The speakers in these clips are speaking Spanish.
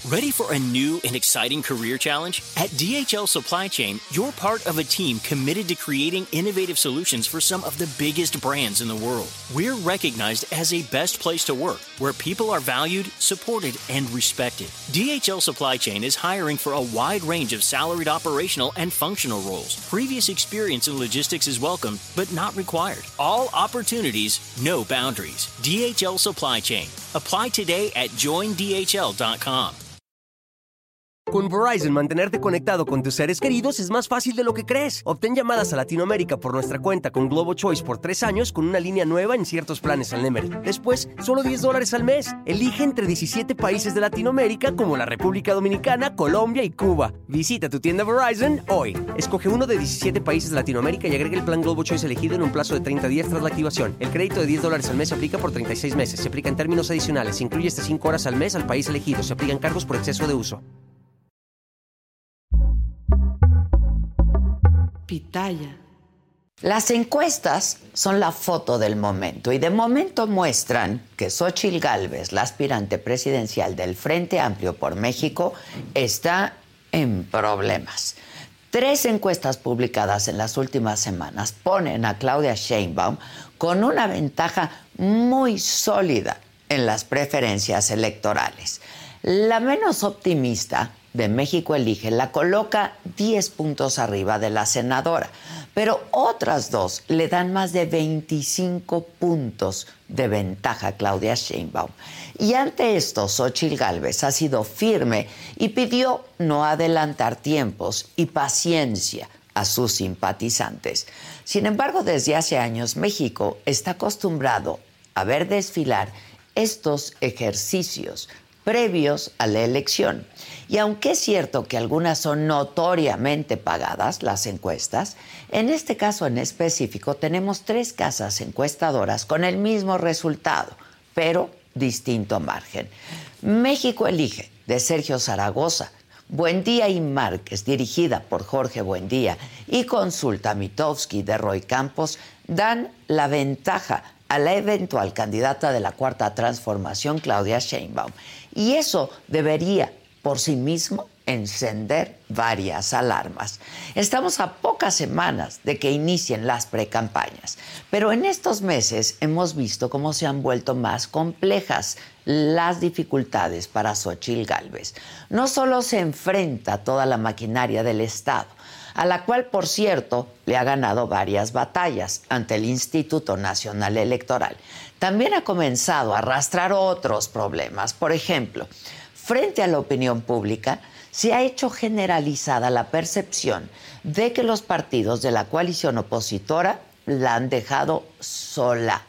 Ready for a new and exciting career challenge? At DHL Supply Chain, you're part of a team committed to creating innovative solutions for some of the biggest brands in the world. We're recognized as a best place to work, where people are valued, supported, and respected. DHL Supply Chain is hiring for a wide range of salaried operational and functional roles. Previous experience in logistics is welcome, but not required. All opportunities, no boundaries. DHL Supply Chain. Apply today at joindhl.com. Con Verizon, mantenerte conectado con tus seres queridos es más fácil de lo que crees. Obtén llamadas a Latinoamérica por nuestra cuenta con Globo Choice por 3 años con una línea nueva en ciertos planes al Nemery. Después, solo $10 al mes. Elige entre 17 países de Latinoamérica como la República Dominicana, Colombia y Cuba. Visita tu tienda Verizon hoy. Escoge uno de 17 países de Latinoamérica y agrega el plan Globo Choice elegido en un plazo de 30 días tras la activación. El crédito de $10 al mes se aplica por 36 meses. Se aplica en términos adicionales. Se incluye hasta 5 horas al mes al país elegido. Se aplican cargos por exceso de uso. Pitaya. Las encuestas son la foto del momento y de momento muestran que Xóchitl Gálvez, la aspirante presidencial del Frente Amplio por México, está en problemas. 3 encuestas publicadas en las últimas semanas ponen a Claudia Sheinbaum con una ventaja muy sólida en las preferencias electorales. La menos optimista, de México Elige, la coloca 10 puntos arriba de la senadora, pero otras 2 le dan más de 25 puntos de ventaja a Claudia Sheinbaum. Y ante esto, Xóchitl Gálvez ha sido firme y pidió no adelantar tiempos y paciencia a sus simpatizantes. Sin embargo, desde hace años, México está acostumbrado a ver desfilar estos ejercicios previos a la elección. Y aunque es cierto que algunas son notoriamente pagadas, las encuestas, en este caso en específico tenemos 3 casas encuestadoras con el mismo resultado, pero distinto margen. México Elige, de Sergio Zaragoza, Buendía y Márquez, dirigida por Jorge Buendía, y Consulta Mitofsky, de Roy Campos, dan la ventaja a la eventual candidata de la Cuarta Transformación, Claudia Sheinbaum. Y eso debería, por sí mismo, encender varias alarmas. Estamos a pocas semanas de que inicien las precampañas, pero en estos meses hemos visto cómo se han vuelto más complejas las dificultades para Xóchitl Gálvez. No solo se enfrenta a toda la maquinaria del Estado, a la cual, por cierto, le ha ganado varias batallas ante el Instituto Nacional Electoral. También ha comenzado a arrastrar otros problemas. Por ejemplo, frente a la opinión pública, se ha hecho generalizada la percepción de que los partidos de la coalición opositora la han dejado sola.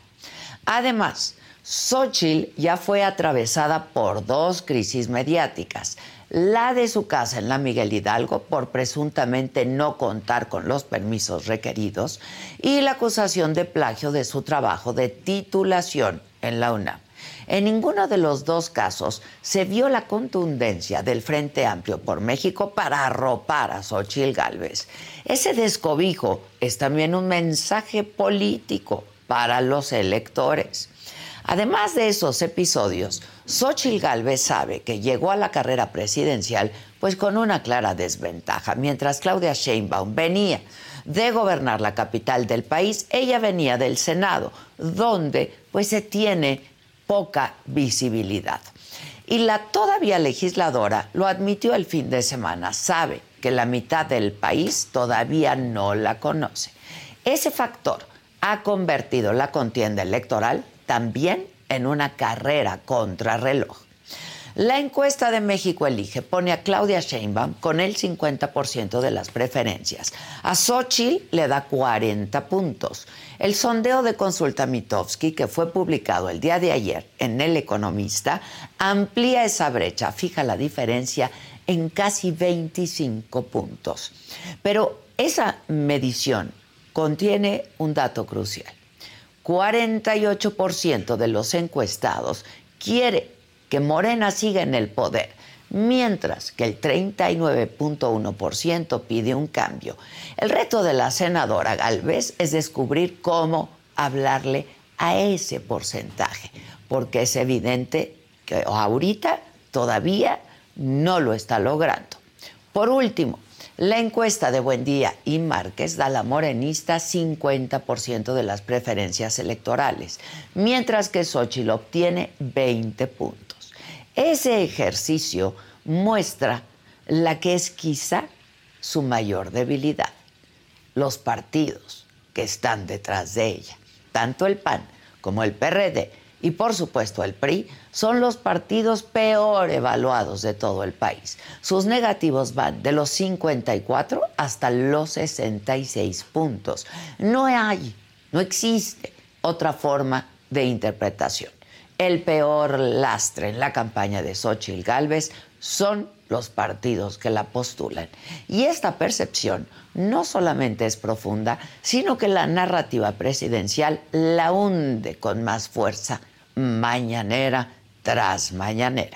Además, Xóchitl ya fue atravesada por 2 crisis mediáticas. La de su casa en la Miguel Hidalgo por presuntamente no contar con los permisos requeridos y la acusación de plagio de su trabajo de titulación en la UNAM. En ninguno de los 2 casos se vio la contundencia del Frente Amplio por México para arropar a Xóchitl Gálvez. Ese descobijo es también un mensaje político para los electores. Además de esos episodios, Xóchitl Gálvez sabe que llegó a la carrera presidencial pues con una clara desventaja. Mientras Claudia Sheinbaum venía de gobernar la capital del país, ella venía del Senado, donde pues se tiene poca visibilidad. Y la todavía legisladora lo admitió el fin de semana. Sabe que la mitad del país todavía no la conoce. Ese factor ha convertido la contienda electoral también en una carrera contrarreloj. La encuesta de México Elige pone a Claudia Sheinbaum con el 50% de las preferencias. A Xóchitl le da 40 puntos. El sondeo de Consulta Mitofsky, que fue publicado el día de ayer en El Economista, amplía esa brecha, fija la diferencia en casi 25 puntos. Pero esa medición contiene un dato crucial. 48% de los encuestados quiere que Morena siga en el poder, mientras que el 39.1% pide un cambio. El reto de la senadora Gálvez es descubrir cómo hablarle a ese porcentaje, porque es evidente que ahorita todavía no lo está logrando. Por último, la encuesta de Buendía y Márquez da a la morenista 50% de las preferencias electorales, mientras que Xóchitl obtiene 20 puntos. Ese ejercicio muestra la que es quizá su mayor debilidad: los partidos que están detrás de ella. Tanto el PAN como el PRD y, por supuesto, el PRI son los partidos peor evaluados de todo el país. Sus negativos van de los 54 hasta los 66 puntos. No existe otra forma de interpretación. El peor lastre en la campaña de Xóchitl Gálvez son los partidos que la postulan. Y esta percepción no solamente es profunda, sino que la narrativa presidencial la hunde con más fuerza, mañanera tras mañanera.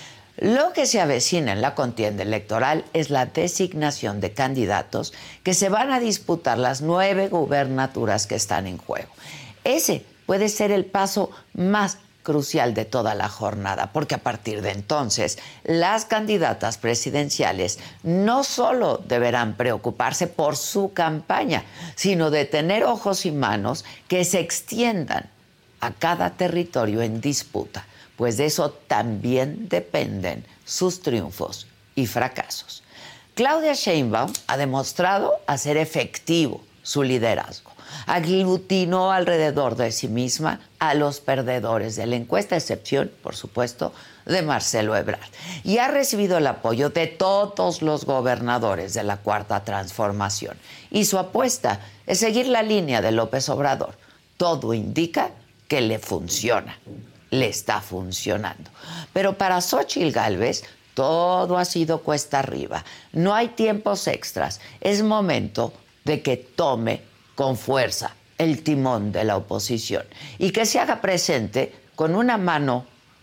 Lo que se avecina en la contienda electoral es la designación de candidatos que se van a disputar las 9 gubernaturas que están en juego. Ese puede ser el paso más crucial de toda la jornada, porque a partir de entonces las candidatas presidenciales no solo deberán preocuparse por su campaña, sino de tener ojos y manos que se extiendan a cada territorio en disputa, pues de eso también dependen sus triunfos y fracasos. Claudia Sheinbaum ha demostrado hacer efectivo su liderazgo. Aglutinó alrededor de sí misma a los perdedores de la encuesta, excepción, por supuesto, de Marcelo Ebrard. Y ha recibido el apoyo de todos los gobernadores de la Cuarta Transformación. Y su apuesta es seguir la línea de López Obrador. Todo indica que le funciona, le está funcionando. Pero para Xóchitl Gálvez todo ha sido cuesta arriba. No hay tiempos extras. Es momento de que tome con fuerza el timón de la oposición y que se haga presente con una mano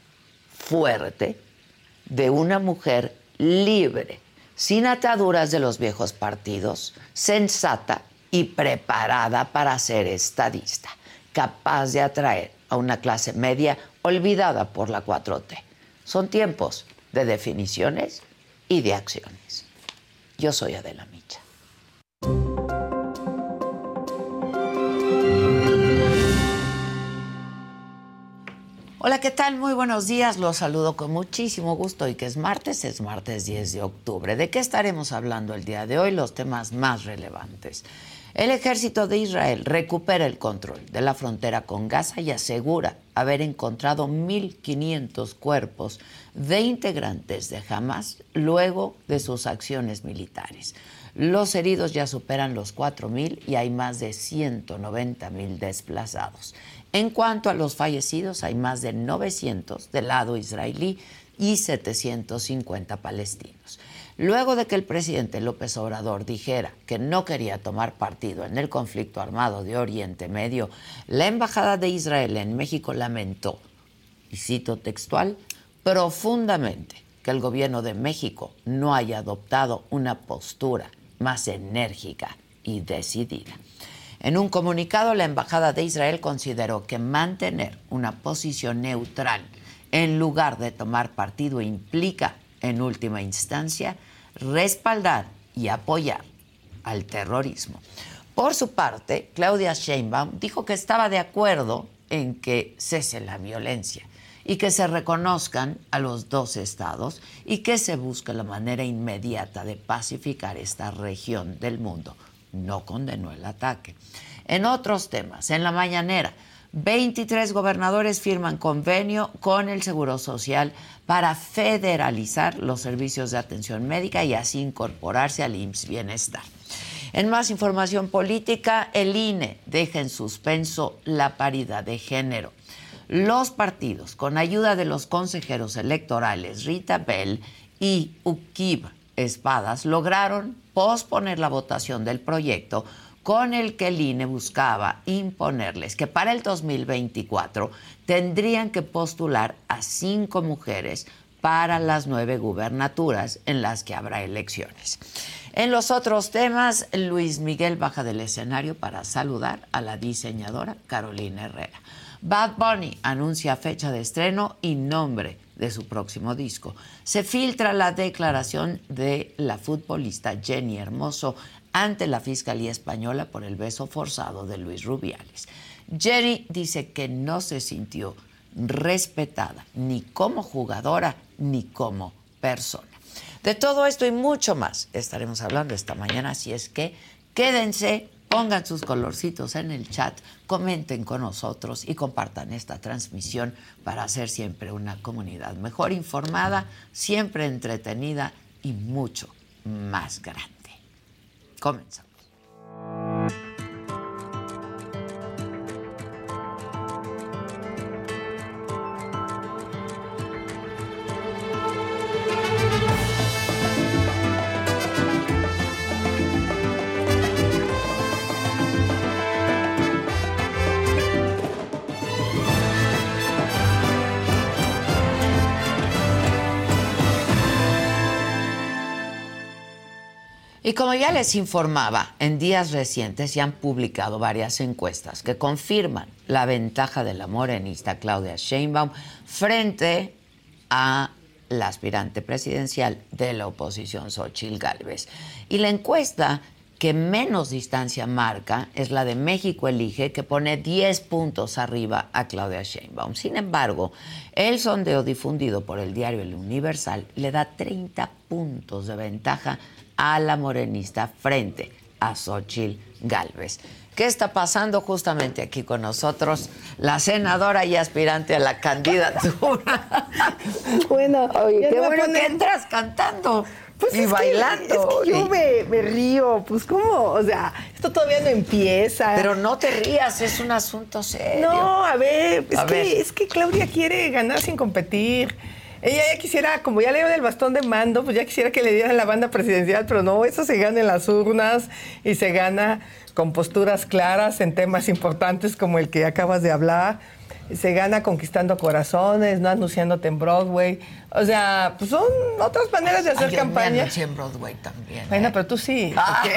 fuerte de una mujer libre, sin ataduras de los viejos partidos, sensata y preparada para ser estadista, capaz de atraer a una clase media olvidada por la 4T. Son tiempos de definiciones y de acciones. Yo soy Adela Micha. Hola, ¿qué tal? Muy buenos días. Los saludo con muchísimo gusto. Y que es martes 10 de octubre. ¿De qué estaremos hablando el día de hoy? Los temas más relevantes. El ejército de Israel recupera el control de la frontera con Gaza y asegura haber encontrado 1.500 cuerpos de integrantes de Hamás luego de sus acciones militares. Los heridos ya superan los 4.000 y hay más de 190.000 desplazados. En cuanto a los fallecidos, hay más de 900 del lado israelí y 750 palestinos. Luego de que el presidente López Obrador dijera que no quería tomar partido en el conflicto armado de Oriente Medio, la Embajada de Israel en México lamentó, y cito textual, profundamente que el gobierno de México no haya adoptado una postura más enérgica y decidida. En un comunicado, la Embajada de Israel consideró que mantener una posición neutral en lugar de tomar partido implica, en última instancia, respaldar y apoyar al terrorismo. Por su parte, Claudia Sheinbaum dijo que estaba de acuerdo en que cese la violencia y que se reconozcan a los dos estados y que se busque la manera inmediata de pacificar esta región del mundo. No condenó el ataque. En otros temas, en la mañanera, 23 gobernadores firman convenio con el Seguro Social para federalizar los servicios de atención médica y así incorporarse al IMSS Bienestar. En más información política, el INE deja en suspenso la paridad de género. Los partidos, con ayuda de los consejeros electorales Rita Bell y Uquib Espadas, lograron posponer la votación del proyecto con el que el INE buscaba imponerles que para el 2024 tendrían que postular a 5 mujeres para las 9 gubernaturas en las que habrá elecciones. En los otros temas, Luis Miguel baja del escenario para saludar a la diseñadora Carolina Herrera. Bad Bunny anuncia fecha de estreno y nombre de su próximo disco. Se filtra la declaración de la futbolista Jenny Hermoso ante la Fiscalía Española por el beso forzado de Luis Rubiales. Jenny dice que no se sintió respetada ni como jugadora ni como persona. De todo esto y mucho más estaremos hablando esta mañana, así es que quédense, pongan sus colorcitos en el chat, comenten con nosotros y compartan esta transmisión para hacer siempre una comunidad mejor informada, siempre entretenida y mucho más grande. Comenzamos. Y como ya les informaba, en días recientes se han publicado varias encuestas que confirman la ventaja de la morenista Claudia Sheinbaum frente a la aspirante presidencial de la oposición, Xóchitl Gálvez. Y la encuesta que menos distancia marca es la de México Elige, que pone 10 puntos arriba a Claudia Sheinbaum. Sin embargo, el sondeo difundido por el diario El Universal le da 30 puntos de ventaja a la morenista frente a Xóchitl Gálvez. ¿Qué está pasando justamente aquí con nosotros? La senadora y aspirante a la candidatura. Bueno, oye, qué bueno que entras cantando y bailando. Es que yo me río, pues ¿cómo? O sea, esto todavía no empieza. Pero no te rías, es un asunto serio. No, a ver, es que Claudia quiere ganar sin competir. Ella ya quisiera, como ya le dieron el bastón de mando, pues ya quisiera que le dieran la banda presidencial, pero no, eso se gana en las urnas y se gana con posturas claras en temas importantes como el que acabas de hablar. Se gana conquistando corazones, no anunciándote en Broadway. O sea, pues son otras maneras de hacer campaña. Yo anuncié en Broadway también. Bueno, pero tú sí.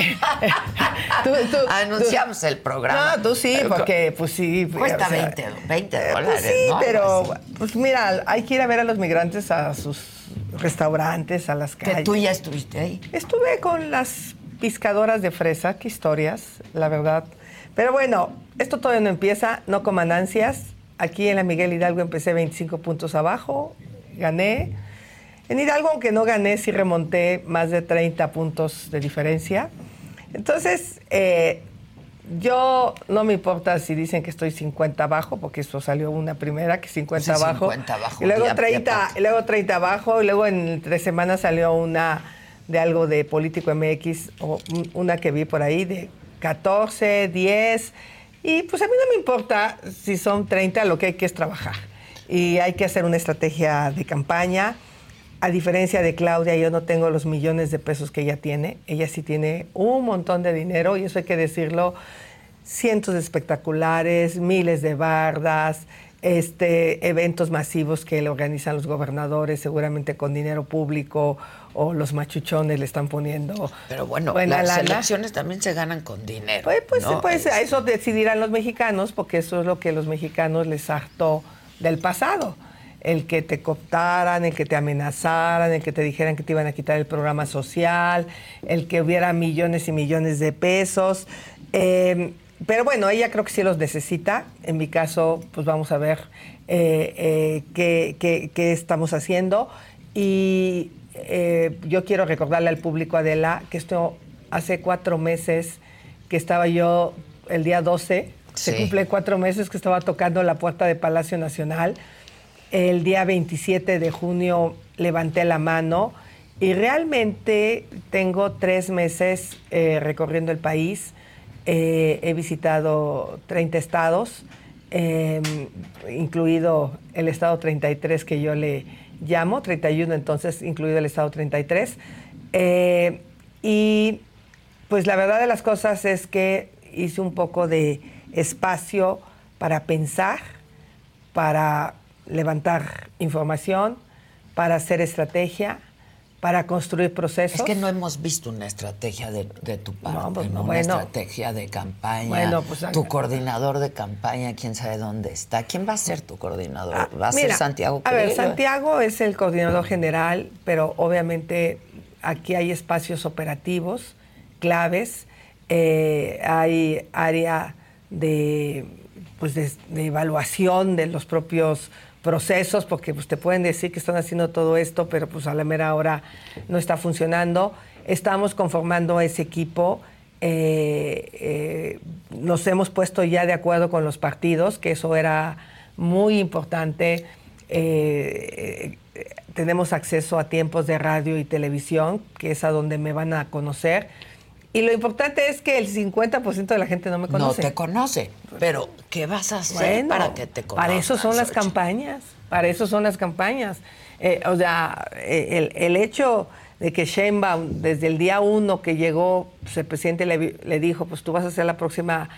Anunciamos el programa. No, tú sí, porque pues sí. Cuesta $20 dólares, pues sí, ¿no? pero pues mira, hay que ir a ver a los migrantes a sus restaurantes, a las calles. ¿Que tú ya estuviste ahí? Estuve con las pescadoras de fresa, qué historias, la verdad. Pero bueno, esto todavía no empieza, no coman ansias. Aquí en la Miguel Hidalgo empecé 25 puntos abajo, gané. En Hidalgo, aunque no gané, sí remonté más de 30 puntos de diferencia. Entonces, yo no me importa si dicen que estoy 50 abajo, porque eso salió una primera, que 50 pues abajo. 50 abajo. Y luego 30, y luego 30 abajo, y luego en 3 semanas salió una de algo de Político MX, o una que vi por ahí, de 14, 10... Y pues a mí no me importa si son 30, lo que hay que es trabajar. Y hay que hacer una estrategia de campaña. A diferencia de Claudia, yo no tengo los millones de pesos que ella tiene. Ella sí tiene un montón de dinero, y eso hay que decirlo. Cientos de espectaculares, miles de bardas, eventos masivos que le organizan los gobernadores, seguramente con dinero público, o los machuchones le están poniendo. Pero bueno, buena las lana. elecciones también se ganan con dinero. Pues ¿no? Eso decidirán los mexicanos, porque eso es lo que los mexicanos les hartó del pasado. El que te cooptaran, el que te amenazaran, el que te dijeran que te iban a quitar el programa social, el que hubiera millones y millones de pesos. Pero bueno, ella creo que sí los necesita. En mi caso, pues vamos a ver qué estamos haciendo. Y yo quiero recordarle al público, Adela, que esto hace 4 meses que estaba yo, el día 12, se cumple 4 meses que estaba tocando la puerta de Palacio Nacional. El día 27 de junio levanté la mano y realmente tengo 3 meses recorriendo el país. He visitado 30 estados, incluido el estado 33 que yo le llamo, 31 entonces, incluido el estado 33. Y pues la verdad de las cosas es que hice un poco de espacio para pensar, para levantar información, para hacer estrategia, para construir procesos. Es que no hemos visto una estrategia de tu parte, No, pues, una bueno. estrategia de campaña. Bueno, pues, tu coordinador de campaña, quién sabe dónde está. ¿Quién va a ser tu coordinador? ¿Va a ser Mira, Santiago A ver, Krill? Santiago es el coordinador general, pero obviamente aquí hay espacios operativos claves, hay área de evaluación de los propios procesos, porque pues, te pueden decir que están haciendo todo esto, pero pues a la mera hora no está funcionando. Estamos conformando ese equipo. Nos hemos puesto ya de acuerdo con los partidos, que eso era muy importante. Tenemos acceso a tiempos de radio y televisión, que es a donde me van a conocer. Y lo importante es que el 50% de la gente no me conoce. No te conoce, pero ¿qué vas a hacer para que te conozcan? Para eso son las campañas, para eso son las campañas. El hecho de que Sheinbaum, desde el día 1 que llegó, pues el presidente le dijo, pues tú vas a ser la próxima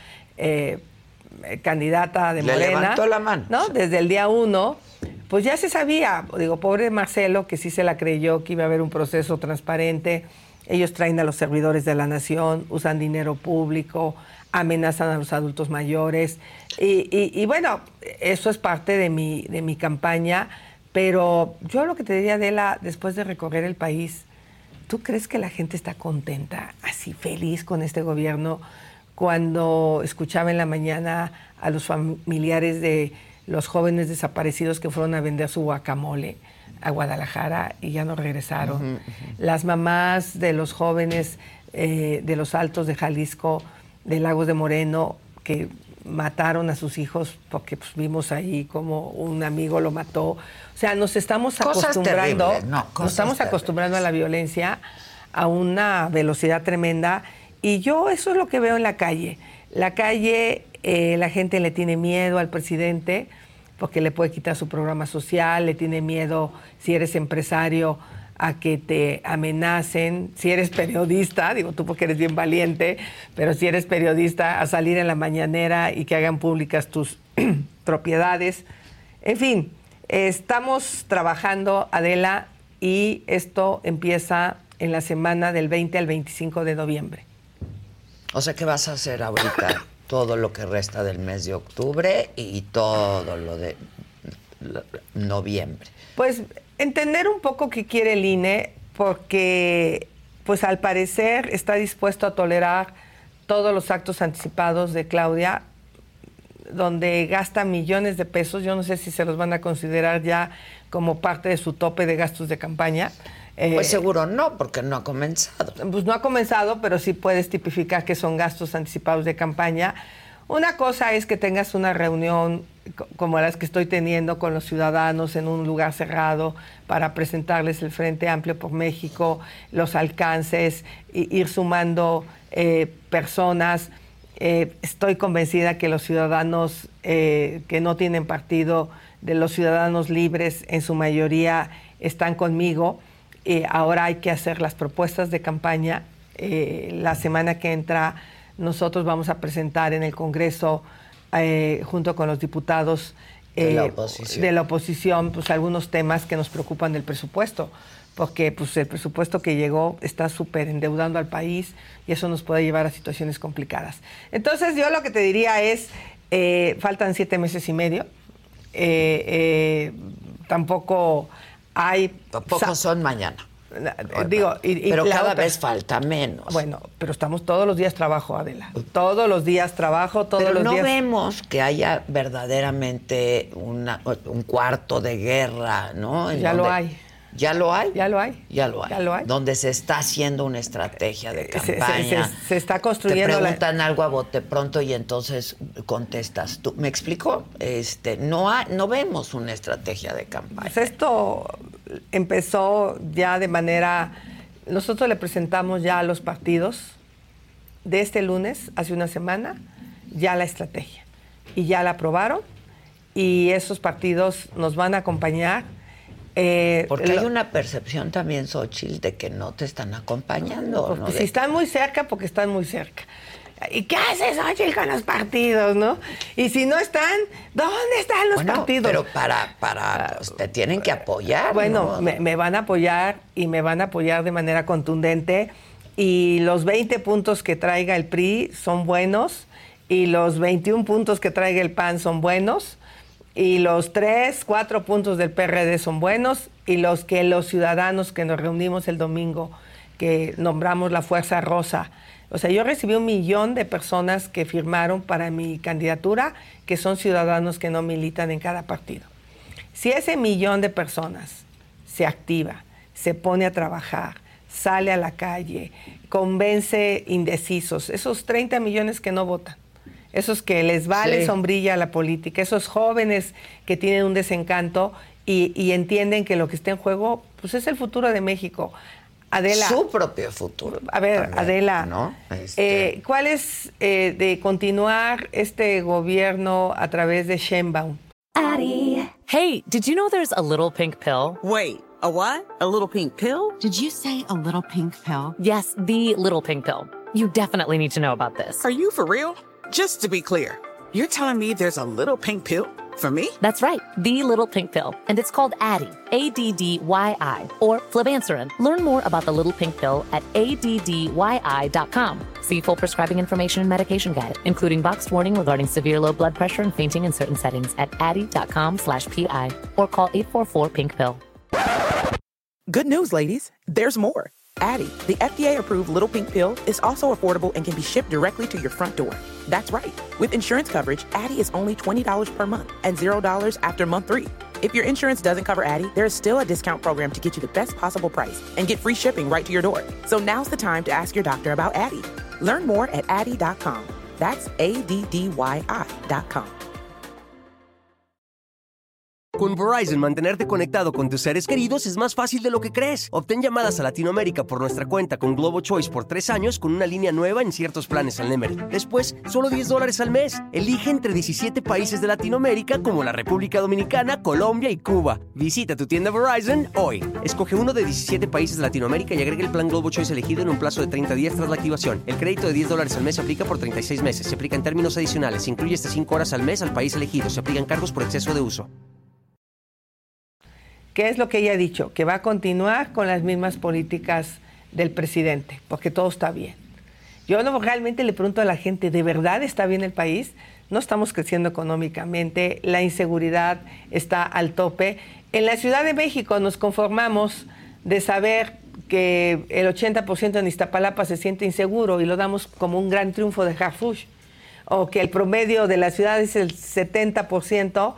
candidata de Morena. Le levantó la mano. ¿No? Desde el día 1, pues ya se sabía. Digo, pobre Marcelo, que sí se la creyó que iba a haber un proceso transparente. Ellos traen a los servidores de la nación, usan dinero público, amenazan a los adultos mayores. Y bueno, eso es parte de mi campaña. Pero yo lo que te diría, Adela, después de recorrer el país, ¿tú crees que la gente está contenta, así feliz con este gobierno? Cuando escuchaba en la mañana a los familiares de los jóvenes desaparecidos que fueron a vender su guacamole a Guadalajara y ya no regresaron. Las mamás de los jóvenes de los Altos de Jalisco, de Lagos de Moreno, que mataron a sus hijos porque pues, vimos ahí como un amigo lo mató. O sea, nos estamos acostumbrando, acostumbrando a la violencia a una velocidad tremenda. Y yo eso es lo que veo en la calle. La calle, la gente le tiene miedo al presidente porque le puede quitar su programa social, le tiene miedo, si eres empresario, a que te amenacen, si eres periodista, digo tú porque eres bien valiente, pero si eres periodista, a salir en la mañanera y que hagan públicas tus propiedades. En fin, estamos trabajando, Adela, y esto empieza en la semana del 20 al 25 de noviembre. O sea, ¿qué vas a hacer ahorita? Todo lo que resta del mes de octubre y todo lo de noviembre. Pues entender un poco qué quiere el INE, porque pues al parecer está dispuesto a tolerar todos los actos anticipados de Claudia, donde gasta millones de pesos. Yo no sé si se los van a considerar ya como parte de su tope de gastos de campaña. Pues seguro no, porque no ha comenzado. Pues no ha comenzado, pero sí puedes tipificar que son gastos anticipados de campaña. Una cosa es que tengas una reunión como las que estoy teniendo con los ciudadanos en un lugar cerrado para presentarles el Frente Amplio por México, los alcances, ir sumando personas. Estoy convencida que los ciudadanos que no tienen partido, de los ciudadanos libres, en su mayoría están conmigo. Ahora hay que hacer las propuestas de campaña. La semana que entra nosotros vamos a presentar en el Congreso, junto con los diputados de la oposición, pues algunos temas que nos preocupan del presupuesto, porque pues el presupuesto que llegó está súper endeudando al país y eso nos puede llevar a situaciones complicadas. Entonces yo lo que te diría es, faltan 7 meses y medio, tampoco son mañana. Digo, pero cada vez falta menos. Bueno, pero estamos todos los días trabajo, Adela. Todos los días trabajo, todos pero los días. Pero no vemos que haya verdaderamente un cuarto de guerra, ¿no? Ya lo hay. ¿Ya lo hay? Ya lo hay. Ya lo hay. Ya lo hay. Donde se está haciendo una estrategia de campaña. Se está construyendo. Te preguntan algo a bote pronto y entonces contestas tú. ¿Me explico? No vemos una estrategia de campaña. Pues esto empezó ya de manera. Nosotros le presentamos ya a los partidos de este lunes, hace una semana, ya la estrategia. Y ya la aprobaron. Y esos partidos nos van a acompañar. Porque hay una percepción también, Xóchitl, de que no te están acompañando. Si están muy cerca, porque están muy cerca. ¿Y qué haces, Xochitl, con los partidos, no? Y si no están, ¿dónde están los partidos? Pero pues, te tienen que apoyar. Bueno, ¿no? me van a apoyar y me van a apoyar de manera contundente. Y los 20 puntos que traiga el PRI son buenos. Y los 21 puntos que traiga el PAN son buenos. Y los 4 puntos del PRD son buenos. Y los ciudadanos que nos reunimos el domingo, que nombramos la Fuerza Rosa. O sea, yo recibí 1 millón de personas que firmaron para mi candidatura, que son ciudadanos que no militan en cada partido. Si ese 1 millón de personas se activa, se pone a trabajar, sale a la calle, convence indecisos, esos 30 millones que no votan, esos que les vale sombrilla a la política, esos jóvenes que tienen un desencanto y entienden que lo que está en juego pues es el futuro de México. Adela, su propio futuro. A ver, también, Adela, ¿no? ¿Cuál es de continuar este gobierno a través de Sheinbaum? Addie. Hey, did you know there's a little pink pill? Wait, a what? A little pink pill? Did you say a little pink pill? Yes, the little pink pill. You definitely need to know about this. Are you for real? Just to be clear, you're telling me there's a little pink pill for me? That's right, the little pink pill. And it's called Addyi, A-D-D-Y-I, or flibanserin. Learn more about the little pink pill at addyi.com. See full prescribing information and medication guide, including boxed warning regarding severe low blood pressure and fainting in certain settings at addyi.com/PI or call 844-PINK-PILL. Good news, ladies. There's more. Addyi, the FDA-approved little pink pill, is also affordable and can be shipped directly to your front door. That's right. With insurance coverage, Addyi is only $20 per month and $0 after month 3. If your insurance doesn't cover Addyi, there is still a discount program to get you the best possible price and get free shipping right to your door. So now's the time to ask your doctor about Addyi. Learn more at addyi.com. That's ADDYI.com. Con Verizon, mantenerte conectado con tus seres queridos es más fácil de lo que crees. Obtén llamadas a Latinoamérica por nuestra cuenta con Globo Choice por 3 años con una línea nueva en ciertos planes al Nemery. Después, solo $10 al mes. Elige entre 17 países de Latinoamérica como la República Dominicana, Colombia y Cuba. Visita tu tienda Verizon hoy. Escoge uno de 17 países de Latinoamérica y agrega el plan Globo Choice elegido en un plazo de 30 días tras la activación. El crédito de $10 al mes se aplica por 36 meses. Se aplica en términos adicionales. Se incluye hasta 5 horas al mes al país elegido. Se aplican cargos por exceso de uso. ¿Qué es lo que ella ha dicho? Que va a continuar con las mismas políticas del presidente, porque todo está bien. Yo no realmente le pregunto a la gente, ¿de verdad está bien el país? No estamos creciendo económicamente, la inseguridad está al tope. En la Ciudad de México nos conformamos de saber que el 80% en Iztapalapa se siente inseguro y lo damos como un gran triunfo de Harfuch, o que el promedio de la ciudad es el 70%.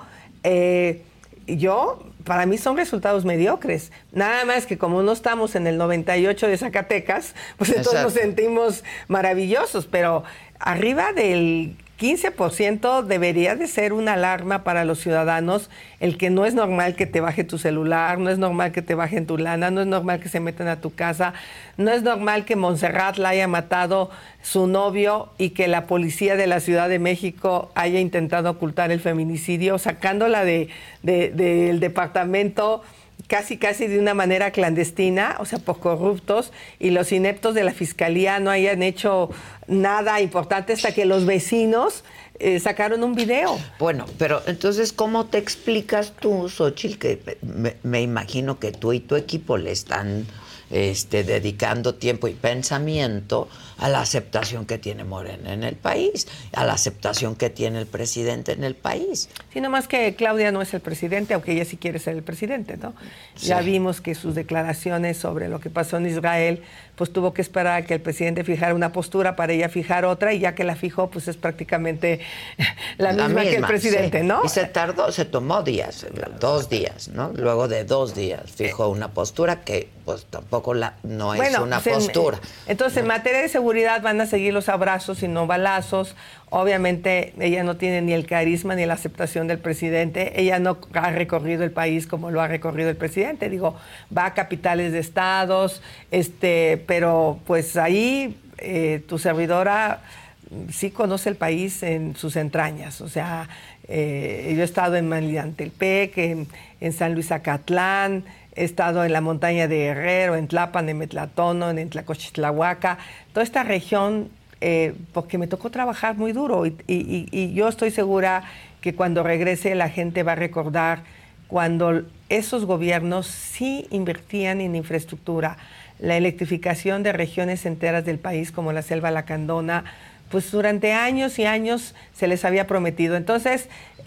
Para mí son resultados mediocres. Nada más que como no estamos en el 98 de Zacatecas, pues entonces nos sentimos maravillosos. Pero arriba del 15% debería de ser una alarma para los ciudadanos el que no es normal que te baje tu celular, no es normal que te bajen tu lana, no es normal que se metan a tu casa, no es normal que Montserrat la haya matado su novio y que la policía de la Ciudad de México haya intentado ocultar el feminicidio, sacándola del departamento casi de una manera clandestina, o sea, por corruptos, y los ineptos de la Fiscalía no hayan hecho nada importante hasta que los vecinos sacaron un video. Bueno, pero entonces, ¿cómo te explicas tú, Xochitl, que me imagino que tú y tu equipo le están dedicando tiempo y pensamiento a la aceptación que tiene Morena en el país, a la aceptación que tiene el presidente en el país? Sí, nomás que Claudia no es el presidente, aunque ella sí quiere ser el presidente, ¿no? Sí. Ya vimos que sus declaraciones sobre lo que pasó en Israel, pues tuvo que esperar a que el presidente fijara una postura para ella fijar otra, y ya que la fijó, pues es prácticamente la misma que el presidente, sí. ¿No? Y se tomó días, 2 días, ¿no? Luego de 2 días fijó una postura que pues tampoco no es una postura. Entonces, en materia de seguridad van a seguir los abrazos y no balazos. Obviamente, ella no tiene ni el carisma ni la aceptación del presidente. Ella no ha recorrido el país como lo ha recorrido el presidente. Digo, va a capitales de estados, pero pues ahí tu servidora sí conoce el país en sus entrañas. O sea, yo he estado en Manilantepec, en San Luis Acatlán, he estado en la montaña de Guerrero, en Tlapan, en Metlatono, en Tlacochitlahuaca. Toda esta región porque me tocó trabajar muy duro y yo estoy segura que cuando regrese la gente va a recordar cuando esos gobiernos sí invertían en infraestructura, la electrificación de regiones enteras del país como la Selva Lacandona, pues durante años y años se les había prometido. Entonces,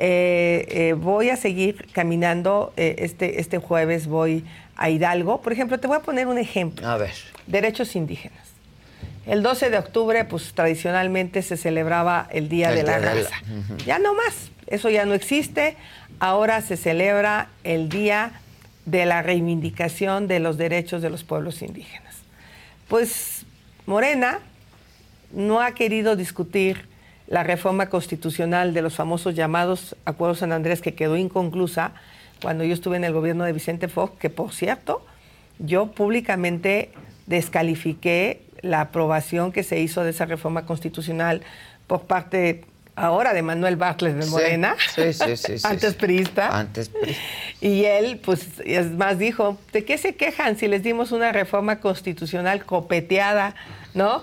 voy a seguir caminando. Este jueves voy a Hidalgo. Por ejemplo, te voy a poner un ejemplo. A ver. Derechos indígenas. El 12 de octubre, pues tradicionalmente se celebraba el Día de la Raza. Ya no más, eso ya no existe. Ahora se celebra el Día de la Reivindicación de los Derechos de los Pueblos Indígenas. Pues Morena no ha querido discutir la reforma constitucional de los famosos llamados Acuerdos San Andrés, que quedó inconclusa cuando yo estuve en el gobierno de Vicente Fox, que por cierto, yo públicamente descalifiqué la aprobación que se hizo de esa reforma constitucional por parte ahora de Manuel Bartlett de Morena, antes priista. Antes priista. Y él, pues, es más, dijo, ¿de qué se quejan si les dimos una reforma constitucional copeteada, no?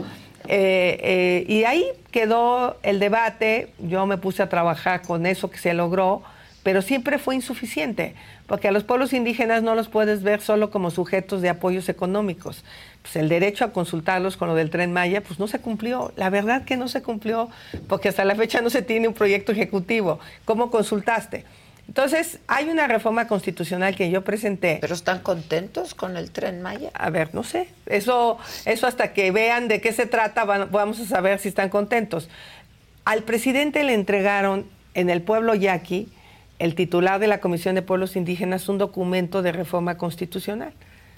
Y ahí quedó el debate. Yo me puse a trabajar con eso que se logró, pero siempre fue insuficiente, porque a los pueblos indígenas no los puedes ver solo como sujetos de apoyos económicos. Pues el derecho a consultarlos con lo del Tren Maya, pues no se cumplió. La verdad que no se cumplió, porque hasta la fecha no se tiene un proyecto ejecutivo. ¿Cómo consultaste? Entonces, hay una reforma constitucional que yo presenté. ¿Pero están contentos con el Tren Maya? A ver, no sé. Eso hasta que vean de qué se trata, vamos a saber si están contentos. Al presidente le entregaron en el pueblo yaqui, el titular de la Comisión de Pueblos Indígenas, un documento de reforma constitucional.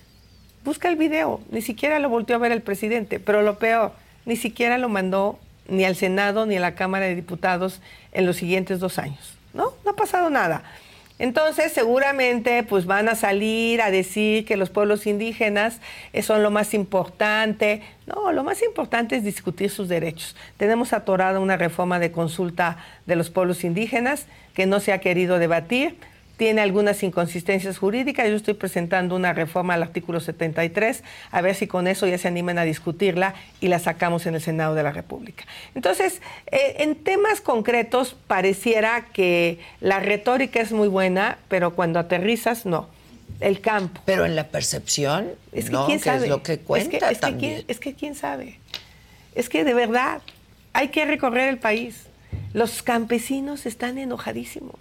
Busca el video, ni siquiera lo volteó a ver el presidente, pero lo peor, ni siquiera lo mandó ni al Senado ni a la Cámara de Diputados en los siguientes 2 años. No ha pasado nada. Entonces, seguramente pues van a salir a decir que los pueblos indígenas son lo más importante. No, lo más importante es discutir sus derechos. Tenemos atorada una reforma de consulta de los pueblos indígenas que no se ha querido debatir. Tiene algunas inconsistencias jurídicas. Yo estoy presentando una reforma al artículo 73, a ver si con eso ya se animan a discutirla y la sacamos en el Senado de la República. Entonces, en temas concretos pareciera que la retórica es muy buena, pero cuando aterrizas, no. El campo. Pero en la percepción, es que no, quién sabe. Es lo que cuenta también. Es que quién sabe. Es que de verdad hay que recorrer el país. Los campesinos están enojadísimos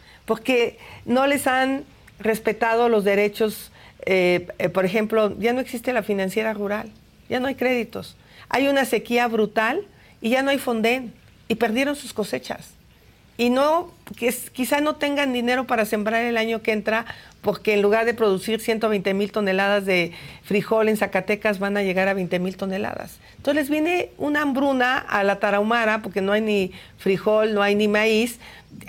porque no les han respetado los derechos. Por ejemplo, ya no existe la financiera rural, ya no hay créditos. Hay una sequía brutal y ya no hay Fonden y perdieron sus cosechas. Y no, quizá no tengan dinero para sembrar el año que entra, porque en lugar de producir 120,000 toneladas de frijol en Zacatecas van a llegar a 20,000 toneladas. Entonces les viene una hambruna a la Tarahumara porque no hay ni frijol, no hay ni maíz,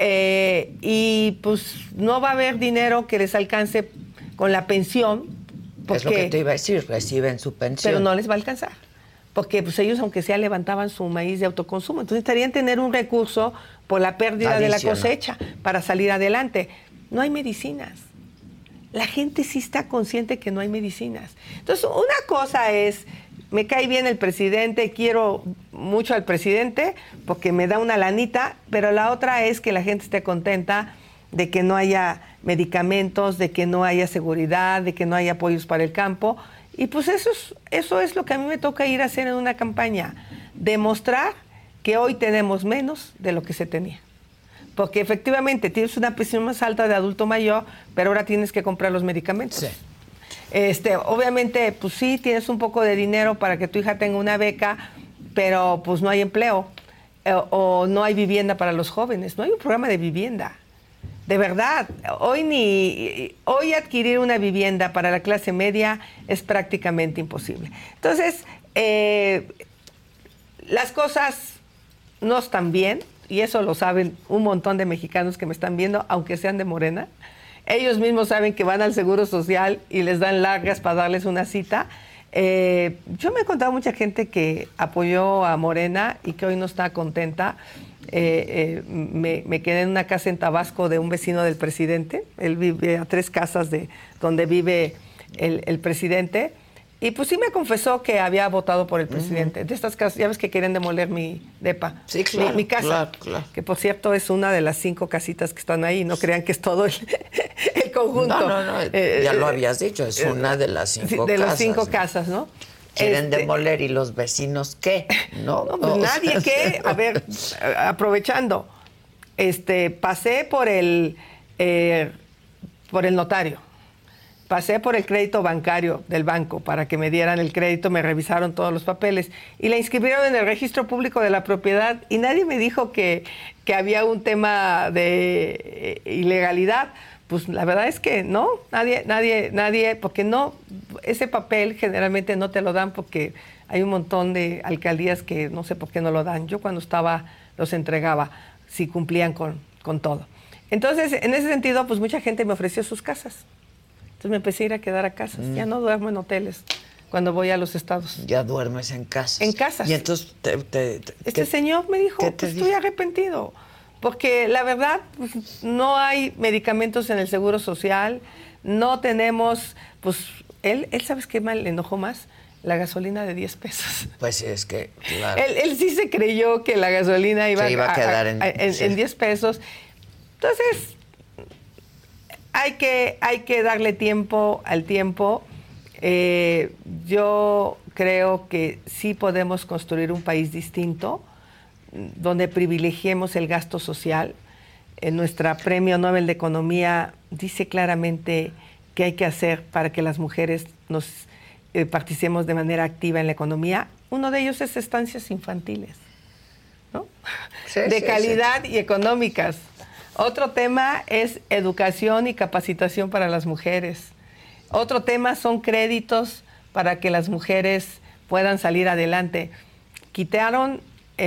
y pues no va a haber dinero que les alcance con la pensión. Es lo que te iba a decir, reciben su pensión. Pero no les va a alcanzar, porque pues ellos, aunque sea, levantaban su maíz de autoconsumo. Entonces necesitarían tener un recurso por la pérdida de la cosecha para salir adelante. No hay medicinas. La gente sí está consciente que no hay medicinas. Entonces, una cosa es, me cae bien el presidente, quiero mucho al presidente porque me da una lanita, pero la otra es que la gente esté contenta de que no haya medicamentos, de que no haya seguridad, de que no haya apoyos para el campo. Y pues eso es lo que a mí me toca ir a hacer en una campaña, demostrar que hoy tenemos menos de lo que se tenía. Porque efectivamente tienes una presión más alta de adulto mayor, pero ahora tienes que comprar los medicamentos. Sí. Obviamente, pues sí, tienes un poco de dinero para que tu hija tenga una beca, pero pues no hay empleo, o no hay vivienda para los jóvenes, no hay un programa de vivienda. De verdad, hoy adquirir una vivienda para la clase media es prácticamente imposible. Entonces, las cosas no están bien, y eso lo saben un montón de mexicanos que me están viendo, aunque sean de Morena. Ellos mismos saben que van al Seguro Social y les dan largas para darles una cita. Yo me he encontrado mucha gente que apoyó a Morena y que hoy no está contenta. Me quedé en una casa en Tabasco de un vecino del presidente. Él vive a 3 casas de donde vive el presidente. Y pues sí me confesó que había votado por el presidente. De estas casas, ya ves que quieren demoler mi depa. Sí, claro, mi casa. Claro. Que por cierto es una de las 5 casitas que están ahí. No crean que es todo el conjunto. No, ya lo habías dicho, es una de las 5 casas. De las 5 casas, ¿no? Quieren demoler, ¿y los vecinos qué? No, pues nadie qué. A ver, aprovechando, pasé por el notario. Pasé por el crédito bancario del banco para que me dieran el crédito, me revisaron todos los papeles y la inscribieron en el registro público de la propiedad y nadie me dijo que había un tema de ilegalidad. Pues la verdad es que no, nadie, porque no, ese papel generalmente no te lo dan porque hay un montón de alcaldías que no sé por qué no lo dan. Yo cuando estaba los entregaba, si cumplían con todo. Entonces, en ese sentido, pues mucha gente me ofreció sus casas. Entonces me empecé a ir a quedar a casas. Ya no duermo en hoteles cuando voy a los estados. Ya duermes en casas. En casas. Y entonces este señor me dijo, pues, estoy arrepentido. Porque la verdad, pues, no hay medicamentos en el Seguro Social, no tenemos, pues, él ¿sabes qué le enojó más? La gasolina de 10 pesos. Pues es que, claro. Él sí se creyó que la gasolina iba a quedar en 10 pesos. Entonces, hay que darle tiempo al tiempo. Yo creo que sí podemos construir un país distinto, donde privilegiemos el gasto social. Nuestra Premio Nobel de Economía dice claramente qué hay que hacer para que las mujeres nos participemos de manera activa en la economía. Uno de ellos es estancias infantiles, ¿no? Sí, de calidad y económicas. Otro tema es educación y capacitación para las mujeres. Otro tema son créditos para que las mujeres puedan salir adelante. Quitaron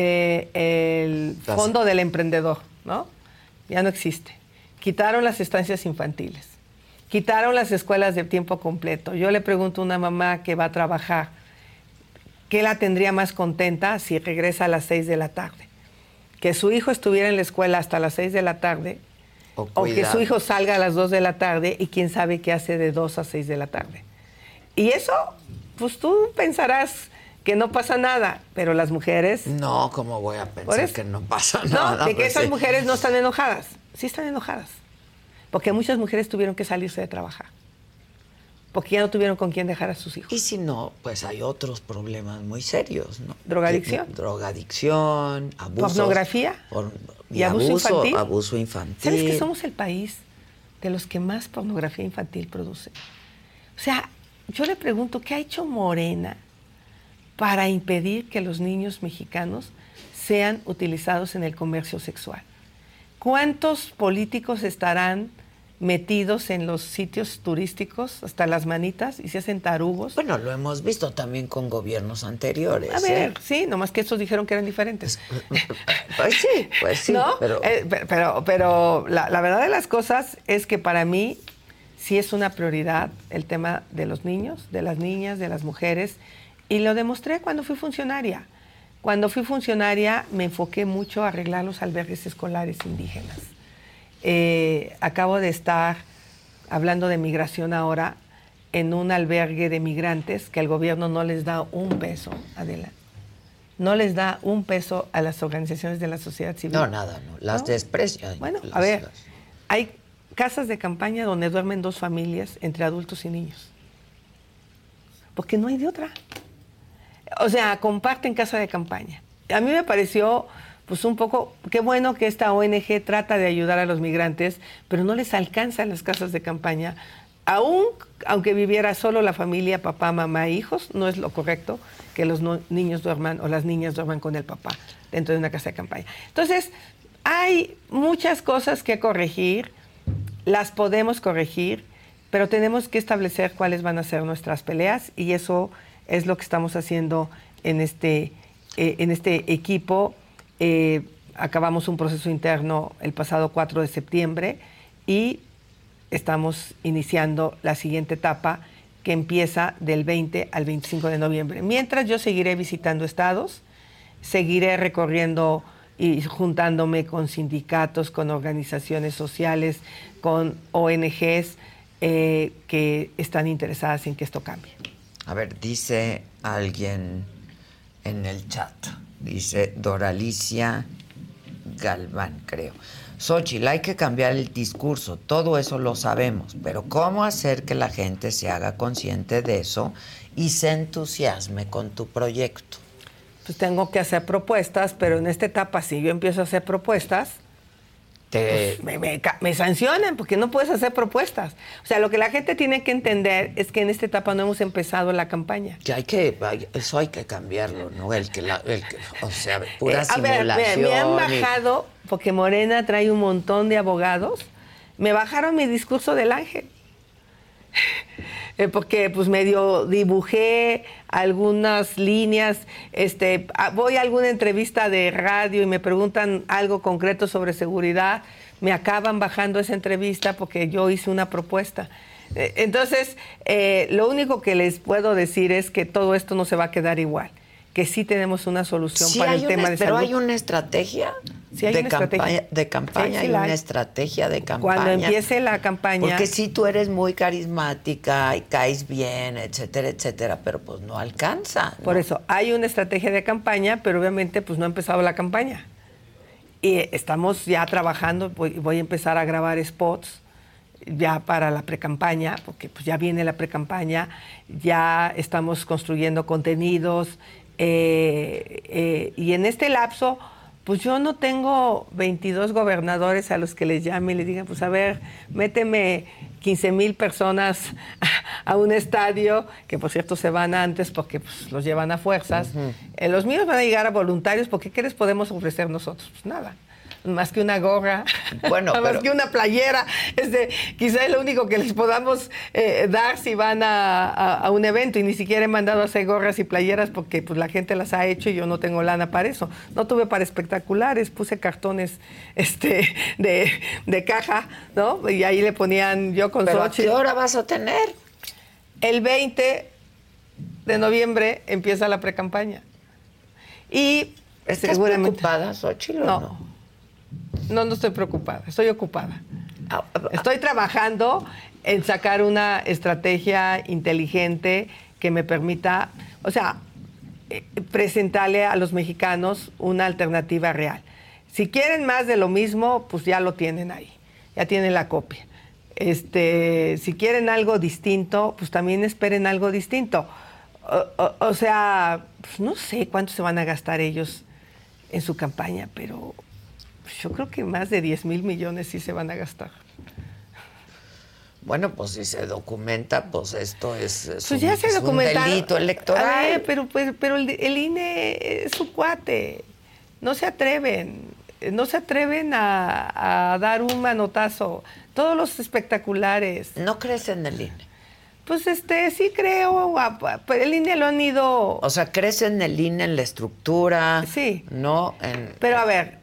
el fondo del emprendedor, ¿no? Ya no existe. Quitaron las estancias infantiles. Quitaron las escuelas de tiempo completo. Yo le pregunto a una mamá que va a trabajar, ¿qué la tendría más contenta si regresa a las 6 de la tarde? Que su hijo estuviera en la escuela hasta las 6 de la tarde o que su hijo salga a las 2 de la tarde y quién sabe qué hace de 2 a 6 de la tarde. Y eso, pues tú pensarás que no pasa nada, pero las mujeres... No, ¿cómo voy a pensar que no pasa nada? No, de que esas mujeres no están enojadas. Sí están enojadas. Porque muchas mujeres tuvieron que salirse de trabajar. Porque ya no tuvieron con quién dejar a sus hijos. Y si no, pues hay otros problemas muy serios, ¿no? Drogadicción. Drogadicción, abuso. Pornografía. Y abuso infantil. ¿Sabes que somos el país de los que más pornografía infantil produce? O sea, yo le pregunto, ¿qué ha hecho Morena para impedir que los niños mexicanos sean utilizados en el comercio sexual? ¿Cuántos políticos estarán metidos en los sitios turísticos hasta las manitas y se hacen tarugos? Bueno, lo hemos visto también con gobiernos anteriores. A ver, sí, nomás que estos dijeron que eran diferentes. Pues sí, ¿no? Pero la verdad de las cosas es que para mí sí es una prioridad el tema de los niños, de las niñas, de las mujeres, y lo demostré cuando fui funcionaria. Cuando fui funcionaria me enfoqué mucho a arreglar los albergues escolares indígenas. Acabo de estar hablando de migración ahora en un albergue de migrantes que el gobierno no les da un peso, Adela. No les da un peso a las organizaciones de la sociedad civil. No, nada, no. Las desprecian. Bueno, a ver, hay casas de campaña donde duermen 2 familias entre adultos y niños. Porque no hay de otra. O sea, comparten casa de campaña. A mí me pareció... pues un poco, qué bueno que esta ONG trata de ayudar a los migrantes, pero no les alcanzan las casas de campaña. Aunque viviera solo la familia, papá, mamá e hijos, no es lo correcto que los niños duerman o las niñas duerman con el papá dentro de una casa de campaña. Entonces, hay muchas cosas que corregir, las podemos corregir, pero tenemos que establecer cuáles van a ser nuestras peleas y eso es lo que estamos haciendo en este equipo. Acabamos un proceso interno el pasado 4 de septiembre y estamos iniciando la siguiente etapa que empieza del 20 al 25 de noviembre. Mientras yo seguiré visitando estados, seguiré recorriendo y juntándome con sindicatos, con organizaciones sociales, con ONGs que están interesadas en que esto cambie. A ver, dice alguien en el chat, dice Doralicia Galván, creo. Xóchitl, hay que cambiar el discurso, todo eso lo sabemos, pero ¿cómo hacer que la gente se haga consciente de eso y se entusiasme con tu proyecto? Pues tengo que hacer propuestas, pero en esta etapa, si yo empiezo a hacer propuestas, pues me sancionan porque no puedes hacer propuestas. O sea, lo que la gente tiene que entender es que en esta etapa no hemos empezado la campaña. Que eso hay que cambiarlo, ¿no? O sea, pura simulación. A ver, me han bajado, porque Morena trae un montón de abogados, me bajaron mi discurso del ángel. Porque pues medio dibujé algunas líneas, voy a alguna entrevista de radio y me preguntan algo concreto sobre seguridad, me acaban bajando esa entrevista porque yo hice una propuesta. Entonces, lo único que les puedo decir es que todo esto no se va a quedar igual, que sí tenemos una solución para el tema de salud. Pero hay una estrategia de campaña, hay una estrategia de campaña. Cuando empiece la campaña... Porque sí, tú eres muy carismática y caes bien, etcétera, etcétera, pero pues no alcanza, ¿no? Por eso, hay una estrategia de campaña, pero obviamente pues no ha empezado la campaña. Y estamos ya trabajando, voy a empezar a grabar spots ya para la precampaña, porque pues ya viene la precampaña, ya estamos construyendo contenidos, y en este lapso, pues yo no tengo 22 gobernadores a los que les llame y les digan, pues a ver, méteme 15,000 personas a un estadio, que por cierto se van antes porque pues, los llevan a fuerzas. Los míos van a llegar a voluntarios porque ¿qué les podemos ofrecer nosotros? Pues nada. Más que una gorra, más que una playera. Quizá es lo único que les podamos dar si van a un evento, y ni siquiera he mandado a hacer gorras y playeras porque pues, la gente las ha hecho y yo no tengo lana para eso. No tuve para espectaculares, puse cartones de caja, ¿no? Y ahí le ponían yo con ¿Pero Xóchitl. a qué hora vas a tener? El 20 de noviembre empieza la precampaña. Y ¿Estás preocupada, Xóchitl, o no? No estoy preocupada, estoy ocupada. Estoy trabajando en sacar una estrategia inteligente que me permita, presentarle a los mexicanos una alternativa real. Si quieren más de lo mismo, pues ya lo tienen ahí, ya tienen la copia. Si quieren algo distinto, pues también esperen algo distinto. Pues no sé cuánto se van a gastar ellos en su campaña, pero yo creo que más de 10,000 millones sí se van a gastar. Bueno, pues si se documenta, pues esto es un delito electoral. A ver, pero el INE es su cuate. No se atreven a dar un manotazo. Todos los espectaculares. ¿No crees en el INE? Pues sí creo, pero el INE lo han ido... O sea, ¿crees en el INE, en la estructura? Sí. No Pero a ver,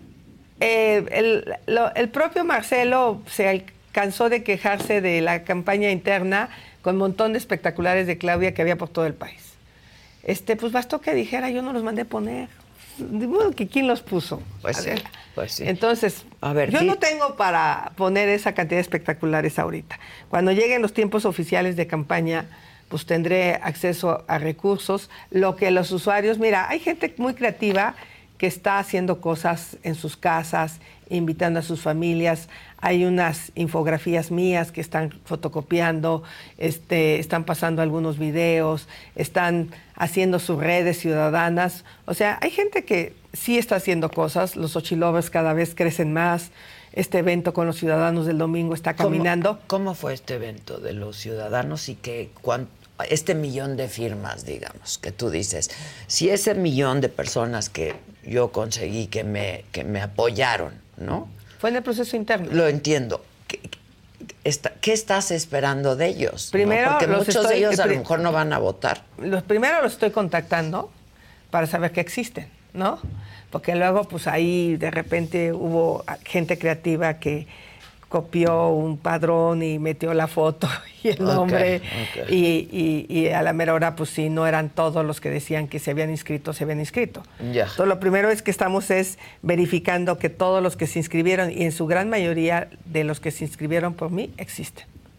el propio Marcelo se cansó de quejarse de la campaña interna con un montón de espectaculares de Claudia que había por todo el país. Pues bastó que dijera, yo no los mandé poner. Digo, que ¿quién los puso? Pues sí. Entonces, a ver, yo no tengo para poner esa cantidad de espectaculares ahorita. Cuando lleguen los tiempos oficiales de campaña, pues tendré acceso a recursos. Lo que los usuarios... Mira, hay gente muy creativa que está haciendo cosas en sus casas, invitando a sus familias. Hay unas infografías mías que están fotocopiando, están pasando algunos videos, están haciendo sus redes ciudadanas. O sea, hay gente que sí está haciendo cosas. Los Xochilovers cada vez crecen más. Este evento con los ciudadanos del domingo está caminando. ¿Cómo fue este evento de los ciudadanos y este 1,000,000 de firmas, digamos, que tú dices? Si ese 1,000,000 de personas que yo conseguí que me apoyaron, ¿no? Fue en el proceso interno. Lo entiendo. ¿Qué estás esperando de ellos? Primero, ¿no? Porque muchos de ellos a lo mejor no van a votar. Primero los estoy contactando para saber que existen, ¿no? Porque luego, pues ahí de repente hubo gente creativa que copió un padrón y metió la foto y el nombre. Y a la mera hora, pues sí, no eran todos los que decían que se habían inscrito. Ya. Entonces, lo primero es que estamos verificando que todos los que se inscribieron, y en su gran mayoría de los que se inscribieron por mí, existen.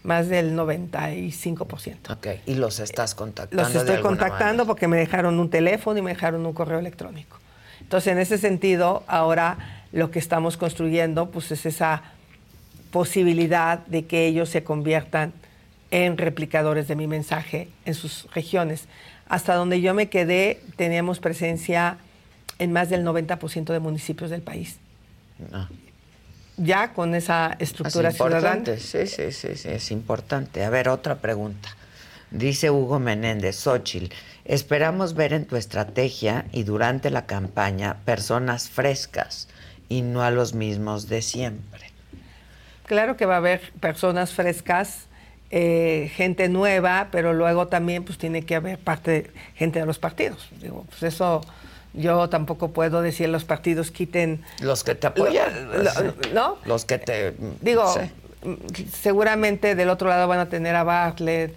más del 95%. Ok, y los estás contactando. Los estoy contactando porque me dejaron un teléfono y me dejaron un correo electrónico. Entonces, en ese sentido, ahora lo que estamos construyendo pues es esa posibilidad de que ellos se conviertan en replicadores de mi mensaje en sus regiones. Hasta donde yo me quedé, teníamos presencia en más del 90% de municipios del país. No. Ya con esa estructura ciudadana. Sí, es importante. A ver, otra pregunta. Dice Hugo Menéndez, Xóchitl, esperamos ver en tu estrategia y durante la campaña personas frescas y no a los mismos de siempre. Claro que va a haber personas frescas, gente nueva, pero luego también pues tiene que haber gente de los partidos. Digo, pues eso... Yo tampoco puedo decir los partidos quiten... Los que te apoyan. ¿No? Los que te... Digo, sí. Seguramente del otro lado van a tener a Bartlett,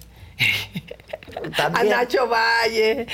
a Nacho Valle,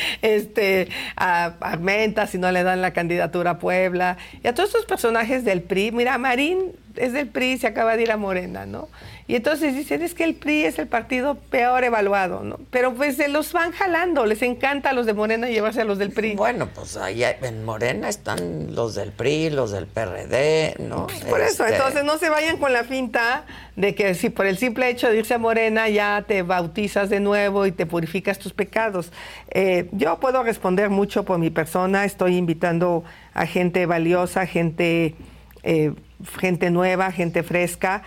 a Armenta, si no le dan la candidatura a Puebla, y a todos estos personajes del PRI. Mira, Marín es del PRI, se acaba de ir a Morena, ¿no? Y entonces dicen, es que el PRI es el partido peor evaluado, ¿no? Pero pues se los van jalando, les encanta a los de Morena llevarse a los del PRI. Bueno, pues ahí en Morena están los del PRI, los del PRD, ¿no? Por eso, entonces no se vayan con la finta de que si por el simple hecho de irse a Morena ya te bautizas de nuevo y te purificas tus pecados. Yo puedo responder mucho por mi persona, estoy invitando a gente valiosa, gente nueva, gente fresca.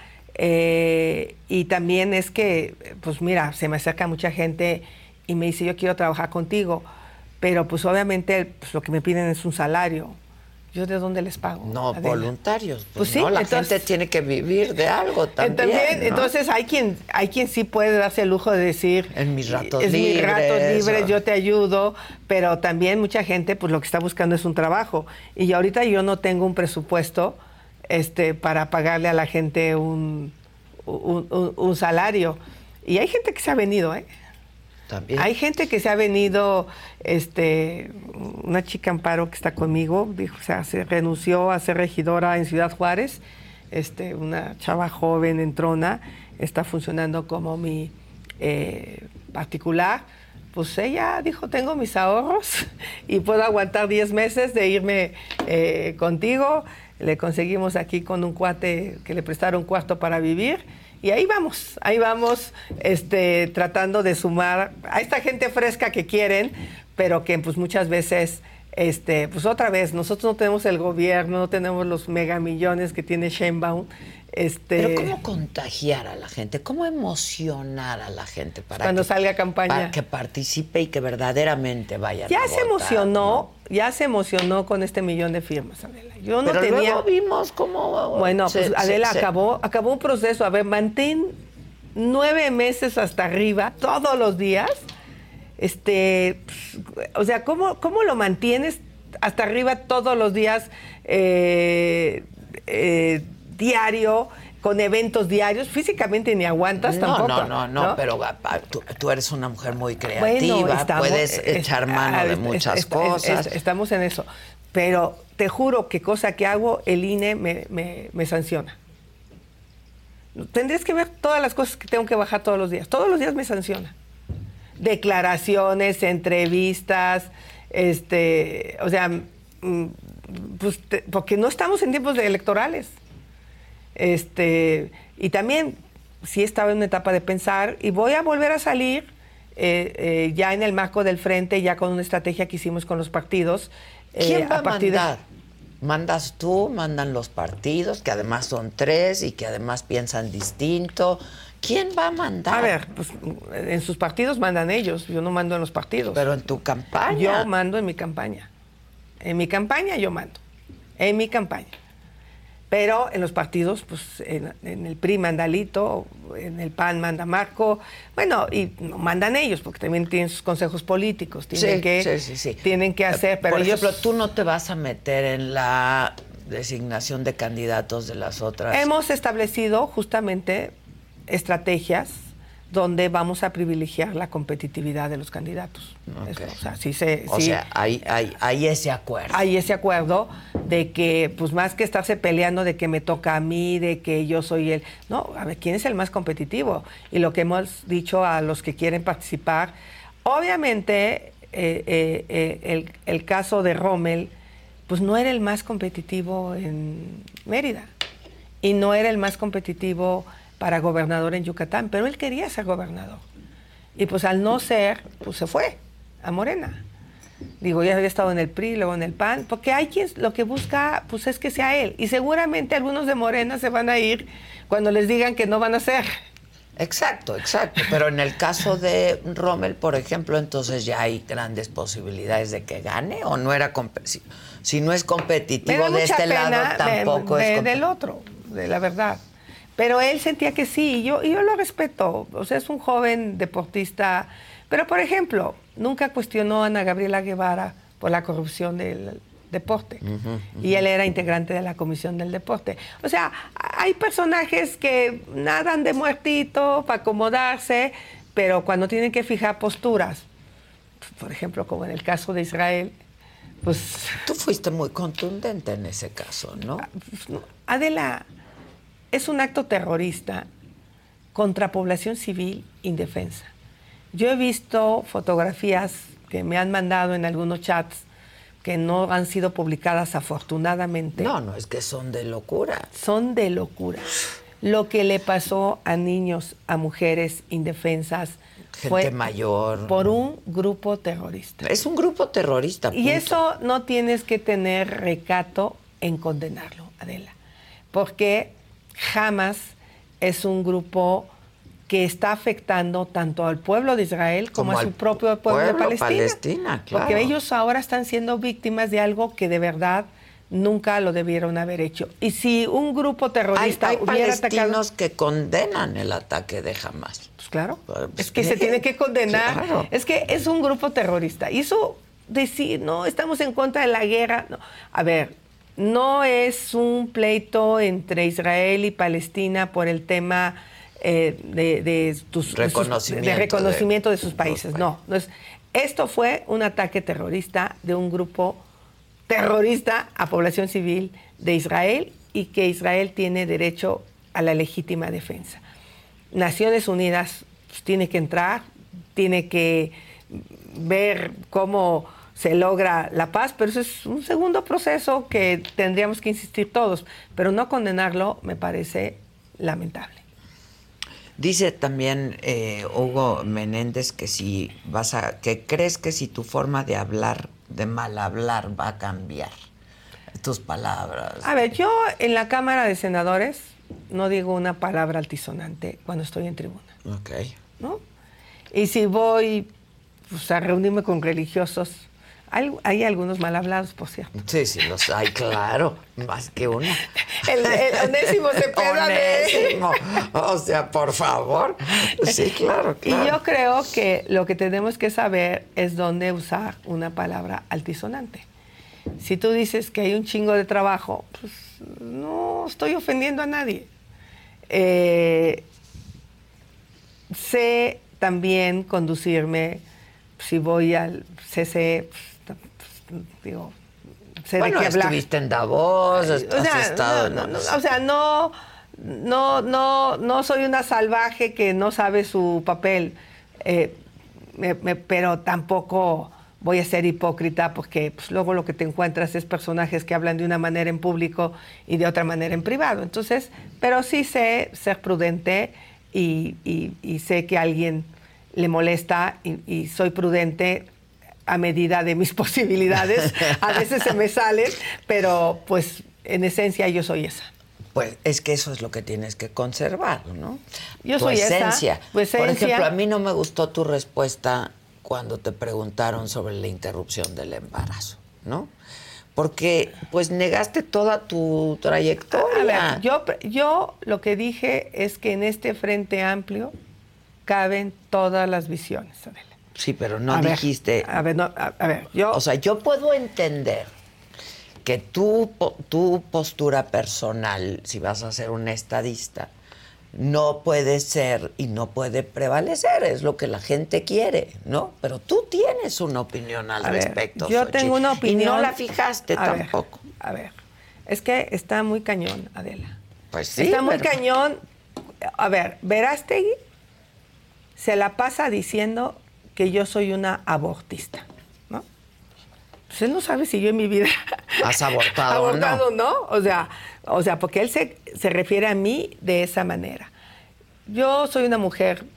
Y también es que, pues mira, se me acerca mucha gente y me dice, yo quiero trabajar contigo, pero pues obviamente pues, lo que me piden es un salario. ¿Yo de dónde les pago? No, Adela? Voluntarios. Pues sí, no, la entonces, gente tiene que vivir de algo también. ¿No? Entonces hay quien sí puede darse el lujo de decir, en mis ratos libres, libres, mis ratos libres, yo te ayudo, pero también mucha gente pues lo que está buscando es un trabajo. Y ahorita yo no tengo un presupuesto para pagarle a la gente un salario. Y hay gente que se ha venido, ¿eh? También. Hay gente que se ha venido, una chica Amparo que está conmigo, dijo, o sea, se renunció a ser regidora en Ciudad Juárez, una chava joven, entrona, está funcionando como mi particular. Pues ella dijo, tengo mis ahorros y puedo aguantar 10 meses de irme contigo. Le conseguimos aquí con un cuate que le prestaron un cuarto para vivir. Y ahí vamos, tratando de sumar a esta gente fresca que quieren, pero que pues muchas veces, pues otra vez, nosotros no tenemos el gobierno, no tenemos los megamillones que tiene Sheinbaum. Pero ¿cómo contagiar a la gente? ¿Cómo emocionar a la gente cuando salga campaña? Para que participe y que verdaderamente vayan ya a se votar, emocionó, ¿no? Ya se emocionó con 1 millón de firmas, Adela. Yo no pero tenía... luego vimos cómo... Bueno, pues Adela, acabó un proceso. A ver, mantén 9 meses hasta arriba, todos los días. O sea, ¿cómo lo mantienes hasta arriba todos los días, diario, con eventos diarios? Físicamente ni aguantas tampoco. No, pero tú eres una mujer muy creativa, bueno, puedes echar mano de muchas cosas. Estamos en eso. Pero te juro que cosa que hago, el INE me sanciona. Tendrías que ver todas las cosas que tengo que bajar todos los días. Todos los días me sanciona. Declaraciones, entrevistas, o sea, pues porque no estamos en tiempos electorales. Y también sí estaba en una etapa de pensar y voy a volver a salir ya en el marco del frente, ya con una estrategia que hicimos con los partidos. ¿Quién va a mandar? ¿Mandas tú? ¿Mandan los partidos? Que además son 3 y que además piensan distinto. ¿Quién va a mandar? A ver, pues en sus partidos mandan ellos, yo no mando en los partidos. Pero en tu campaña. Yo mando en mi campaña. En mi campaña yo mando. En mi campaña. Pero en los partidos, pues en el PRI manda Lito, en el PAN manda Marco, bueno, y no mandan ellos, porque también tienen sus consejos políticos, tienen que hacer, pero por ellos... ejemplo, tú no te vas a meter en la designación de candidatos de las otras. Hemos establecido justamente estrategias donde vamos a privilegiar la competitividad de los candidatos. Okay. O sea, sí, hay ese acuerdo. Hay ese acuerdo de que, pues más que estarse peleando de que me toca a mí, de que yo soy el... No, a ver, ¿quién es el más competitivo? Y lo que hemos dicho a los que quieren participar, obviamente el caso de Rommel, pues no era el más competitivo en Mérida y no era el más competitivo para gobernador en Yucatán, pero él quería ser gobernador. Y pues al no ser, pues se fue a Morena. Digo, ya había estado en el PRI, luego en el PAN, porque hay quien lo que busca, pues es que sea él. Y seguramente algunos de Morena se van a ir cuando les digan que no van a ser. Exacto. Pero en el caso de Rommel, por ejemplo, entonces ya hay grandes posibilidades de que gane, ¿o no era competitivo? Si no es competitivo de este lado, tampoco es competitivo. Del otro, de la verdad. Pero él sentía que sí, y yo lo respeto. O sea, es un joven deportista. Pero, por ejemplo, nunca cuestionó a Ana Gabriela Guevara por la corrupción del deporte. Y él era integrante de la Comisión del Deporte. O sea, hay personajes que nadan de muertito para acomodarse, pero cuando tienen que fijar posturas, por ejemplo, como en el caso de Israel, pues... Tú fuiste muy contundente en ese caso, ¿no? Adela... Es un acto terrorista contra población civil indefensa. Yo he visto fotografías que me han mandado en algunos chats que no han sido publicadas afortunadamente. No, es que son de locura. Son de locura. Lo que le pasó a niños, a mujeres indefensas, gente mayor. Por un grupo terrorista. Es un grupo terrorista. Y eso no tienes que tener recato en condenarlo, Adela. Porque Hamas es un grupo que está afectando tanto al pueblo de Israel como a su propio pueblo de Palestina. Claro. Porque ellos ahora están siendo víctimas de algo que de verdad nunca lo debieron haber hecho. Y si un grupo terrorista hay hubiera palestinos atacado... que condenan el ataque de Hamas. Pues claro, es que se tiene que condenar. Claro. Es que es un grupo terrorista. Y eso decir, no, estamos en contra de la guerra. No. A ver, no es un pleito entre Israel y Palestina por el tema de reconocimiento de sus países. No es, esto fue un ataque terrorista de un grupo terrorista a población civil de Israel y que Israel tiene derecho a la legítima defensa. Naciones Unidas pues, tiene que entrar, tiene que ver cómo se logra la paz, pero eso es un segundo proceso que tendríamos que insistir todos, pero no condenarlo me parece lamentable. Dice también Hugo Menéndez que que crees que si tu forma de hablar, de mal hablar, va a cambiar tus palabras. A ver, yo en la Cámara de Senadores no digo una palabra altisonante cuando estoy en tribuna. Ok. ¿No? Y si voy pues, a reunirme con religiosos, hay algunos mal hablados, por cierto. Sí, los hay, claro, más que uno. El Onésimo Cepeda. Onésimo, o sea, por favor. Sí, claro. Y yo creo que lo que tenemos que saber es dónde usar una palabra altisonante. Si tú dices que hay un chingo de trabajo, pues no estoy ofendiendo a nadie. Sé también conducirme, si voy al CC, digo, sé de qué hablar. Estuviste en Davos, has estado... No soy una salvaje que no sabe su papel, pero tampoco voy a ser hipócrita porque pues, luego lo que te encuentras es personajes que hablan de una manera en público y de otra manera en privado. Entonces, pero sí sé ser prudente y sé que a alguien le molesta y soy prudente a medida de mis posibilidades. A veces se me salen, pero pues en esencia yo soy esa. Pues es que eso es lo que tienes que conservar, ¿no? Yo soy esencia. Esa. Tu esencia. Por ejemplo, a mí no me gustó tu respuesta cuando te preguntaron sobre la interrupción del embarazo, ¿no? Porque pues negaste toda tu trayectoria. A ver, yo lo que dije es que en este Frente Amplio caben todas las visiones, Adela. Sí, pero no dijiste... yo... O sea, yo puedo entender que tu postura personal, si vas a ser un estadista, no puede ser y no puede prevalecer, es lo que la gente quiere, ¿no? Pero tú tienes una opinión al respecto, yo Xochitl, tengo una opinión. y no la fijaste tampoco. A ver, es que está muy cañón, Adela. Pues sí. Está muy cañón. A ver, Verástegui se la pasa diciendo que yo soy una abortista, ¿no? Pues él no sabe si yo en mi vida... ¿Has abortado o no? Abortado, ¿no? O sea, porque él se refiere a mí de esa manera. Yo soy una mujer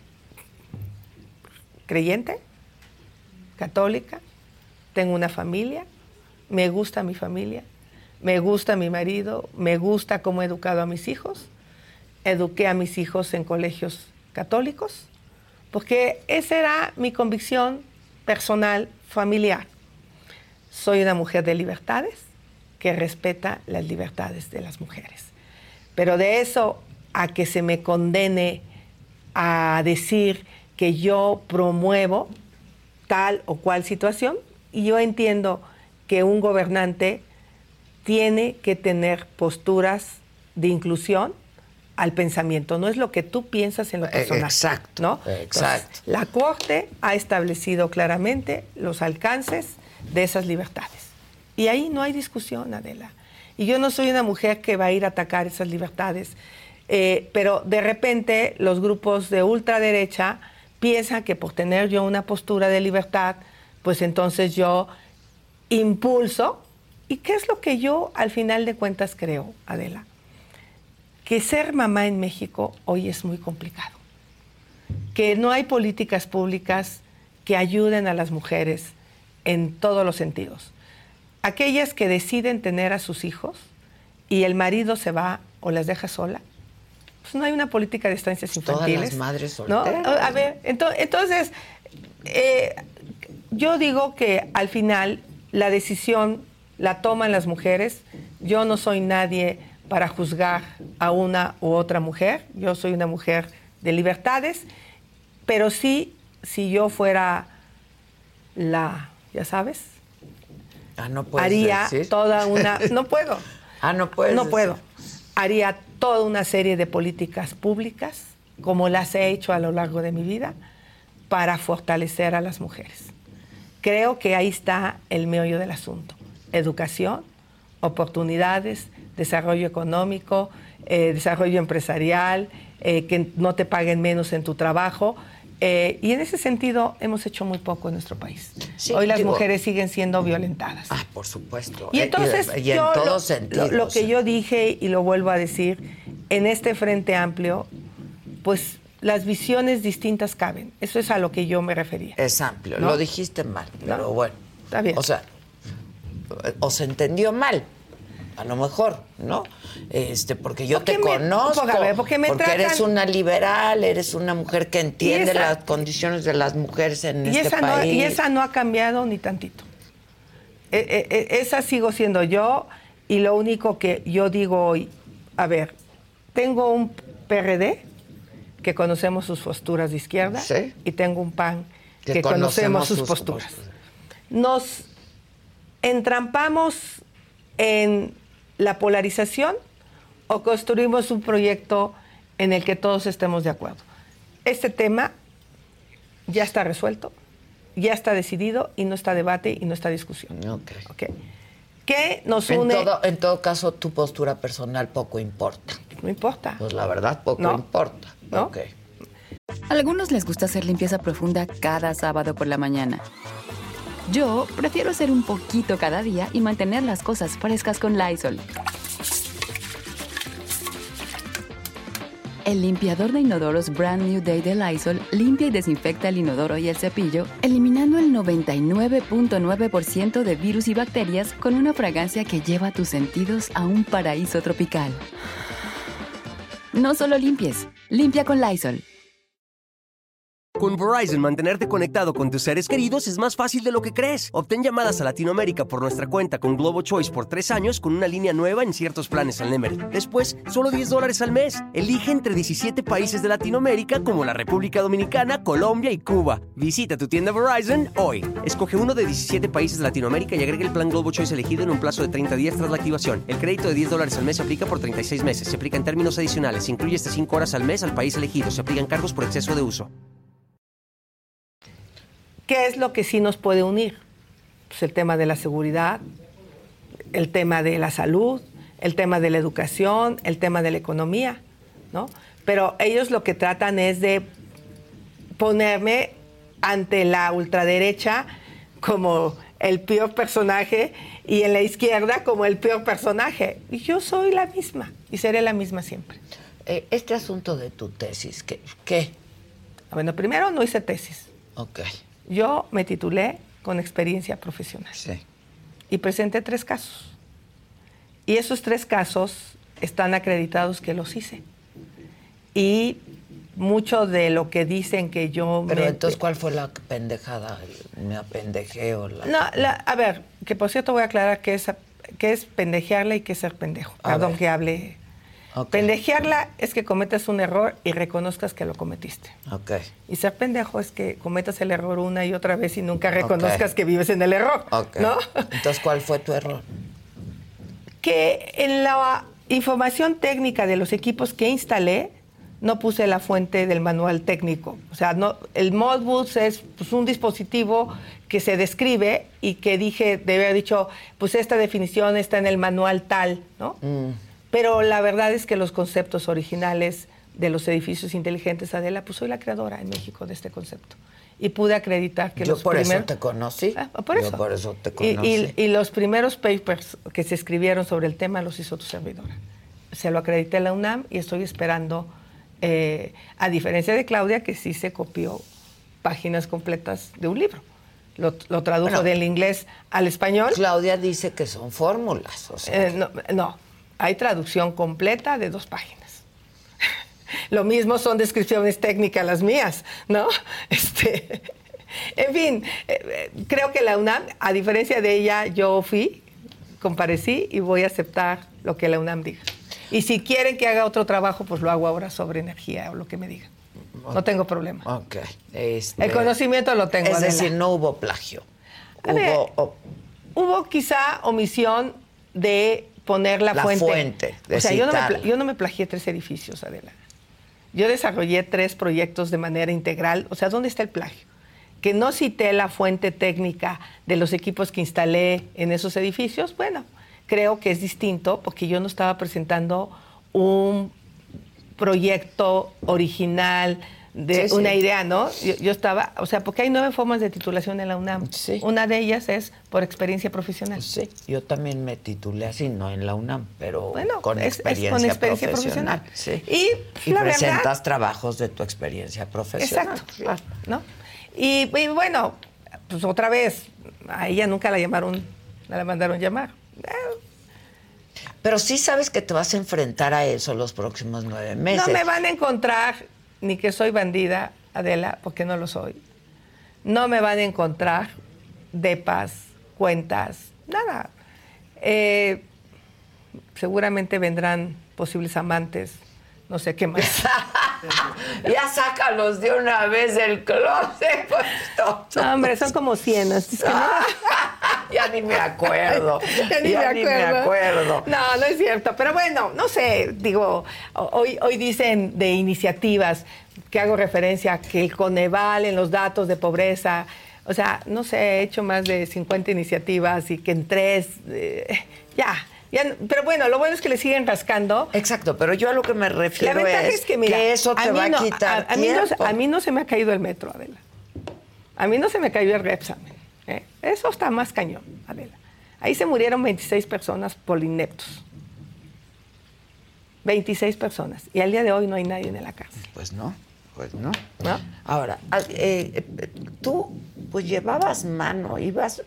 creyente, católica, tengo una familia, me gusta mi familia, me gusta mi marido, me gusta cómo he educado a mis hijos. Eduqué a mis hijos en colegios católicos, porque esa era mi convicción personal, familiar. Soy una mujer de libertades que respeta las libertades de las mujeres. Pero de eso a que se me condene a decir que yo promuevo tal o cual situación, y yo entiendo que un gobernante tiene que tener posturas de inclusión al pensamiento, no es lo que tú piensas en lo personal. Exacto, ¿no? exacto. Entonces, la Corte ha establecido claramente los alcances de esas libertades. Y ahí no hay discusión, Adela. Y yo no soy una mujer que va a ir a atacar esas libertades, pero de repente los grupos de ultraderecha piensan que por tener yo una postura de libertad, pues entonces yo impulso. ¿Y qué es lo que yo al final de cuentas creo, Adela? Que ser mamá en México hoy es muy complicado, que no hay políticas públicas que ayuden a las mujeres en todos los sentidos. Aquellas que deciden tener a sus hijos y el marido se va o las deja sola, pues no hay una política de estancias infantiles. Todas las madres solteras. ¿No? A ver, entonces, yo digo que al final la decisión la toman las mujeres. Yo no soy nadie para juzgar a una u otra mujer. Yo soy una mujer de libertades, pero sí, si yo fuera ya sabes, no puedes haría decir. toda una... No puedo. No puedes No decir. puedo. Haría toda una serie de políticas públicas, como las he hecho a lo largo de mi vida, para fortalecer a las mujeres. Creo que ahí está el meollo del asunto. Educación, oportunidades, desarrollo económico, desarrollo empresarial, que no te paguen menos en tu trabajo. Y en ese sentido hemos hecho muy poco en nuestro país. Sí, hoy las mujeres siguen siendo violentadas. Por supuesto. Y entonces y en todos sentidos. Lo que yo dije y lo vuelvo a decir, en este Frente Amplio, pues las visiones distintas caben. Eso es a lo que yo me refería. Es amplio. ¿No? Lo dijiste mal, pero No. bueno. Está bien. O sea, o se entendió mal. A lo mejor, ¿no? Porque yo te conozco, porque eres una liberal, eres una mujer que entiende las condiciones de las mujeres en este país. Y esa no ha cambiado ni tantito. Esa sigo siendo yo, y lo único que yo digo hoy, a ver, tengo un PRD que conocemos sus posturas de izquierda, ¿sí? Y tengo un PAN que conocemos sus posturas. Nos entrampamos en la polarización o construimos un proyecto en el que todos estemos de acuerdo. Este tema ya está resuelto, ya está decidido y no está debate y no está discusión. Okay. ¿Qué nos une? En todo caso, tu postura personal poco importa. No importa. Pues la verdad, poco importa. ¿No? Okay. A algunos les gusta hacer limpieza profunda cada sábado por la mañana. Yo prefiero hacer un poquito cada día y mantener las cosas frescas con Lysol. El limpiador de inodoros Brand New Day de Lysol limpia y desinfecta el inodoro y el cepillo, eliminando el 99.9% de virus y bacterias con una fragancia que lleva tus sentidos a un paraíso tropical. No solo limpies, limpia con Lysol. Con Verizon, mantenerte conectado con tus seres queridos es más fácil de lo que crees. Obtén llamadas a Latinoamérica por nuestra cuenta con Globo Choice por 3 años con una línea nueva en ciertos planes al Nemery. Después, solo $10 al mes. Elige entre 17 países de Latinoamérica como la República Dominicana, Colombia y Cuba. Visita tu tienda Verizon hoy. Escoge uno de 17 países de Latinoamérica y agrega el plan Globo Choice elegido en un plazo de 30 días tras la activación. El crédito de $10 al mes se aplica por 36 meses. Se aplica en términos adicionales. Se incluye hasta 5 horas al mes al país elegido. Se aplican cargos por exceso de uso. ¿Qué es lo que sí nos puede unir? Pues el tema de la seguridad, el tema de la salud, el tema de la educación, el tema de la economía, ¿no? Pero ellos lo que tratan es de ponerme ante la ultraderecha como el peor personaje y en la izquierda como el peor personaje. Y yo soy la misma y seré la misma siempre. Este asunto de tu tesis, ¿qué? Bueno, primero no hice tesis. Ok. Yo me titulé con experiencia profesional. Sí. Y presenté 3 casos. Y esos 3 casos están acreditados que los hice. Y mucho de lo que dicen que yo... Pero entonces, ¿cuál fue la pendejada? ¿Me apendejé o la...? No, a ver, que por cierto voy a aclarar qué es pendejearla y qué es ser pendejo. Perdón que hable... Okay. Pendejearla es que cometas un error y reconozcas que lo cometiste. Okay. Y ser pendejo es que cometas el error una y otra vez y nunca reconozcas que vives en el error. Okay. ¿No? Entonces, ¿cuál fue tu error? Que en la información técnica de los equipos que instalé, no puse la fuente del manual técnico. O sea, no, el Modbus es pues, un dispositivo que se describe y que debe haber dicho, pues esta definición está en el manual tal, ¿no? Pero la verdad es que los conceptos originales de los edificios inteligentes, Adela, pues soy la creadora en México de este concepto. Y pude acreditar que los primeros... Yo por eso te conocí. Yo por eso te conocí. Y los primeros papers que se escribieron sobre el tema los hizo tu servidora. Se lo acredité a la UNAM y estoy esperando, a diferencia de Claudia, que sí se copió páginas completas de un libro. Lo tradujo del inglés al español. Claudia dice que son fórmulas. O sea. No. Hay traducción completa de 2 páginas. Lo mismo son descripciones técnicas las mías, ¿no? En fin, creo que la UNAM, a diferencia de ella, yo comparecí y voy a aceptar lo que la UNAM diga. Y si quieren que haga otro trabajo, pues lo hago ahora sobre energía o lo que me digan. No tengo problema. Ok. El conocimiento lo tengo, Es decir, no hubo plagio. Hubo quizá omisión de poner la fuente. O sea, yo no me plagié 3 edificios, Adela. Yo desarrollé 3 proyectos de manera integral. O sea, ¿dónde está el plagio? Que no cité la fuente técnica de los equipos que instalé en esos edificios, bueno, creo que es distinto porque yo no estaba presentando un proyecto original de una idea, ¿no? Yo estaba, o sea, porque hay 9 formas de titulación en la UNAM. Sí. Una de ellas es por experiencia profesional. Sí, yo también me titulé así, no en la UNAM, pero bueno, con experiencia profesional. Sí. Y presentas verdad, trabajos de tu experiencia profesional. Exacto, claro, ¿no? Y bueno, pues otra vez, a ella nunca la mandaron llamar. Pero sí sabes que te vas a enfrentar a eso los próximos 9 meses. No me van a encontrar ni que soy bandida, Adela, porque no lo soy. No me van a encontrar depas, cuentas, nada. Seguramente vendrán posibles amantes, no sé qué más. Ya sácalos de una vez del closet. Pues, no, hombre, son como 100. Es que no. Ya ni me acuerdo. Ya ni me acuerdo. No es cierto. Pero bueno, no sé, digo, hoy dicen de iniciativas que hago referencia a que el Coneval en los datos de pobreza, o sea, no sé, he hecho más de 50 iniciativas y que en 3, ya, pero bueno, lo bueno es que le siguen rascando. Exacto, pero yo a lo que me refiero la ventaja es que, mira, que eso te va a quitar tiempo. A mí no se me ha caído el metro, Adela. A mí no se me cayó el Repsamen. Eso está más cañón, Adela. Ahí se murieron 26 personas por ineptos. 26 personas. Y al día de hoy no hay nadie en la cárcel. Pues no. ¿No? Ahora, tú pues llevabas mano, ibas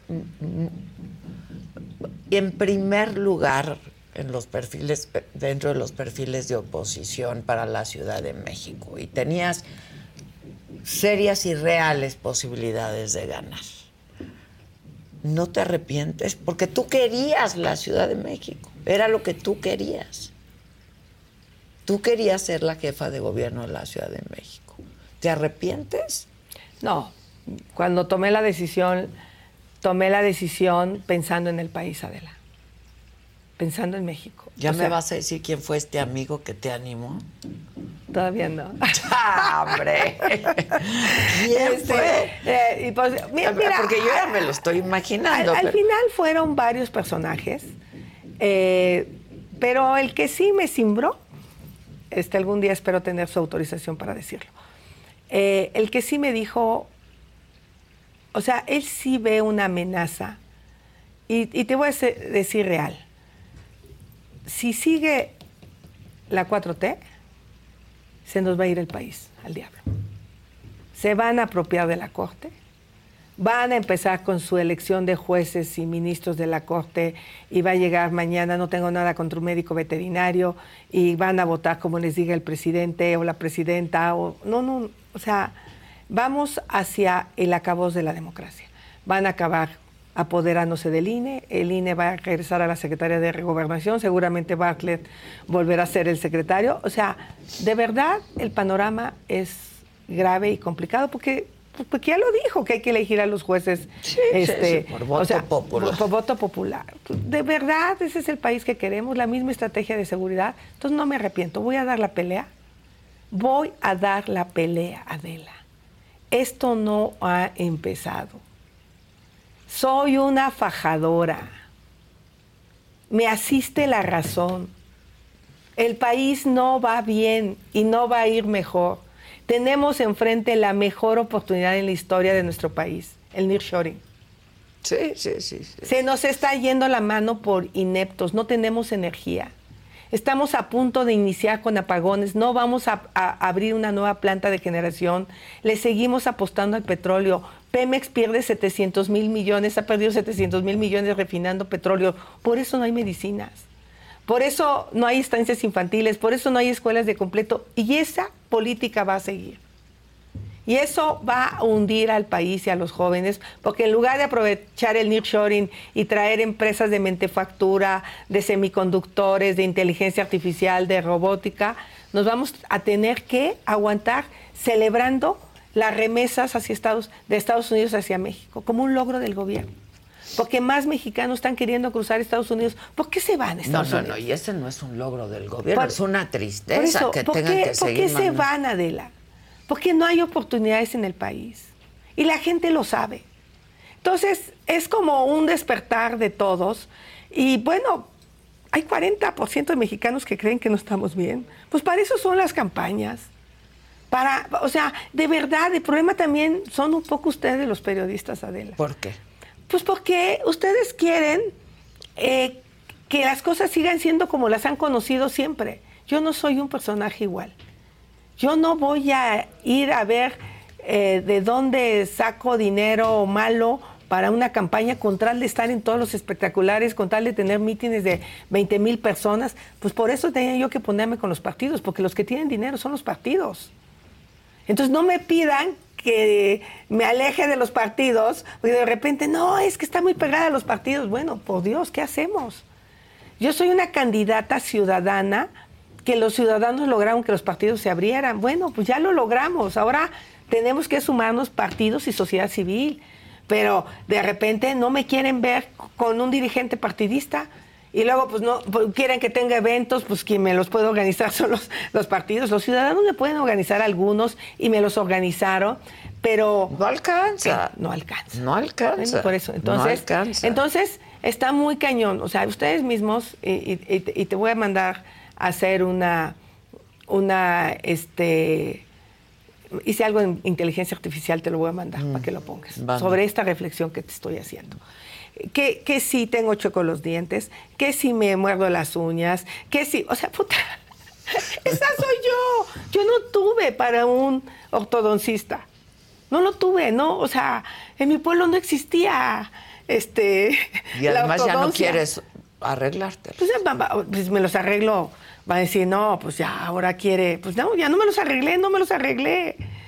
en primer lugar en los perfiles, dentro de los perfiles de oposición para la Ciudad de México. Y tenías serias y reales posibilidades de ganar. ¿No te arrepientes? Porque tú querías la Ciudad de México. Era lo que tú querías. Tú querías ser la jefa de gobierno de la Ciudad de México. ¿Te arrepientes? No. Cuando tomé la decisión pensando en el país, Adela. Pensando en México. ¿Ya me vas a decir quién fue este amigo que te animó? Todavía no. ¡Hombre! ¿Quién fue? Mira, porque yo ya me lo estoy imaginando. Al final fueron varios personajes, pero el que sí me cimbró, algún día espero tener su autorización para decirlo, el que sí me dijo, o sea, él sí ve una amenaza, y te voy a decir real. Si sigue la 4T, se nos va a ir el país al diablo. Se van a apropiar de la Corte, van a empezar con su elección de jueces y ministros de la Corte, y va a llegar mañana, no tengo nada contra un médico veterinario, y van a votar como les diga el presidente o la presidenta, o sea, vamos hacia el acabose de la democracia. Van a acabar apoderándose del INE, el INE va a regresar a la Secretaría de Gobernación, seguramente Bartlett volverá a ser el secretario. O sea, de verdad el panorama es grave y complicado porque ya lo dijo, que hay que elegir a los jueces por voto popular. Por voto popular. De verdad, ese es el país que queremos, la misma estrategia de seguridad. Entonces no me arrepiento, voy a dar la pelea. Voy a dar la pelea, Adela. Esto no ha empezado. Soy una fajadora. Me asiste la razón. El país no va bien y no va a ir mejor. Tenemos enfrente la mejor oportunidad en la historia de nuestro país, el nearshoring. Sí. Se nos está yendo la mano por ineptos, no tenemos energía. Estamos a punto de iniciar con apagones, no vamos a abrir una nueva planta de generación, le seguimos apostando al petróleo. Pemex pierde 700,000 millones, ha perdido 700,000 millones refinando petróleo. Por eso no hay medicinas, por eso no hay estancias infantiles, por eso no hay escuelas de completo. Y esa política va a seguir. Y eso va a hundir al país y a los jóvenes, porque en lugar de aprovechar el nearshoring y traer empresas de manufactura, de semiconductores, de inteligencia artificial, de robótica, nos vamos a tener que aguantar celebrando las remesas de Estados Unidos hacia México, como un logro del gobierno. Porque más mexicanos están queriendo cruzar Estados Unidos. ¿Por qué se van a Estados Unidos? No, y ese no es un logro del gobierno, es una tristeza que tengan que seguir. ¿Por qué se van, Adela? Porque no hay oportunidades en el país. Y la gente lo sabe. Entonces, es como un despertar de todos. Y bueno, hay 40% de mexicanos que creen que no estamos bien. Pues para eso son las campañas. O sea, de verdad, el problema también son un poco ustedes los periodistas, Adela. ¿Por qué? Pues porque ustedes quieren que las cosas sigan siendo como las han conocido siempre. Yo no soy un personaje igual. Yo no voy a ir a ver de dónde saco dinero malo para una campaña con tal de estar en todos los espectaculares, con tal de tener mítines de 20,000 personas. Pues por eso tenía yo que ponerme con los partidos, porque los que tienen dinero son los partidos. Entonces no me pidan que me aleje de los partidos, porque de repente, no, es que está muy pegada a los partidos. Bueno, por Dios, ¿qué hacemos? Yo soy una candidata ciudadana, que los ciudadanos lograron que los partidos se abrieran. Bueno, pues ya lo logramos. Ahora tenemos que sumarnos partidos y sociedad civil. Pero de repente no me quieren ver con un dirigente partidista. Y luego, pues no quieren que tenga eventos, pues quien me los puede organizar son los partidos. Los ciudadanos me pueden organizar algunos y me los organizaron, pero no alcanza. No alcanza. No alcanza. Por eso, entonces está muy cañón. O sea, ustedes mismos, y te voy a mandar a hacer hice algo en inteligencia artificial, te lo voy a mandar para que lo pongas, sobre esta reflexión que te estoy haciendo. Que si tengo chuecos los dientes, que si me muerdo las uñas, que si, o sea, puta, esa soy yo. Yo no tuve para un ortodoncista. No lo tuve, ¿no? O sea, en mi pueblo no existía y además ya no quieres arreglarte. Pues me los arreglo. Va a decir, no, pues ya ahora quiere, pues no, ya no me los arreglé.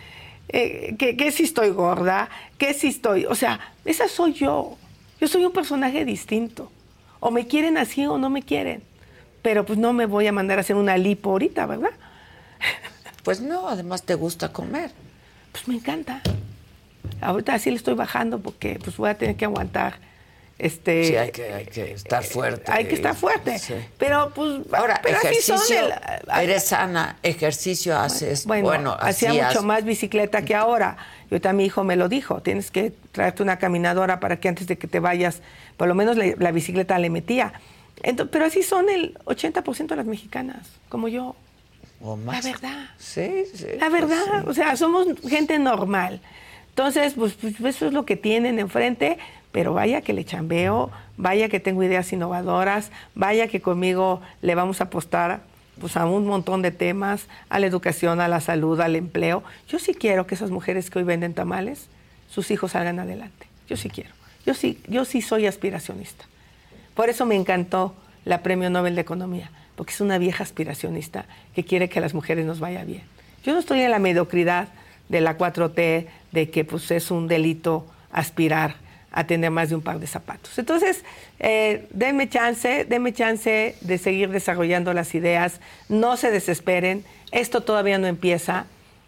que si estoy gorda, que si estoy... O sea, esa soy yo. Yo soy un personaje distinto. O me quieren así o no me quieren. Pero pues no me voy a mandar a hacer una lipo ahorita, ¿verdad? Pues no, además te gusta comer. Pues me encanta. Ahorita sí le estoy bajando porque pues voy a tener que aguantar. Sí, hay que estar fuerte. Hay que estar fuerte. Sí. Pero pues... Ahora, pero ejercicio, eres sana, ejercicio haces... Bueno, hacía mucho más bicicleta que ahora. Y ahorita mi hijo me lo dijo, tienes que traerte una caminadora para que antes de que te vayas, por lo menos la bicicleta le metía. Entonces, pero así son el 80% de las mexicanas, como yo. O más. La verdad. Sí. La verdad, pues sí. O sea, somos gente normal. Entonces, pues eso es lo que tienen enfrente, pero vaya que le chambeo, vaya que tengo ideas innovadoras, vaya que conmigo le vamos a apostar pues, a un montón de temas, a la educación, a la salud, al empleo. Yo sí quiero que esas mujeres que hoy venden tamales, sus hijos salgan adelante. Yo sí quiero. Yo sí soy aspiracionista. Por eso me encantó la Premio Nobel de Economía, porque es una vieja aspiracionista que quiere que a las mujeres nos vaya bien. Yo no estoy en la mediocridad de la 4T, de que pues, es un delito aspirar a tener más de un par de zapatos. Entonces, denme chance de seguir desarrollando las ideas, no se desesperen, esto todavía no empieza.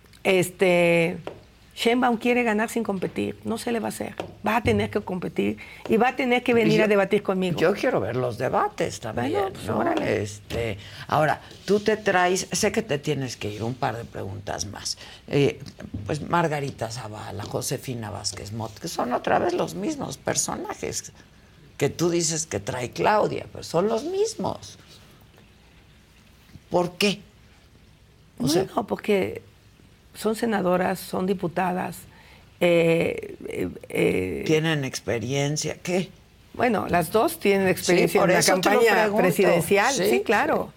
Sheinbaum quiere ganar sin competir, no se le va a hacer, va a tener que competir y va a tener que venir a debatir conmigo. Yo quiero ver los debates también, bueno, pues, ¿no? Ahora, tú te traes, sé que te tienes que ir, un par de preguntas más. Pues Margarita Zavala, Josefina Vázquez Mott, que son otra vez los mismos personajes que tú dices que trae Claudia, pero son los mismos. ¿Por qué? Porque son senadoras, son diputadas. ¿Tienen experiencia? ¿Qué? Bueno, las dos tienen experiencia en la campaña presidencial, sí, claro.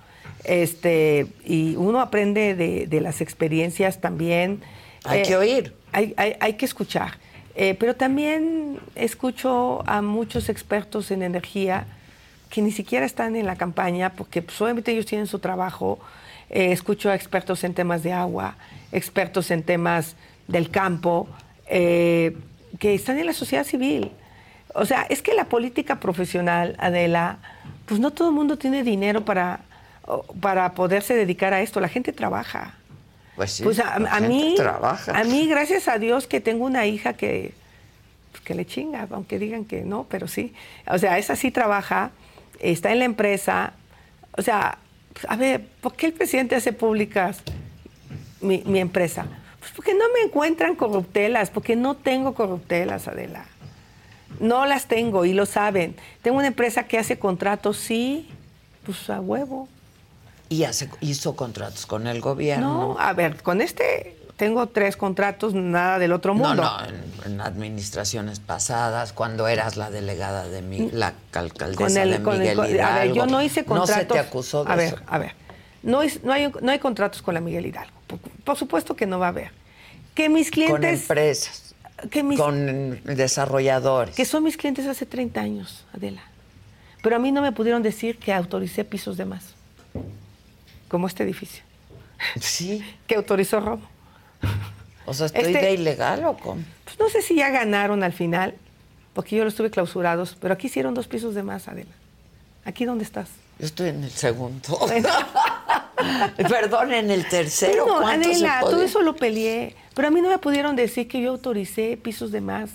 Y uno aprende de las experiencias también. Hay que oír. Hay que escuchar. Pero también escucho a muchos expertos en energía que ni siquiera están en la campaña, porque pues, obviamente ellos tienen su trabajo. Escucho a expertos en temas de agua, expertos en temas del campo, que están en la sociedad civil. O sea, es que la política profesional, Adela, pues no todo el mundo tiene dinero para poderse dedicar a esto. La gente trabaja. Pues sí, pues a mí trabaja. A mí, gracias a Dios, que tengo una hija que le chinga, aunque digan que no, pero sí. O sea, esa sí trabaja, está en la empresa. O sea, a ver, ¿por qué el presidente hace públicas mi empresa? Pues porque no me encuentran corruptelas, porque no tengo corruptelas, Adela. No las tengo y lo saben. Tengo una empresa que hace contratos, sí, pues a huevo. ¿Y hizo contratos con el gobierno? No, a ver, con tengo 3 contratos, nada del otro mundo. No, en administraciones pasadas, cuando eras la delegada de la alcaldesa de Miguel Hidalgo. A ver, yo no hice contratos. No se te acusó de eso. A ver, no hay contratos con la Miguel Hidalgo. Por supuesto que no va a haber. Que mis clientes... Con empresas, con desarrolladores. Que son mis clientes hace 30 años, Adela. Pero a mí no me pudieron decir que autoricé pisos de más. Como este edificio. Sí. Que autorizó Romo. O sea, ¿estoy de ilegal o cómo? Pues no sé si ya ganaron al final, porque yo los tuve clausurados, pero aquí hicieron 2 pisos de más, Adela. ¿Aquí dónde estás? Yo estoy en el segundo. Bueno. Perdón, en el tercero. No, Adela, todo eso lo peleé, pero a mí no me pudieron decir que yo autoricé pisos de más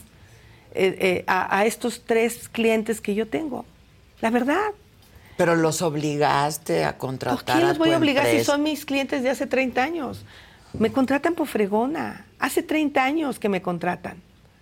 a estos 3 clientes que yo tengo. La verdad. Pero los obligaste a contratar a tu empresa. ¿Por qué los voy a obligar empresa? si son mis clientes de hace 30 años? Me contratan por fregona. Hace 30 años que me contratan.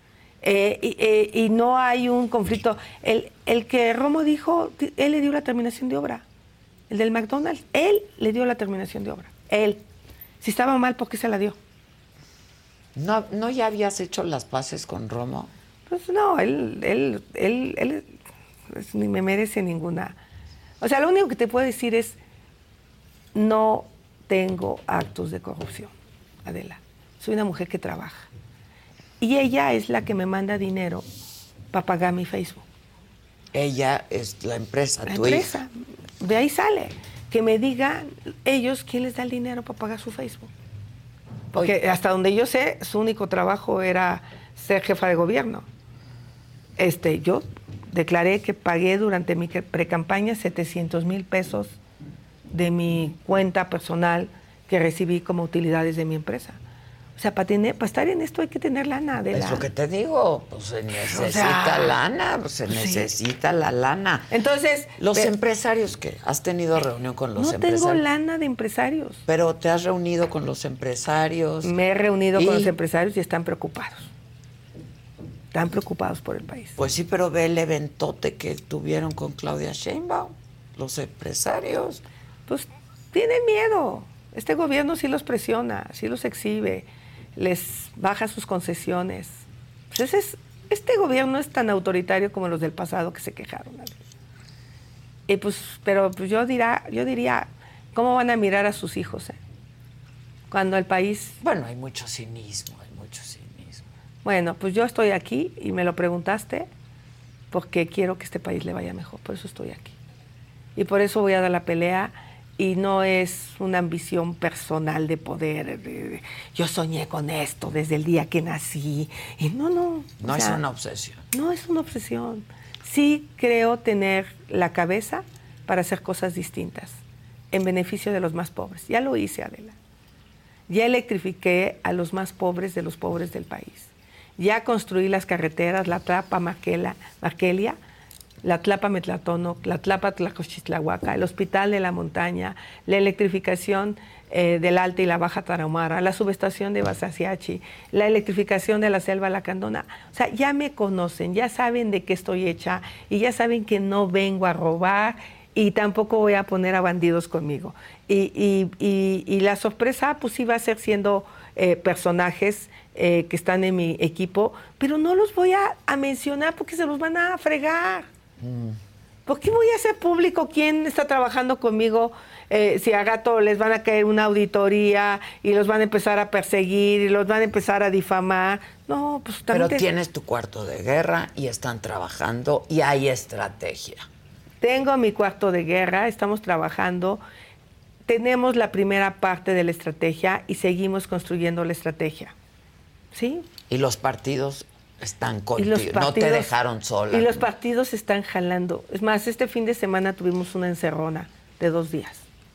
Y no hay un conflicto. El que Romo dijo, él le dio la terminación de obra. El del McDonald's, él le dio la terminación de obra. Él. Si estaba mal, ¿por qué se la dio? ¿No ya habías hecho las paces con Romo? Pues no, él ni me merece ninguna... O sea, lo único que te puedo decir es, no tengo actos de corrupción, Adela. Soy una mujer que trabaja. Y ella es la que me manda dinero para pagar mi Facebook. Ella es la empresa, la tu empresa. hija. De ahí sale. Que me digan ellos quién les da el dinero para pagar su Facebook. Porque hasta donde yo sé, su único trabajo era ser jefa de gobierno. Yo declaré que pagué durante mi precampaña 700,000 pesos de mi cuenta personal que recibí como utilidades de mi empresa. O sea, para estar en esto hay que tener lana, Adela. Es lo que te digo, pues se necesita lana, pues se necesita la lana. Entonces... ¿Los empresarios qué? ¿Has tenido reunión con los empresarios? No tengo lana de empresarios. ¿Pero te has reunido con los empresarios? Me he reunido con los empresarios y están preocupados. Están preocupados por el país. Pues sí, pero ve el eventote que tuvieron con Claudia Sheinbaum, los empresarios. Pues tienen miedo. Este gobierno sí los presiona, sí los exhibe, les baja sus concesiones. Pues este gobierno es tan autoritario como los del pasado que se quejaron. Y pero yo diría, ¿cómo van a mirar a sus hijos? Cuando el país... Bueno, hay mucho cinismo, Bueno, pues yo estoy aquí y me lo preguntaste porque quiero que este país le vaya mejor, por eso estoy aquí. Y por eso voy a dar la pelea y no es una ambición personal de poder. Yo soñé con esto desde el día que nací. Y no. No es una obsesión. No es una obsesión. Sí creo tener la cabeza para hacer cosas distintas en beneficio de los más pobres. Ya lo hice, Adela. Ya electrifiqué a los más pobres de los pobres del país. Ya construí las carreteras, la Tlapa-Markelia, la Tlapa-Metlatono, la Tlapa-Tlacochitlahuaca, el Hospital de la Montaña, la electrificación del Alta y la Baja Tarahumara, la subestación de Basaciachi, la electrificación de la Selva Lacandona. O sea, ya me conocen, ya saben de qué estoy hecha y ya saben que no vengo a robar y tampoco voy a poner a bandidos conmigo. Y la sorpresa pues sí va a ser siendo personajes que están en mi equipo, pero no los voy a mencionar porque se los van a fregar. ¿Por qué voy a hacer público quién está trabajando conmigo? Si a Gato les van a caer una auditoría y los van a empezar a perseguir y los van a empezar a difamar. No, pues también... Pero tienes tu cuarto de guerra y están trabajando y hay estrategia. Tengo mi cuarto de guerra, estamos trabajando. Tenemos la primera parte de la estrategia y seguimos construyendo la estrategia. ¿Sí? Y los partidos están contigo, no te dejaron sola. Y los partidos están jalando. Es más, este fin de semana tuvimos una encerrona de 2 días.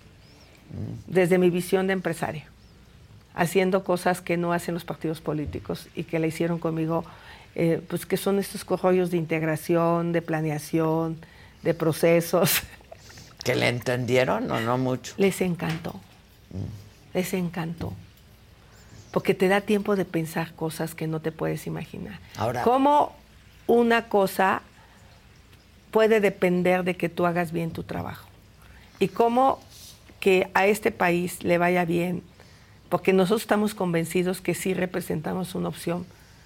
Desde mi visión de empresaria. Haciendo cosas que no hacen los partidos políticos y que la hicieron conmigo, pues que son estos rollos de integración, de planeación, de procesos. ¿Que le entendieron o no mucho? Les encantó. Les encantó. Porque te da tiempo de pensar cosas que no te puedes imaginar. Ahora, ¿cómo una cosa puede depender de que tú hagas bien tu trabajo? Y cómo que a este país le vaya bien, porque nosotros estamos convencidos que sí representamos una opción.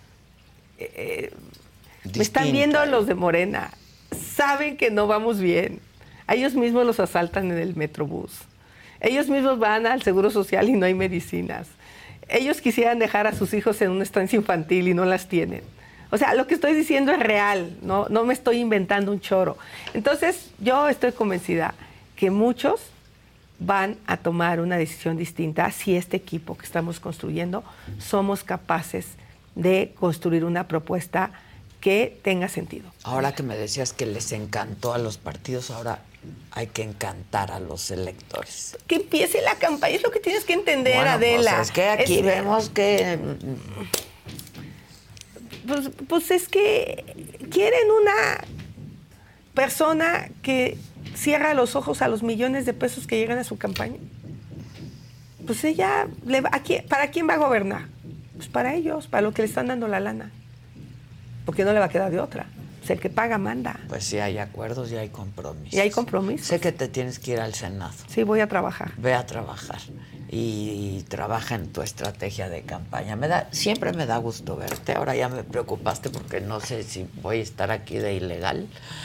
Me están viendo los de Morena, saben que no vamos bien. A ellos mismos los asaltan en el Metrobús. Ellos mismos van al Seguro Social y no hay medicinas. Ellos quisieran dejar a sus hijos en una estancia infantil y no las tienen. O sea, lo que estoy diciendo es real, no me estoy inventando un choro. Entonces, yo estoy convencida que muchos van a tomar una decisión distinta si este equipo que estamos construyendo somos capaces de construir una propuesta que tenga sentido. Ahora que me decías que les encantó a los partidos, ahora hay que encantar a los electores. Que empiece la campaña, es lo que tienes que entender, bueno, Adela. Pues es que aquí vemos que... Pues es que quieren una persona que cierra los ojos a los millones de pesos que llegan a su campaña. Pues ella, ¿para quién va a gobernar? Pues para ellos, para lo que le están dando la lana. Porque no le va a quedar de otra. El que paga manda. Pues sí, hay acuerdos y hay compromisos. Y hay compromisos. Sé que te tienes que ir al Senado. Sí, voy a trabajar. Ve a trabajar y trabaja en tu estrategia de campaña. Siempre me da gusto verte. Ahora ya me preocupaste porque no sé si voy a estar aquí de ilegal.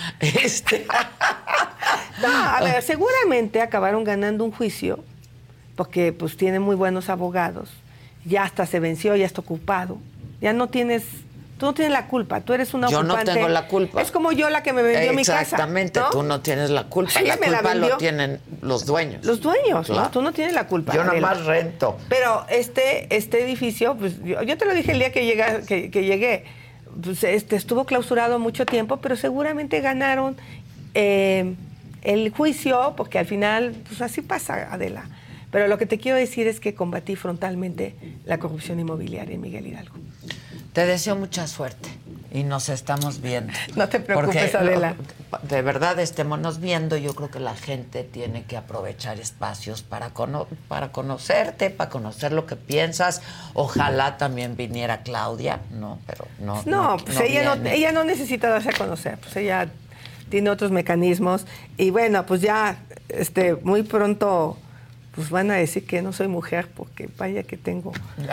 No, a ver, seguramente acabaron ganando un juicio porque pues tienen muy buenos abogados. Ya hasta se venció, ya está ocupado. Ya no tienes Tú no tienes la culpa, tú eres una ocupante. Yo no tengo la culpa. Es como yo la que me vendió mi casa. Exactamente, ¿no? tú no tienes la culpa. Ella La me culpa vendió. lo tienen los dueños. Los dueños, Claro. ¿no? Tú no tienes la culpa. Yo Adela. nomás rento. Pero este edificio, pues yo te lo dije el día que llegué, pues estuvo clausurado mucho tiempo, pero seguramente ganaron el juicio, porque al final, pues así pasa, Adela. Pero lo que te quiero decir es que combatí frontalmente la corrupción inmobiliaria en Miguel Hidalgo. Te deseo mucha suerte y nos estamos viendo. No te preocupes, porque, Adela. De verdad, estémonos viendo. Yo creo que la gente tiene que aprovechar espacios para conocerte, para conocer lo que piensas. Ojalá también viniera Claudia, ¿no? Pero no. No, pues ella no necesita darse a conocer, pues ella tiene otros mecanismos. Y bueno, pues ya muy pronto pues van a decir que no soy mujer, porque vaya que tengo.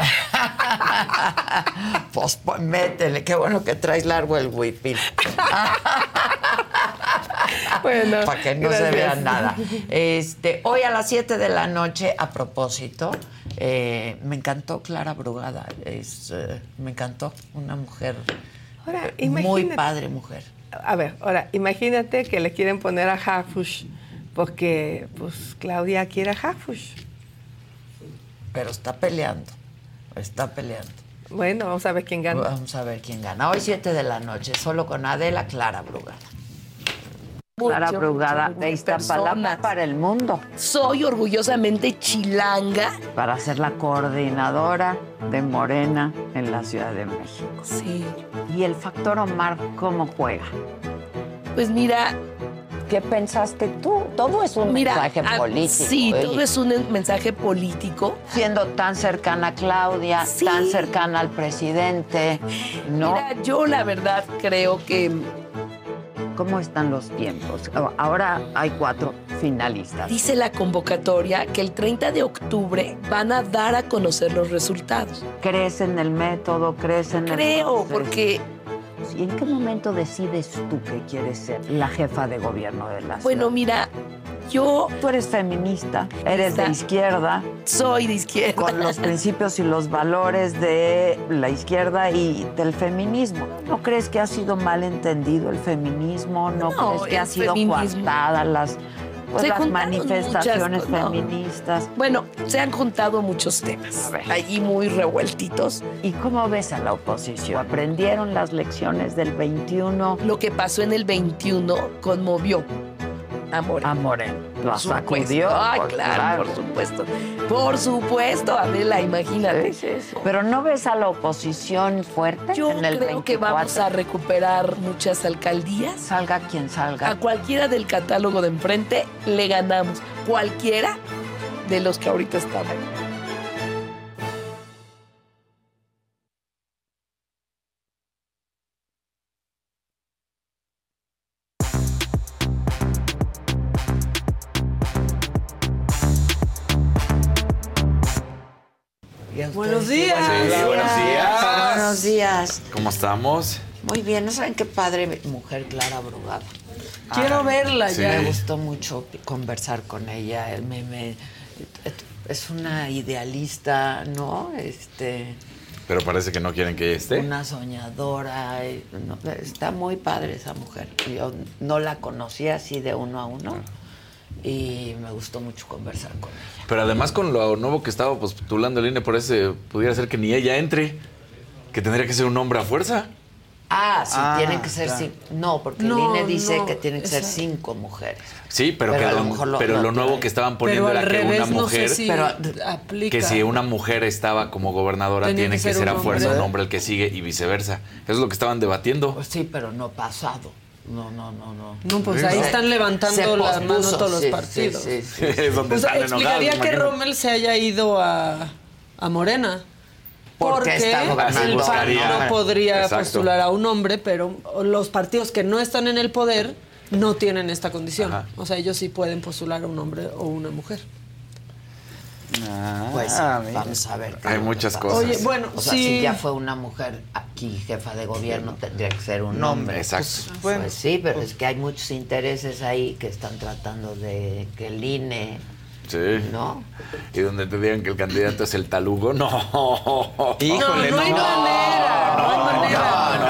Pues métele, qué bueno que traes largo el huipil. Bueno, para que no gracias. se vea nada. Hoy a las 7 de la noche, a propósito, me encantó Clara Brugada. Me encantó, una mujer Ahora, muy padre mujer. A ver, ahora, imagínate que le quieren poner a Harfush, porque pues Claudia quiere a Harfush. Pero está peleando. Bueno, vamos a ver quién gana. Vamos a ver quién gana. Hoy 7 de la noche, solo con Adela, Clara Brugada. Clara Brugada de Iztapalapa para el mundo. Soy orgullosamente chilanga. Para ser la coordinadora de Morena en la Ciudad de México. Sí. ¿Y el factor Omar cómo juega? Pues mira... ¿Qué pensaste tú? Todo es un mensaje político. Sí, todo es un mensaje político. Siendo tan cercana a Claudia, sí. Tan cercana al presidente, ¿no? Mira, yo la verdad creo que... ¿Cómo están los tiempos? Ahora hay 4 finalistas. Dice la convocatoria que el 30 de octubre van a dar a conocer los resultados. ¿Crees en el método? ¿Crees en el Creo, porque... ¿Y en qué momento decides tú que quieres ser la jefa de gobierno de la ciudad? Bueno, mira, yo... Tú eres feminista, eres de izquierda. Soy de izquierda. Con los principios y los valores de la izquierda y del feminismo. ¿No crees que ha sido mal entendido el feminismo? ¿No crees que ha sido coartada las manifestaciones feministas? Bueno, se han juntado muchos temas, allí muy revueltitos. ¿Y cómo ves a la oposición? ¿Aprendieron las lecciones del 21? Lo que pasó en el 21 conmovió a Morena. A Morena. Lo sacudió. Ay, claro, por supuesto. Por supuesto, Adela, imagínate. Sí. Pero ¿no ves a la oposición fuerte Yo en el creo 24? Que vamos a recuperar muchas alcaldías. Salga quien salga. A cualquiera del catálogo de enfrente le ganamos. Cualquiera de los que ahorita están. Buenos días. Sí, buenos días. Buenos días. ¿Cómo estamos? Muy bien, ¿no saben qué padre mujer Clara Brugada? Quiero verla ya. Me gustó mucho conversar con ella. Es una idealista, ¿no? Pero parece que no quieren que ella esté. Una soñadora. Está muy padre esa mujer. Yo no la conocía así de uno a uno. Y me gustó mucho conversar con ella. Pero además con lo nuevo que estaba postulando el INE, por eso pudiera ser que ni ella entre, que tendría que ser un hombre a fuerza. Sí, tienen que ser 5. No, porque el INE dice que tienen que ser 5 mujeres. Sí, pero lo nuevo que estaban poniendo era que una mujer, no sé si aplica. que si una mujer estaba como gobernadora, tiene que ser a fuerza un hombre el que sigue y viceversa. Eso es lo que estaban debatiendo. Pues sí, pero no pasado. No. No, pues ahí están levantando la mano todos los partidos. Sí. Es donde están enojados. Explicaría que Rommel se haya ido a Morena. Porque el PAN no podría postular a un hombre, pero los partidos que no están en el poder no tienen esta condición. Ajá. O sea, ellos sí pueden postular a un hombre o una mujer. Pues vamos a ver. Hay muchas cosas. Oye, bueno, o sea, si ya fue una mujer aquí jefa de gobierno, tendría que ser un hombre. Exacto. Pues sí, pero es que hay muchos intereses ahí que están tratando de que el INE... Sí. ¿No? Y donde te digan que el candidato es el talugo, no. Híjole, no hay manera.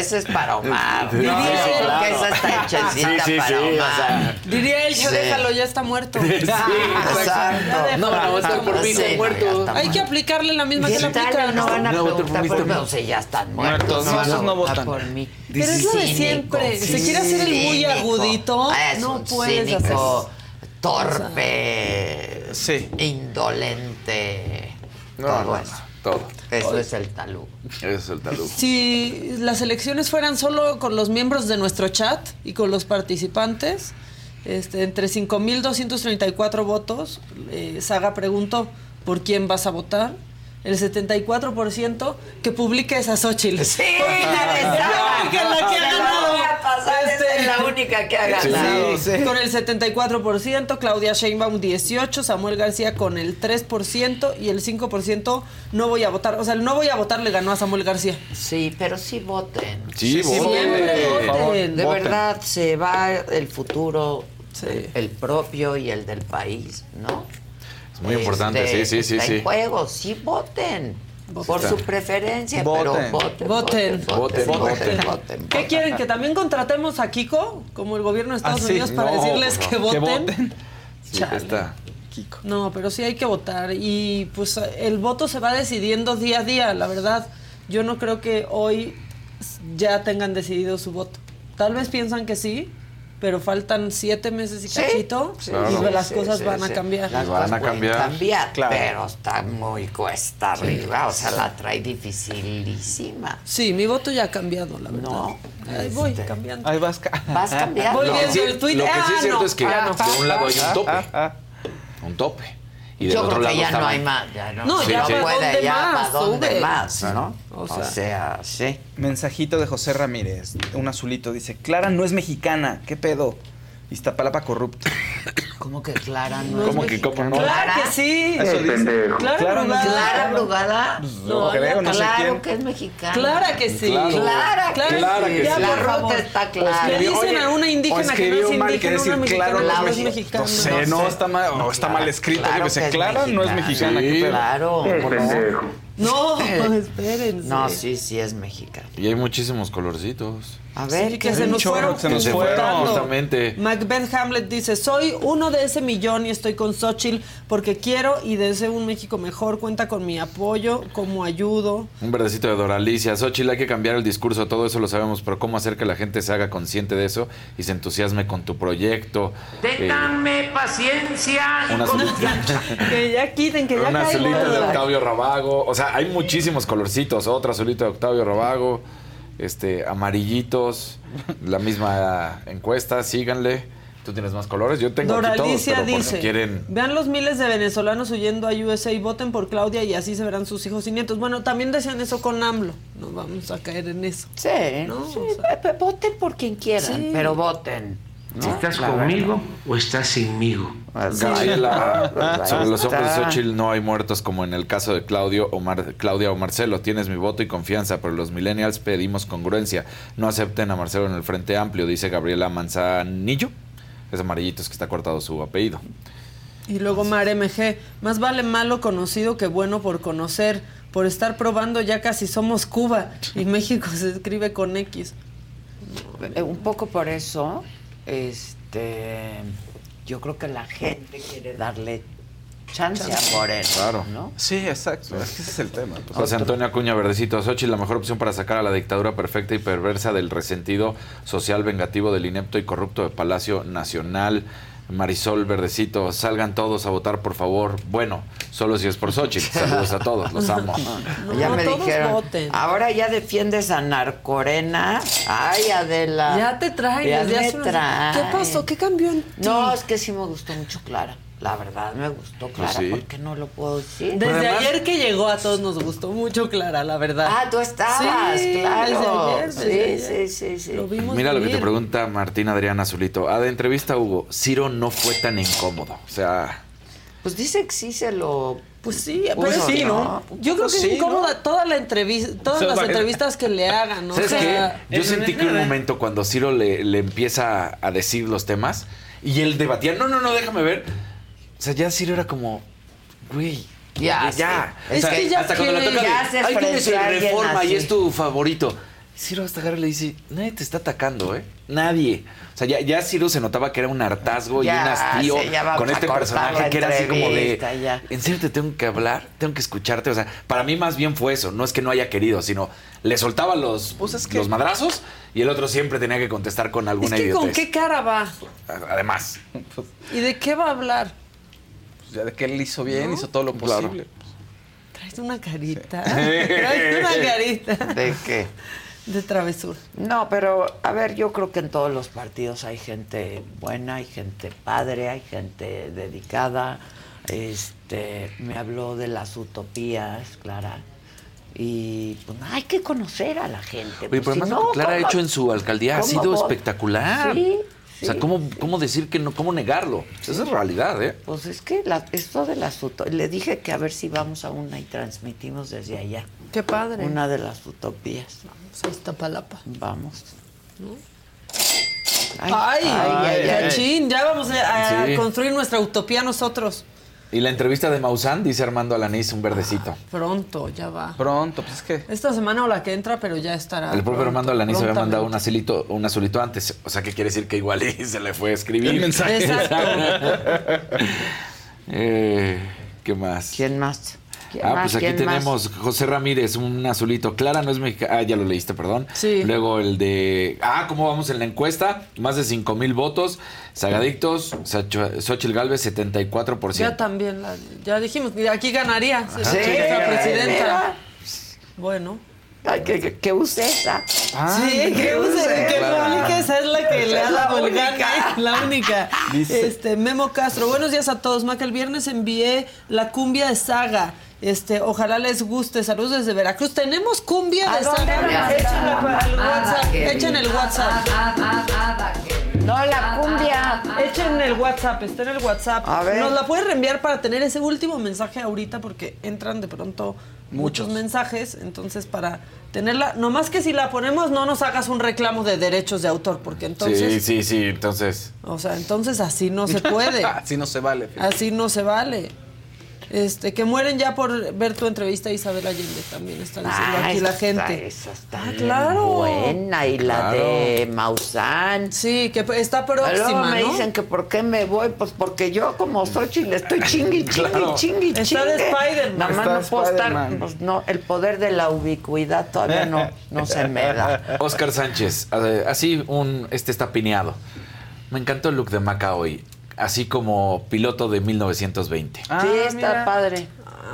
esa es para Omar. No, claro. Que esa está hechecita para Omar. O sea, diría él, déjalo, ya está muerto. Sí, exacto. No, van a votar por mí, están muertos. Hay que aplicarle la misma que le aplican. No van a preguntar por mí, o sea, ya están muertos. Esos no votan por mí. Pero es lo de siempre. Se quiere hacer el muy agudito. No puedes hacer. Torpe, indolente. Todo eso. Todo. Eso es el talugo. Si las elecciones fueran solo con los miembros de nuestro chat y con los participantes, entre 5,234 votos, Saga preguntó, ¿por quién vas a votar? El 74% que publique esa Xóchitl. Sí, la que ha ganado. Es la única que ha ganado. Sí. Con el 74%, Claudia Sheinbaum 18%, Samuel García con el 3% y el 5% no voy a votar. O sea, el no voy a votar le ganó a Samuel García. Sí, pero sí voten. Sí, siempre voten. De verdad, se va el futuro, el propio y el del país, ¿no? Muy importante, sí. Está en juego, sí voten. Por su preferencia, pero voten. ¿Qué quieren? ¿Que también contratemos a Kiko, como el gobierno de Estados Unidos, para decirles que voten? Sí, está. Kiko. No, pero sí hay que votar. Y pues el voto se va decidiendo día a día, la verdad. Yo no creo que hoy ya tengan decidido su voto. Tal vez piensan que sí, pero faltan 7 meses y cachito y las cosas van a cambiar. Las van a cambiar, claro. Pero está muy cuesta arriba, o sea, la trae dificilísima. Sí, mi voto ya ha cambiado, la verdad. No, ahí voy cambiando. Ahí vas cambiando. Voy viendo el tweet. Lo que sí es cierto es que de un lado hay un tope. Un tope. Y del otro lado ya no hay más. Ya puede, ya para dónde más, ¿no? O sea, sí. Mensajito de José Ramírez, un azulito, dice, Clara no es mexicana, ¿qué pedo? Iztapalapa corrupto. ¿Cómo que Clara no? ¿Cómo que cómo no? Clara que sí. Eso dice. Clara Brugada. No creo, no sé quién. Claro que es mexicana. Clara que sí. Clara que sí. La ruta está clara. Le dicen a una indígena que no es indígena, una mexicana no es mexicana. No sé, no, está mal escrito. Yo pensé, Clara no es mexicana. Claro. No, espérense. No, sí es mexicana. Y hay muchísimos colorcitos. A ver, que se nos fueron. Justamente. Macbeth Hamlet dice, soy uno de ese millón y estoy con Xóchitl porque quiero y deseo un México mejor. Cuenta con mi apoyo, como ayudo. Un verdecito de Doralicia. Xóchitl, hay que cambiar el discurso, todo eso lo sabemos, pero ¿cómo hacer que la gente se haga consciente de eso y se entusiasme con tu proyecto? Ténganme paciencia. Que ya quiten, que ya un azulito de Octavio Rabago. O sea, hay muchísimos colorcitos. Otro azulito de Octavio Rabago. Amarillitos, la misma encuesta, síganle. Tú tienes más colores, yo tengo Doralicia aquí todos, pero dice, quieren... vean los miles de venezolanos huyendo a USA y voten por Claudia y así se verán sus hijos y nietos. Bueno, también decían eso con AMLO, no vamos a caer en eso. Sí, ¿no? Sí, o sea, voten por quien quieran, pero voten. ¿No? ¿Estás conmigo o estás sinmigo? Gabriela, sobre los hombres de Xóchitl no hay muertos como en el caso de Claudia o Marcelo. Tienes mi voto y confianza, pero los millennials pedimos congruencia. No acepten a Marcelo en el Frente Amplio, dice Gabriela Manzanillo. Es amarillito, es que está cortado su apellido. Y luego Mar MG, más vale malo conocido que bueno por conocer. Por estar probando ya casi somos Cuba y México se escribe con X. Un poco por eso... yo creo que la gente quiere darle chance a Moreno, claro, ¿no? Sí, exacto, es que ese es el tema. Pues, José Antonio Acuña Verdecito, Xóchitl, la mejor opción para sacar a la dictadura perfecta y perversa del resentido social vengativo del inepto y corrupto de Palacio Nacional. Marisol Verdecito, salgan todos a votar, por favor. Bueno, solo si es por Xóchitl. Saludos a todos, los amo. No, ya me dijeron, voten. Ahora ya defiendes a Narcorena. Ay, Adela. Ya te traen. ¿Qué pasó? ¿Qué cambió en ti? No, es que sí me gustó mucho Clara. La verdad me gustó Clara, pues sí. ¿Por qué no lo puedo decir? Desde además, ayer que llegó a todos nos gustó mucho Clara, la verdad. Ah, tú estabas, sí, claro. Desde ayer. Sí. Lo vimos. Mira venir. Lo que te pregunta Martín Adrián Azulito. De entrevista a Hugo, Ciro no fue tan incómodo. O sea... Pues dice que sí se lo... Pues sí, pero sí, ¿no? Yo creo que es incómoda, ¿no? Toda la entrevista, todas las entrevistas que le hagan, ¿no? ¿Sabes qué? Yo sentí que un momento cuando Ciro le empieza a decir los temas y él debatía, no, déjame ver. O sea, ya Ciro era como, güey, ya. Es o sea, que ya hasta cuando la toca ya ahí tienes el Reforma y es tu favorito. Ciro hasta agarra y le dice, nadie te está atacando, ¿eh? Nadie. O sea, ya Ciro se notaba que era un hartazgo y un hastío con este personaje que era así como de, ¿en serio te tengo que hablar? ¿Tengo que escucharte? O sea, para mí más bien fue eso. No es que no haya querido, sino le soltaba los madrazos y el otro siempre tenía que contestar con alguna idiotez. ¿Con qué cara va? Además. ¿Y de qué va a hablar? Pues ya de que él hizo bien, hizo todo lo posible. Traes una carita. Traes una carita. ¿De qué? De travesura. No, pero a ver, yo creo que en todos los partidos hay gente buena, hay gente padre, hay gente dedicada. Me habló de las utopías, Clara. Y pues hay que conocer a la gente. Oye, pero además lo que Clara ha hecho en su alcaldía ha sido espectacular. Sí. O sea, ¿cómo decir que no? ¿Cómo negarlo? Esa es realidad, ¿eh? Pues es que esto de las utopías... Le dije que a ver si vamos a una y transmitimos desde allá. ¡Qué padre! Una de las utopías. Vamos a Iztapalapa. Vamos. ¿No? ¡Ay! ¡Cachín! Ya vamos a construir nuestra utopía nosotros. Y la entrevista de Maussan, dice Armando Alanís, un verdecito. Pronto, ya va. Pronto, pues es que... Esta semana o la que entra, pero ya estará. El propio Armando Alanís había mandado un azulito antes. O sea, ¿qué quiere decir? Que igual y se le fue a escribir. El mensaje. Exacto. ¿Qué más? ¿Quién más? Pues aquí tenemos José Ramírez, un azulito. Clara no es mexicana. Ya lo leíste, perdón. Sí. Luego el de... ¿cómo vamos en la encuesta? Más de 5,000 votos. Sagadictos, Xóchitl Gálvez, 74%. Ya también, ya dijimos, aquí ganaría. Sí, nuestra presidenta. Bueno. Ay, que use esa. Sí, que use, que publique, esa es la que le ha dado el gane, la única. Memo Castro, buenos días a todos. Maca, el viernes envié la cumbia de Saga. Ojalá les guste. Saludos desde Veracruz. Tenemos cumbia de Saga. Échenla al WhatsApp. Echen el WhatsApp. No, la cumbia. Echen el WhatsApp, está en el WhatsApp. A ver. Nos la puedes reenviar para tener ese último mensaje ahorita porque entran de pronto muchos mensajes, entonces para tenerla, nomás que si la ponemos no nos hagas un reclamo de derechos de autor, porque entonces... Sí, entonces... O sea, entonces así no se puede. Así no se vale. Fíjate. Así no se vale. Que mueren ya por ver tu entrevista a Isabel Allende, también está diciendo aquí la gente. Esa está claro. buena. Y la de Maussan. Sí, que está próxima, luego me ¿no? dicen que por qué me voy, pues porque yo como Xóchitl estoy chingui. Está de Spider-Man. Nada más no puedo estar, pues no, el poder de la ubicuidad todavía no se me da. Oscar Sánchez, así está pineado. Me encantó el look de Maca hoy. Así como piloto de 1920. Sí, está mira. Padre.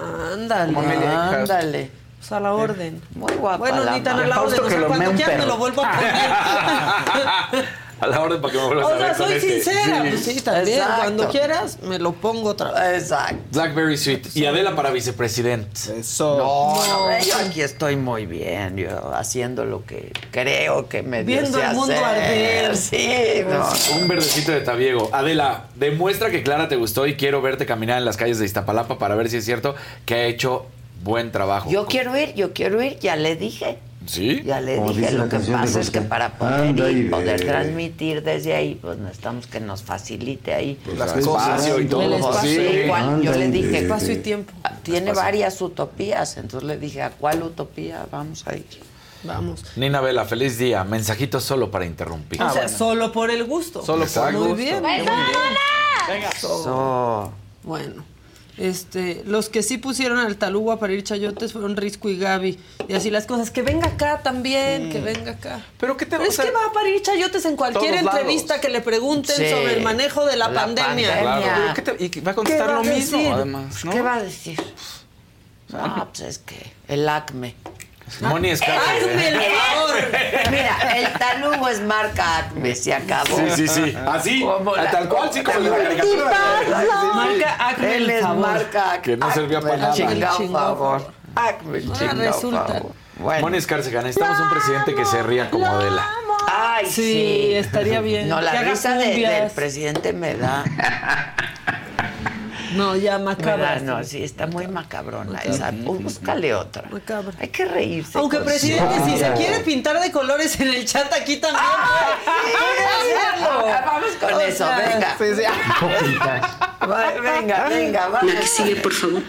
Ándale. Pues a la orden. Muy guapa. Bueno, ni tan a la orden. O sea, cuando quieras me lo vuelvo a poner. A la orden para que me vuelvas a ver. O sea, soy sincera. Sí. Pues sí, también. Exacto. Cuando quieras, me lo pongo otra vez. Exacto. Blackberry Sweet. Y Adela para vicepresidente. Eso. No, yo aquí estoy muy bien. Yo haciendo lo que creo que me viendo el mundo arder. Sí, no. Un verdecito de Tabiego. Adela, demuestra que Clara te gustó y quiero verte caminar en las calles de Iztapalapa para ver si es cierto que ha hecho buen trabajo. Yo quiero ir, ya le dije. ¿Sí? Ya le dije, lo que pasa es que para poder ir, poder transmitir desde ahí, pues necesitamos que nos facilite ahí las cosas y todo. El espacio. Sí, igual, yo le dije, espacio y tiempo. Tiene varias utopías, entonces le dije, ¿a cuál utopía vamos a ir? Vamos. Nina Vela, feliz día. Mensajito solo para interrumpir. O sea, solo por el gusto. Solo por el gusto. Muy bien. Venga. Bueno. Los que sí pusieron al Taluga para ir chayotes fueron Risco y Gaby. Y así las cosas. Que venga acá también, que venga acá. Pero ¿qué te es que va a parir chayotes en cualquier entrevista lados. Que le pregunten sobre el manejo de la pandemia. Claro. Y va a contestar lo mismo, además, ¿no? ¿Qué va a decir? No, pues es que el Acme. Moni Escarce. Mira, el Talugo es marca Acme, se acabó. Sí. Así, tal cual, sí, como la caricatura. Marca Acme. Él es marca Acme. Que no servía para nada. Chingado favor. Acme, resulta. Bueno. Moni Escarce, necesitamos un presidente que se ría como Adela. Ay, sí, estaría bien. No, la risa del presidente me da. No, ya macabra. No, sí, está muy macabrona esa. Búscale otra. Macabra. Hay que reírse. Aunque, presidente, si se quiere pintar de colores en el chat aquí también. Vamos con eso, venga. Venga, vamos. La que sigue, por favor.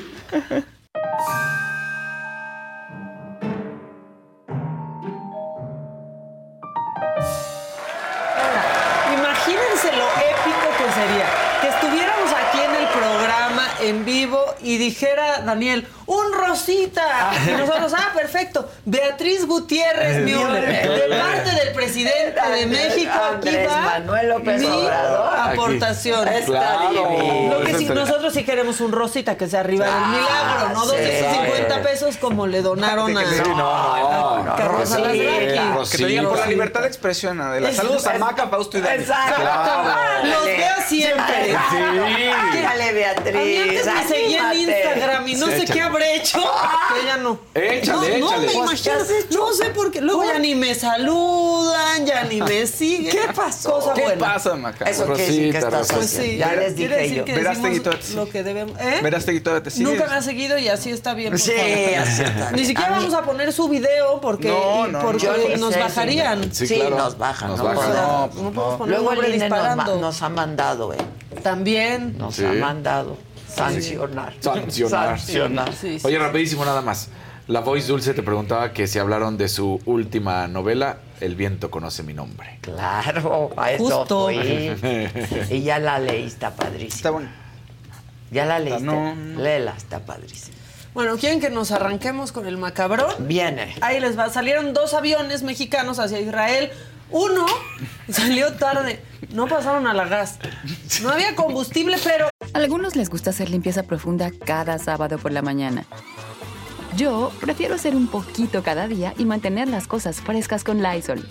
Imagínense lo épico que sería que estuviéramos aquí en el programa en vivo y dijera Daniel, ¡un Rosita! Y nosotros, perfecto. Beatriz Gutiérrez, de parte del presidente de México, aquí va Manuel López Obrador. Aportación. Está divino. Lo que sí, nosotros sí queremos un Rosita que sea arriba del milagro, no 250 pesos como le donaron a Carlos Alasraqui. Que te digan por la libertad de expresión, Adela. Saludos a Maca, Fausto y Dani. Exacto. Los veo siempre. Dale, Beatriz. A mí antes me seguía en Instagram y no sé qué habré hecho. Que ya no. Échale. No me imagino. No sé por qué. Luego ya ni me saludan, ya ni me siguen. ¿Qué pasó? ¿Qué pasa, Maca? Eso quiere decir que estás pues sí, ya les dije yo. Verástegui todavía te sigue. Lo que debemos. Verástegui todavía te sigue. Nunca me ha seguido y así está bien. Sí, así está. Ni siquiera vamos a poner su video porque nos bajarían. Sí, claro. Nos bajan. No podemos poner luego el INE disparando. nos ha mandado, También. Nos ha mandado sancionar. Sí. Oye, rapidísimo nada más. La Voice Dulce te preguntaba que si hablaron de su última novela, El viento conoce mi nombre. Claro, a eso fui. Y ya la leí, está padrísima. Está bueno. ¿Ya la leíste? No. Léela, está padrísima. Bueno, ¿quieren que nos arranquemos con el macabrón? Viene. Ahí les va. Salieron 2 aviones mexicanos hacia Israel. Uno salió tarde. No pasaron a la gas. No había combustible, pero... A algunos les gusta hacer limpieza profunda cada sábado por la mañana. Yo prefiero hacer un poquito cada día y mantener las cosas frescas con Lysol.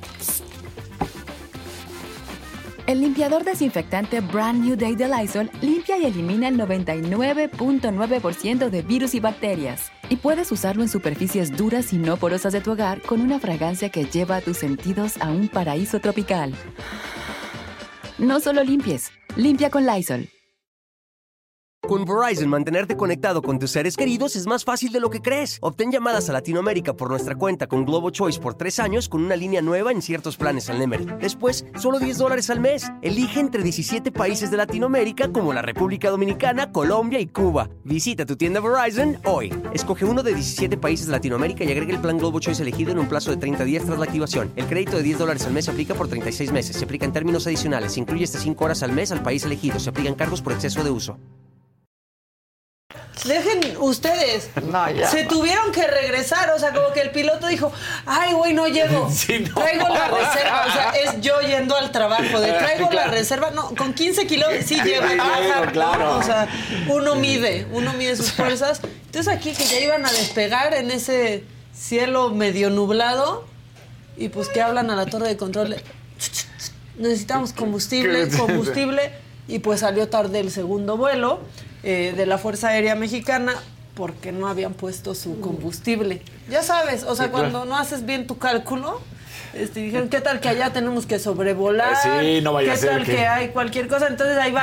El limpiador desinfectante Brand New Day de Lysol limpia y elimina el 99.9% de virus y bacterias. Y puedes usarlo en superficies duras y no porosas de tu hogar con una fragancia que lleva a tus sentidos a un paraíso tropical. No solo limpies, limpia con Lysol. Con Verizon, mantenerte conectado con tus seres queridos es más fácil de lo que crees. Obtén llamadas a Latinoamérica por nuestra cuenta con Globo Choice por 3 años con una línea nueva en ciertos planes al Nemery. Después, solo $10 al mes. Elige entre 17 países de Latinoamérica como la República Dominicana, Colombia y Cuba. Visita tu tienda Verizon hoy. Escoge uno de 17 países de Latinoamérica y agrega el plan Globo Choice elegido en un plazo de 30 días tras la activación. El crédito de $10 al mes se aplica por 36 meses. Se aplica en términos adicionales. Se incluye hasta 5 horas al mes al país elegido. Se aplican cargos por exceso de uso. Dejen ustedes. No, ya. Se tuvieron que regresar. O sea, como que el piloto dijo, ay, güey, no llego. Sí, no. Traigo la reserva. O sea, es yo yendo al trabajo. Traigo la reserva. No, con 15 kilos sí llego. Claro. O sea, uno mide sus fuerzas. Entonces aquí que ya iban a despegar en ese cielo medio nublado. Y pues que hablan a la torre de control. Necesitamos combustible. Y pues salió tarde el segundo vuelo de la Fuerza Aérea Mexicana porque no habían puesto su combustible. Ya sabes, o sea, cuando no haces bien tu cálculo, dijeron, ¿qué tal que allá tenemos que sobrevolar? Sí, no vaya a ser. ¿Qué tal que hay cualquier cosa? Entonces ahí va...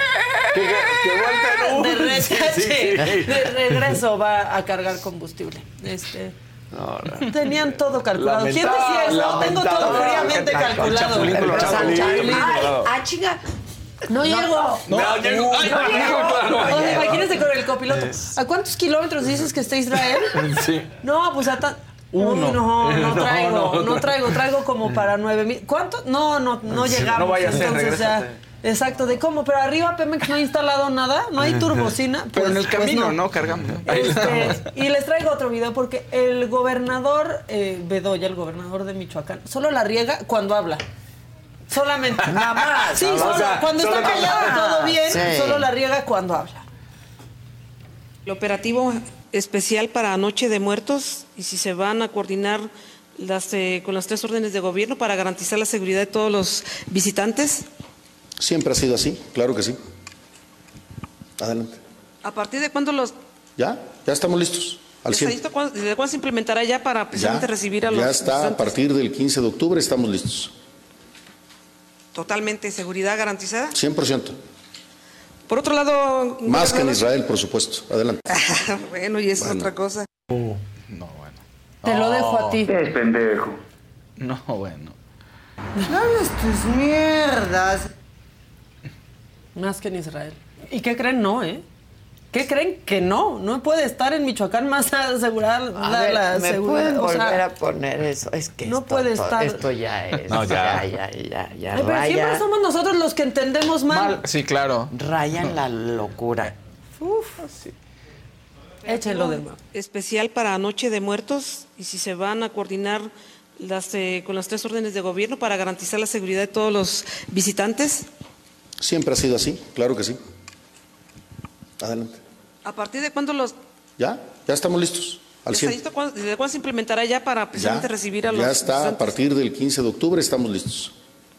Que de regreso va a cargar combustible. Tenían todo calculado. ¿Quién decía eso? Tengo todo fríamente calculado. Chica... No llego. No llego. O sea, imagínense con el copiloto. ¿A cuántos kilómetros dices que está Israel? Sí. No, pues a No traigo como para 9,000. ¿Cuánto? No llegamos. No vaya a ser, entonces ya. Exacto, ¿de cómo? Pero arriba Pemex no ha instalado nada, no hay turbocina. Pues, pero en el camino, no cargamos. Y les traigo otro video porque el gobernador Bedoya, el gobernador de Michoacán, solo la riega cuando habla. Solamente. Nada más. Sí, solo, cuando está callado todo bien, solo la riega cuando habla. El operativo especial para Noche de Muertos y si se van a coordinar con las 3 órdenes de gobierno para garantizar la seguridad de todos los visitantes. Siempre ha sido así, claro que sí. Adelante. ¿A partir de cuándo los...? Ya estamos listos. Al 100. ¿Desde cuándo se implementará ya para precisamente recibir a los Ya está, visitantes? A partir del 15 de octubre estamos listos. ¿Totalmente seguridad garantizada? 100%. Por otro lado... Más que en Israel, por supuesto. Adelante. Bueno, y eso es otra cosa. No, bueno. Te lo dejo a ti. Es pendejo. No, bueno. No hables tus mierdas. Más que en Israel. ¿Y qué creen? No, ¿Qué creen? Que no puede estar en Michoacán más asegurada la ¿me seguridad. pueden volver a poner eso? Es que no puede estar. Esto ya es. No, ya. Pero siempre somos nosotros los que entendemos mal. Sí, claro. Rayan la locura. Uf. Sí. Échenlo de nuevo. Especial para Noche de Muertos, y si se van a coordinar con las 3 órdenes de gobierno para garantizar la seguridad de todos los visitantes. Siempre ha sido así, claro que sí. Adelante. ¿A partir de cuándo los...? Ya estamos listos. Al 100. ¿Desde cuándo se implementará ya para precisamente recibir a los Ya está, visitantes? a partir del 15 de octubre estamos listos.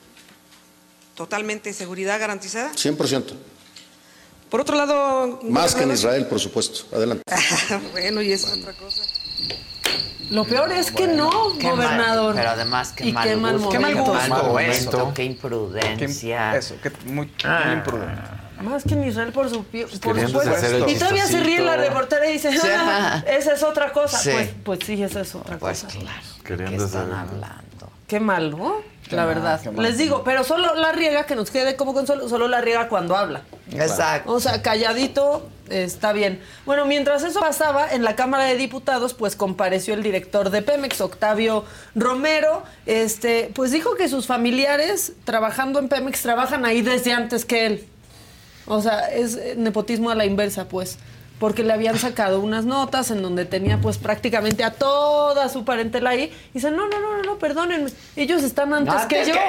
¿Totalmente seguridad garantizada? 100%. Por otro lado... Más que en Israel, por supuesto. Adelante. Bueno, y es otra cosa. Lo peor es que no, gobernador. Pero además, qué mal gusto. Qué imprudencia. Muy imprudente. Más que en Israel por supuesto. Y todavía se ríe la reportera y dice, esa es otra cosa. Sí. Pues sí, esa es otra cosa. Pues claro. ¿Qué están hablando? Qué mal, ¿no? La verdad. Les digo, pero solo la riega, que nos quede como consuelo, solo la riega cuando habla. Exacto. O sea, calladito está bien. Bueno, mientras eso pasaba, en la Cámara de Diputados, pues compareció el director de Pemex, Octavio Romero, pues dijo que sus familiares trabajando en Pemex trabajan ahí desde antes que él. O sea, es nepotismo a la inversa, pues. Porque le habían sacado unas notas en donde tenía pues prácticamente a toda su parentela ahí. Y dice, no, perdónenme, ellos están antes que yo.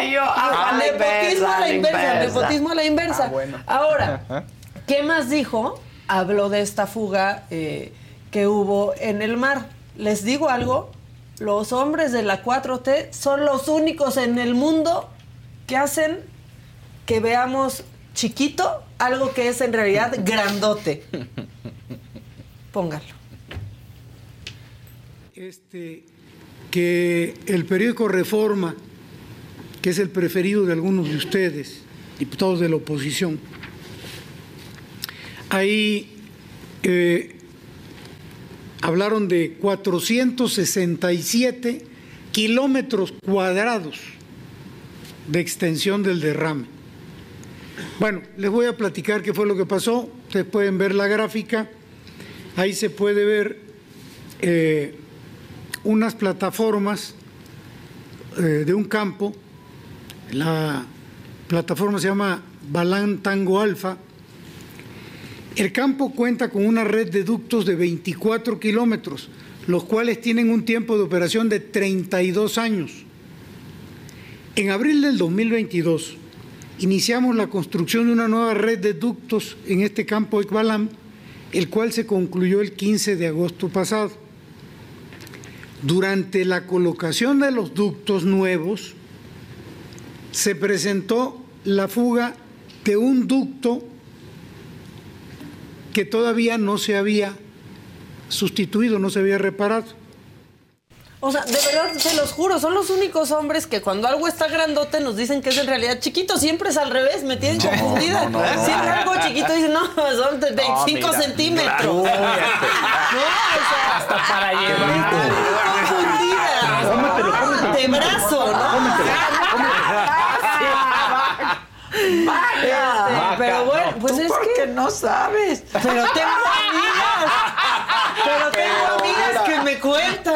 Nepotismo a la inversa. Bueno. Ahora, ¿qué más dijo? Habló de esta fuga que hubo en el mar. Les digo algo, los hombres de la 4T son los únicos en el mundo que hacen que veamos chiquito algo que es en realidad grandote. Póngalo. Que el periódico Reforma, que es el preferido de algunos de ustedes, diputados de la oposición, ahí hablaron de 467 kilómetros cuadrados de extensión del derrame. Bueno, les voy a platicar qué fue lo que pasó. Ustedes pueden ver la gráfica. Ahí se puede ver unas plataformas de un campo. La plataforma se llama Balán Tango Alfa. El campo cuenta con una red de ductos de 24 kilómetros, los cuales tienen un tiempo de operación de 32 años. En abril del 2022 iniciamos la construcción de una nueva red de ductos en este campo Ekbalam, el cual se concluyó el 15 de agosto pasado. Durante la colocación de los ductos nuevos, se presentó la fuga de un ducto que todavía no se había sustituido, no se había reparado. O sea, de verdad, se los juro, son los únicos hombres que cuando algo está grandote nos dicen que es en realidad chiquito. Siempre es al revés, me tienen confundida. Siempre algo chiquito dicen, no, son 25 centímetros. No, o sea, hasta para llevar. Confundida. De brazo, ¿no? Pero bueno, pues es que no sabes. Pero tengo amigas que me cuentan.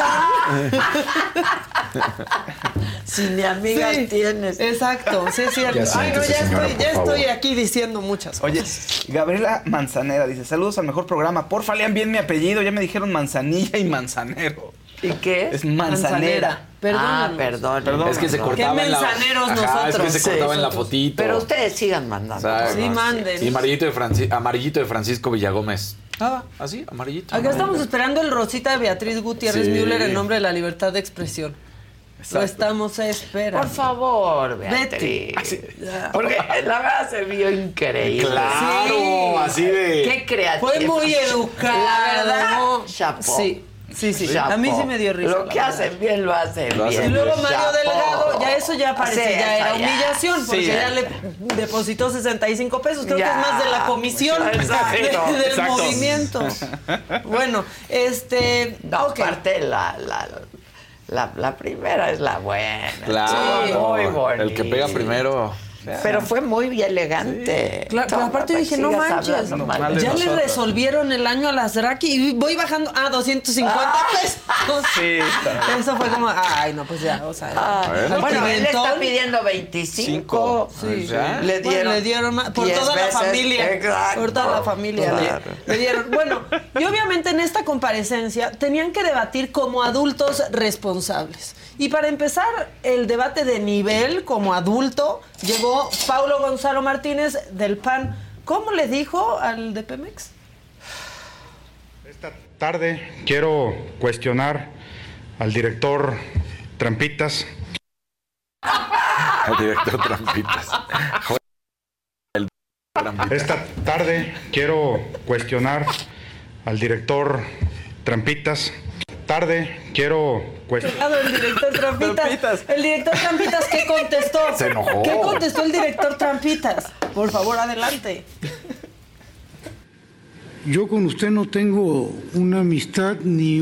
Si ni amigas tienes. Exacto, sí es cierto. Ya, ya estoy aquí diciendo muchas cosas. Oye, Gabriela Manzanera dice, saludos al mejor programa. Porfa, lean bien mi apellido. Ya me dijeron Manzanilla y Manzanero. ¿Y qué es? Es Manzanera. Perdón. Es que se cortaba en la... nosotros. Es que se cortaba en la fotito. Pero ustedes sigan mandando. Sí, manden. Y amarillito de Francisco Villagómez. Así, amarillito. Acá estamos esperando el rosita de Beatriz Gutiérrez Müller en nombre de la libertad de expresión. Exacto. Lo estamos esperando. Por favor, Beatriz. Porque la verdad se vio increíble. Claro, así de... Qué creativo. Fue muy educada. La verdad, chapeau. Sí. A mí sí me dio risa. Lo que hacen bien, lo hacen bien. Y luego Mario Delgado, ya parece, ya era humillación, porque ya le depositó 65 pesos. Creo que es más de la comisión del movimiento. Bueno, no, aparte la primera es la buena. Claro. Muy bonita. El que pega primero. Pero fue muy elegante. Sí. Claro, pero aparte yo dije, no manches, ya le resolvieron el año a las Draki y voy bajando a 250 pesos. Sí, eso fue como, ay, no, pues ya, o sea. Bueno, él está pidiendo 25. Sí. Le dieron más. Por toda la familia. Exacto. Por toda la familia. Claro. Le dieron. Bueno, y obviamente en esta comparecencia tenían que debatir como adultos responsables. Y para empezar el debate de nivel como adulto, llegó Paulo Gonzalo Martínez del PAN. ¿Cómo le dijo al de Pemex? Esta tarde quiero cuestionar al director Trampitas. Al director Trampitas. Esta tarde quiero cuestionar al director Trampitas. El director Trampitas. El director Trampitas, ¿qué contestó? Se enojó. ¿Qué contestó el director Trampitas? Por favor, adelante. Yo con usted no tengo una amistad ni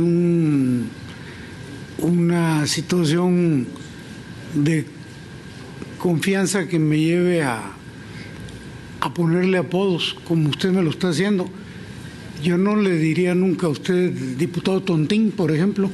una situación de confianza que me lleve a ponerle apodos como usted me lo está haciendo. Yo no le diría nunca a usted diputado Tontín, por ejemplo.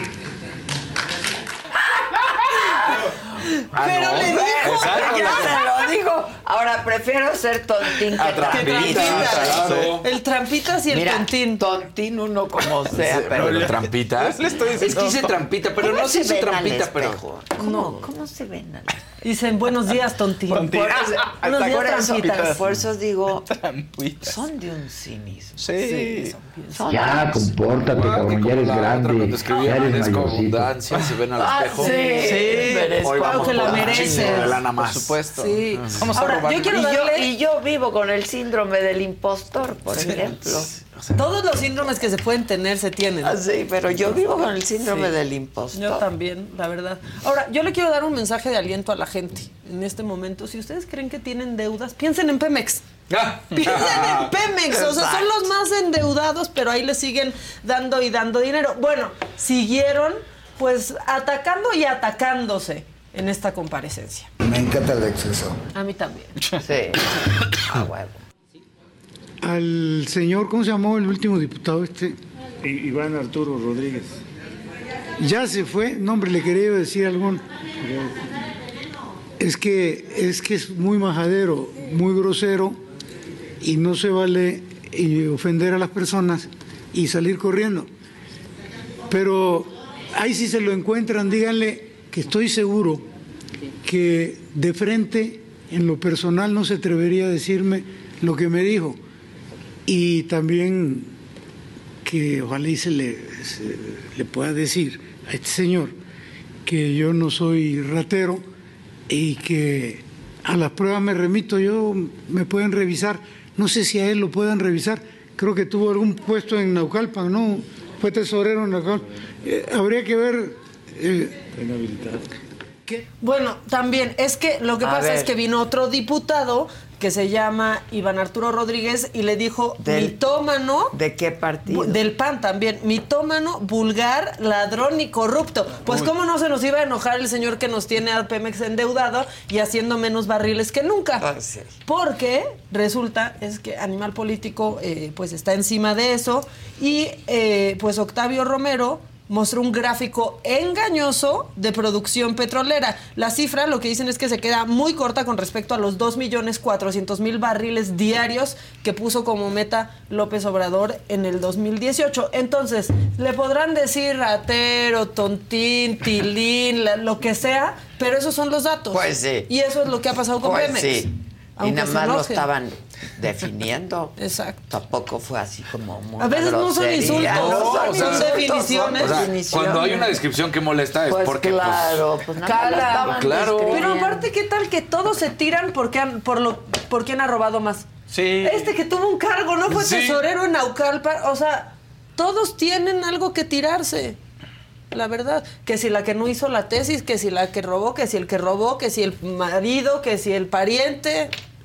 Pero le dijo, ya se lo dijo. Ahora prefiero ser Tontín que Trampitas. Claro. El Trampitas y el Tontín. Tontín uno como sea, sí, pero el Trampitas. Le estoy diciendo. Es que dice Trampita, pero no se hizo Trampita, pero. ¿Cómo se ven? Dicen buenos días, Tontín. Buenos días, Trampitas. Por eso digo, son de un cinismo. Sí. Ya, compórtate, cabrón, ya eres grande. Ya eres mayorcito. Se ven al espejo. Sí. Hoy vamos que la por mereces. de lana más. Por supuesto. Sí. Vamos a Ahora, robar. Y yo vivo con el síndrome del impostor, por ejemplo. Todos los síndromes que se pueden tener se tienen. Sí, pero yo vivo con el síndrome del impostor. Yo también, la verdad. Ahora, yo le quiero dar un mensaje de aliento a la gente en este momento. Si ustedes creen que tienen deudas, piensen en Pemex. Piensen en Pemex. O sea, son los más endeudados, pero ahí le siguen dando y dando dinero. Bueno, siguieron pues atacando y atacándose en esta comparecencia. Me encanta el exceso. A mí también. Sí. Huevo. Al señor, ¿cómo se llamó el último diputado Iván Arturo Rodríguez. Ya se fue. No, hombre, le quería decir algo. Es que es muy majadero, muy grosero, y no se vale ofender a las personas y salir corriendo. Pero ahí si se lo encuentran, díganle que estoy seguro que de frente, en lo personal, no se atrevería a decirme lo que me dijo. Y también que ojalá y se le pueda decir a este señor que yo no soy ratero y que a las pruebas me remito, me pueden revisar. No sé si a él lo puedan revisar. Creo que tuvo algún puesto en Naucalpan, ¿no? Fue tesorero en Naucalpan. Habría que ver... inhabilitado. ¿Qué? Bueno, también es que lo que pasa es que vino otro diputado que se llama Iván Arturo Rodríguez y le dijo mitómano. ¿De qué partido? Del PAN también. Mitómano, vulgar, ladrón y corrupto. Pues cómo no se nos iba a enojar el señor que nos tiene a Pemex endeudado y haciendo menos barriles que nunca. Sí. Porque resulta es que Animal Político pues está encima de eso y pues Octavio Romero mostró un gráfico engañoso de producción petrolera. La cifra, lo que dicen es que se queda muy corta con respecto a los 2.400.000 barriles diarios que puso como meta López Obrador en el 2018. Entonces, le podrán decir ratero, tontín, tilín, lo que sea, pero esos son los datos. Pues sí. Y eso es lo que ha pasado con Pemex. Sí. Y nada más lo estaban definiendo. Exacto. Tampoco fue así como muy. A veces no son insultos, son definiciones. O sea, cuando hay una descripción que molesta es pues porque claro, pues cala. Claro. Pero aparte, ¿qué tal que todos se tiran por quién ha robado más? Sí. Que tuvo un cargo, no fue tesorero en Naucalpan, o sea, todos tienen algo que tirarse. La verdad, que si la que no hizo la tesis, que si la que robó, que si el que robó, que si el marido, que si el pariente.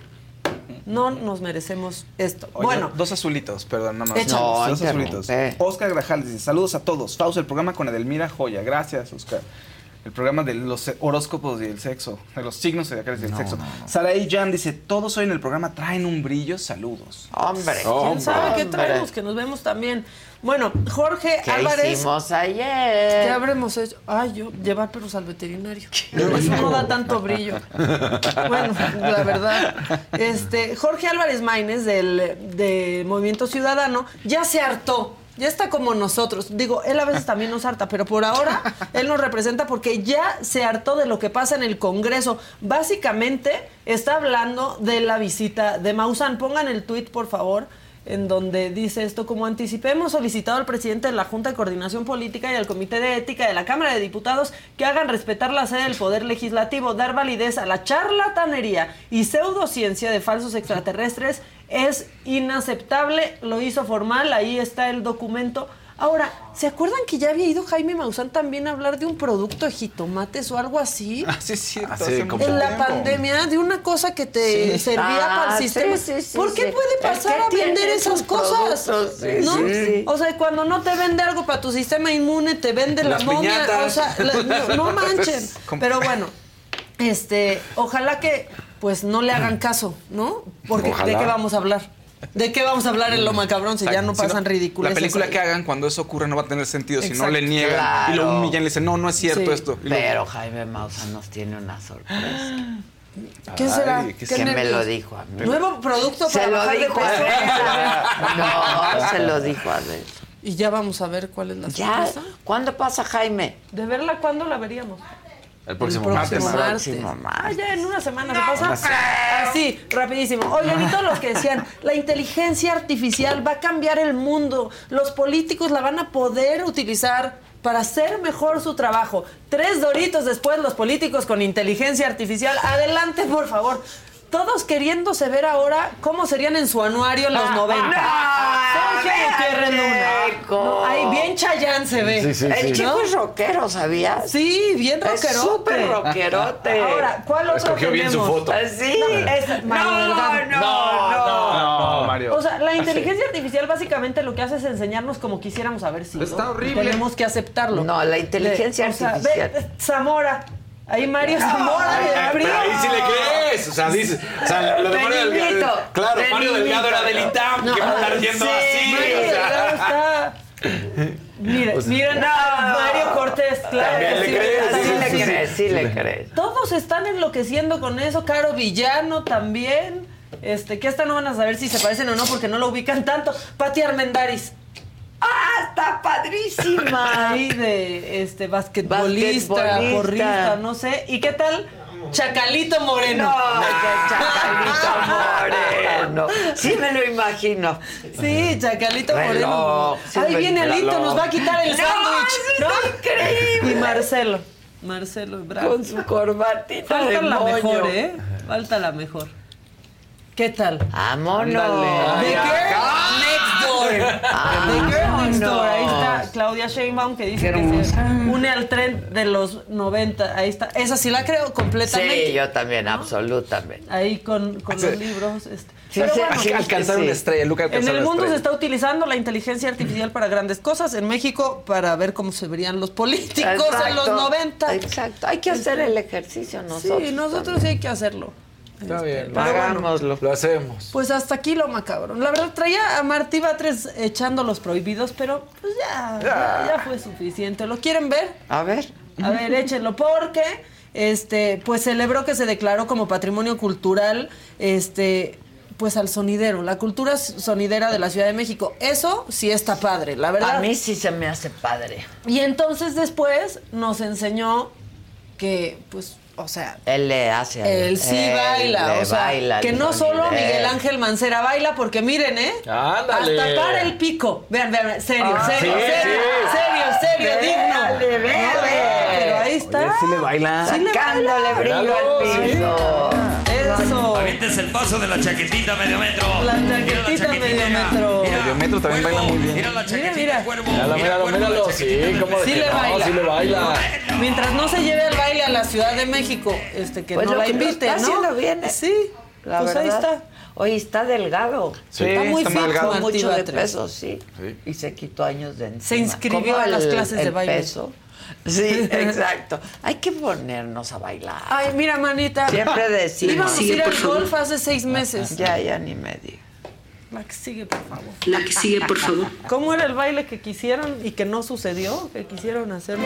No nos merecemos esto. Oye, bueno. 2 azulitos, perdón, nada más. Échalos. 2 azulitos. Oscar Grajales dice, saludos a todos. Pausa el programa con Edelmira Joya. Gracias, Oscar. El programa de los horóscopos y el sexo, de los signos zodiacales del sexo. Saraí Jan dice, todos hoy en el programa traen un brillo, saludos. Hombre. ¿Quién sabe qué traemos? Que nos vemos también. Bueno, Jorge ¿Qué Álvarez. hicimos ayer? ¿Qué habremos hecho? Yo llevar perros al veterinario. Eso no da tanto brillo. Bueno, la verdad. Jorge Álvarez Maínez de Movimiento Ciudadano ya se hartó. Ya está como nosotros. Digo, él a veces también nos harta, pero por ahora él nos representa porque ya se hartó de lo que pasa en el Congreso. Básicamente está hablando de la visita de Maussan. Pongan el tuit, por favor, en donde dice esto: como anticipé, hemos solicitado al presidente de la Junta de Coordinación Política y al Comité de Ética de la Cámara de Diputados que hagan respetar la sede del Poder Legislativo, dar validez a la charlatanería y pseudociencia de falsos extraterrestres. Es inaceptable, lo hizo formal, ahí está el documento. Ahora, ¿se acuerdan que ya había ido Jaime Maussan también a hablar de un producto de jitomates o algo así? Sí, es cierto. En la pandemia, de una cosa que te servía para el sistema. ¿Por qué puede pasar a vender esas cosas? ¿No? O sea, cuando no te vende algo para tu sistema inmune, te vende la momia. O sea, no manchen. Pero bueno, ojalá que pues no le hagan caso, ¿no? Porque ojalá. ¿De qué vamos a hablar? ¿De qué vamos a hablar en Lo Macabrón si ya no pasan ridículas? La película que hagan cuando eso ocurra no va a tener sentido. Si no le niegan y lo humillan, le dicen, no es cierto esto. Pero Jaime Maussan nos tiene una sorpresa. ¿Qué será? Que me lo dijo a mí. ¿Nuevo producto para bajar de peso? No, se lo dijo a él. Y ya vamos a ver cuál es la sorpresa. ¿Cuándo pasa, Jaime? De verla, ¿cuándo la veríamos? El próximo martes. Ya en una semana se pasa. Así, rapidísimo. Oigan, y todos los que decían, la inteligencia artificial va a cambiar el mundo. Los políticos la van a poder utilizar para hacer mejor su trabajo. 3 doritos después, los políticos con inteligencia artificial. Adelante, por favor. Todos queriéndose ver ahora cómo serían en su anuario en los 90. Ahí bien Chayanne se ve. El chico es rockero, ¿sabías? Sí, bien rockerote. Es súper rockerote. Ahora, ¿cuál otro escogió bien su foto. Sí. No, Mario. O sea, la inteligencia artificial básicamente lo que hace es enseñarnos como quisiéramos haber sido. Está horrible. Tenemos que aceptarlo. No, la inteligencia artificial. Ve, Zamora. Ahí Mario Zamora del PRI. Pero ahí sí le crees. O sea, dice. O sea, lo de Mario Delgado. Claro, Mario Delgado era del ITAM. ¿Qué va a estar yendo así? Mario Delgado está. Miren, Mario Cortés, claro. También le crees. Sí le crees. Todos están enloqueciendo con eso. Caro Villano también. Que esta no van a saber si se parecen o no porque no lo ubican tanto. Pati Armendáriz. ¡Ah, está padrísima! Ahí de basquetbolista, porrista, no sé. ¿Y qué tal? Chacalito Moreno. No, Chacalito Moreno. Sí me lo imagino. Sí, Chacalito Moreno. Ahí viene Alito, nos va a quitar el sándwich. ¡No, increíble! Y Marcelo Bravo. Con su corbatita Falta de la moño. Mejor, Falta la mejor. ¿Qué tal? ¡Vámonos! The Girl Next Door. The Girl Next Door. Ahí está Claudia Sheinbaum que dice que se une al tren de los 90. Ahí está. Esa sí la creo completamente. Sí, yo también, absolutamente. Ahí con los libros. Pero bueno, alcanzar una estrella, Luca. En el mundo se está utilizando la inteligencia artificial para grandes cosas. En México, para ver cómo se verían los políticos en los 90. Exacto. Hay que hacer el ejercicio nosotros. Sí, nosotros sí hay que hacerlo. Está bien, hagámoslo. Lo hacemos. Pues hasta aquí Lo Macabrón. La verdad, traía a Martí Batres echando los prohibidos, pero pues ya fue suficiente. ¿Lo quieren ver? A ver. A ver, échenlo, porque pues celebró que se declaró como patrimonio cultural pues al sonidero, la cultura sonidera de la Ciudad de México. Eso sí está padre, la verdad. A mí sí se me hace padre. Y entonces después nos enseñó que, pues, o sea, él le hace a él sí baila, o sea, baila que no solo Miguel Ángel Mancera baila, porque miren, ándale, hasta para el pico. Vean, serio, serio, digno. Pero ahí está. Sí le baila. Sacándole brillo al piso. Eso. Avientes el paso de la chaquetita medio metro. La chaquetita medio metro. Medio metro también baila muy bien. Mira la chaquetita, cuervo. Míralo. Sí, como sí le baila. Sí le baila. Mientras no se lleve el baile a la Ciudad de México, que pues no la invite, está haciendo bien. Sí, la pues verdad. Ahí está. Oye, está delgado. Sí, está muy delgado. Mucho de peso, sí. Y se quitó años de encima. Se inscribió a las clases de baile. Peso? Sí, exacto. Hay que ponernos a bailar. Ay, mira, manita. Siempre decimos. Íbamos a ir al golf hace 6 meses. Ya ni me digas. La que sigue, por favor. La que sigue, por favor. ¿Cómo era el baile que quisieron y que no sucedió? Que quisieron hacerlo.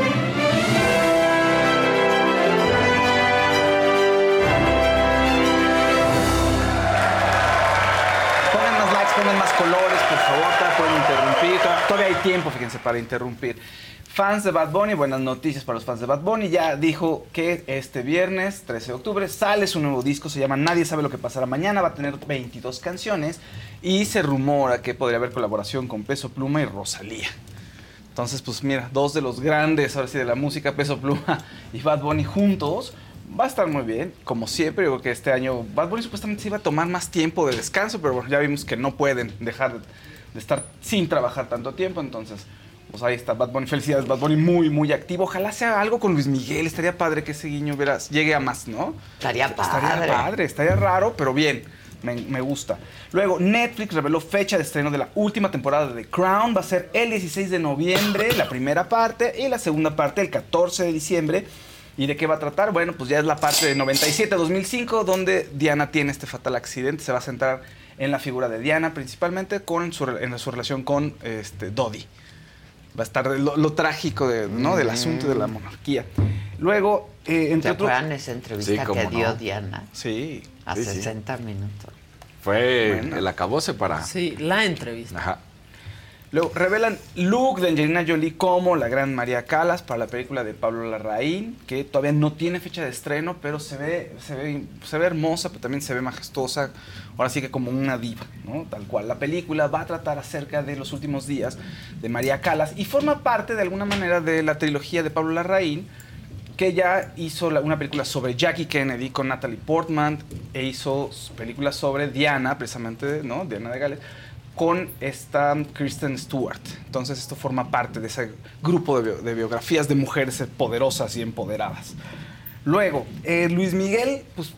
Pongan más colores, por favor, pueden interrumpir. Todavía hay tiempo, fíjense, para interrumpir. Fans de Bad Bunny, buenas noticias para los fans de Bad Bunny. Ya dijo que este viernes, 13 de octubre, sale su nuevo disco, se llama Nadie sabe lo que pasará mañana, va a tener 22 canciones y se rumora que podría haber colaboración con Peso Pluma y Rosalía. Entonces, pues mira, dos de los grandes, ahora sí, de la música, Peso Pluma y Bad Bunny juntos. Va a estar muy bien, como siempre. Yo creo que este año Bad Bunny supuestamente se iba a tomar más tiempo de descanso, pero bueno, ya vimos que no pueden dejar de estar sin trabajar tanto tiempo. Entonces, pues ahí está Bad Bunny. Felicidades, Bad Bunny, muy, muy activo. Ojalá sea algo con Luis Miguel. Estaría padre que ese guiño llegue a más, ¿no? Estaría padre. Estaría raro, pero bien. Me gusta. Luego, Netflix reveló fecha de estreno de la última temporada de The Crown. Va a ser el 16 de noviembre, la primera parte, y la segunda parte el 14 de diciembre. ¿Y de qué va a tratar? Bueno, pues ya es la parte de 97-2005, donde Diana tiene este fatal accidente. Se va a centrar en la figura de Diana, principalmente en su relación con Dodi. Va a estar lo trágico del asunto de la monarquía. Luego, entre otros... ¿Se acuerdan esa entrevista que dio Diana? Sí. A 60 minutos. Fue el acabose para... Sí, la entrevista. Ajá. Luego revelan look de Angelina Jolie como la gran María Callas para la película de Pablo Larraín, que todavía no tiene fecha de estreno, pero se ve hermosa, pero también se ve majestuosa, ahora sí que como una diva, ¿no? Tal cual. La película va a tratar acerca de los últimos días de María Callas y forma parte de alguna manera de la trilogía de Pablo Larraín, que ya hizo una película sobre Jackie Kennedy con Natalie Portman e hizo películas sobre Diana, precisamente, ¿no? Diana de Gales, con esta Kristen Stewart. Entonces esto forma parte de ese grupo de biografías de mujeres poderosas y empoderadas. Luego, Luis Miguel, pues,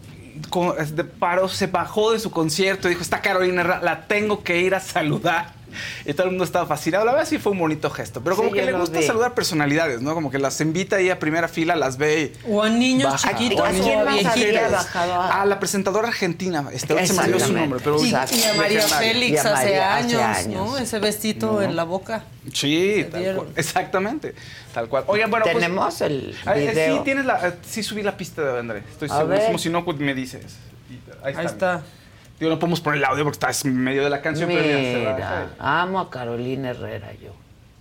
se bajó de su concierto y dijo, está Carolina Herrera, la tengo que ir a saludar. Y todo el mundo estaba fascinado. La verdad sí fue un bonito gesto. Pero como que le gusta saludar personalidades, ¿no? Como que las invita ahí a primera fila, las ve y... O a niños chiquitos. ¿A quién más había bajado? A la presentadora argentina. Se me dio su nombre. Pero y a María Félix hace años, ¿no? Ese vestito en la boca. Sí, exactamente. Tal cual. Oigan, bueno, tenemos pues, el video. Sí subí la pista de André. Estoy segurísimo. Si no, pues me dices. Ahí está. Digo, no podemos poner el audio porque está en medio de la canción. Mira, amo a Carolina Herrera yo.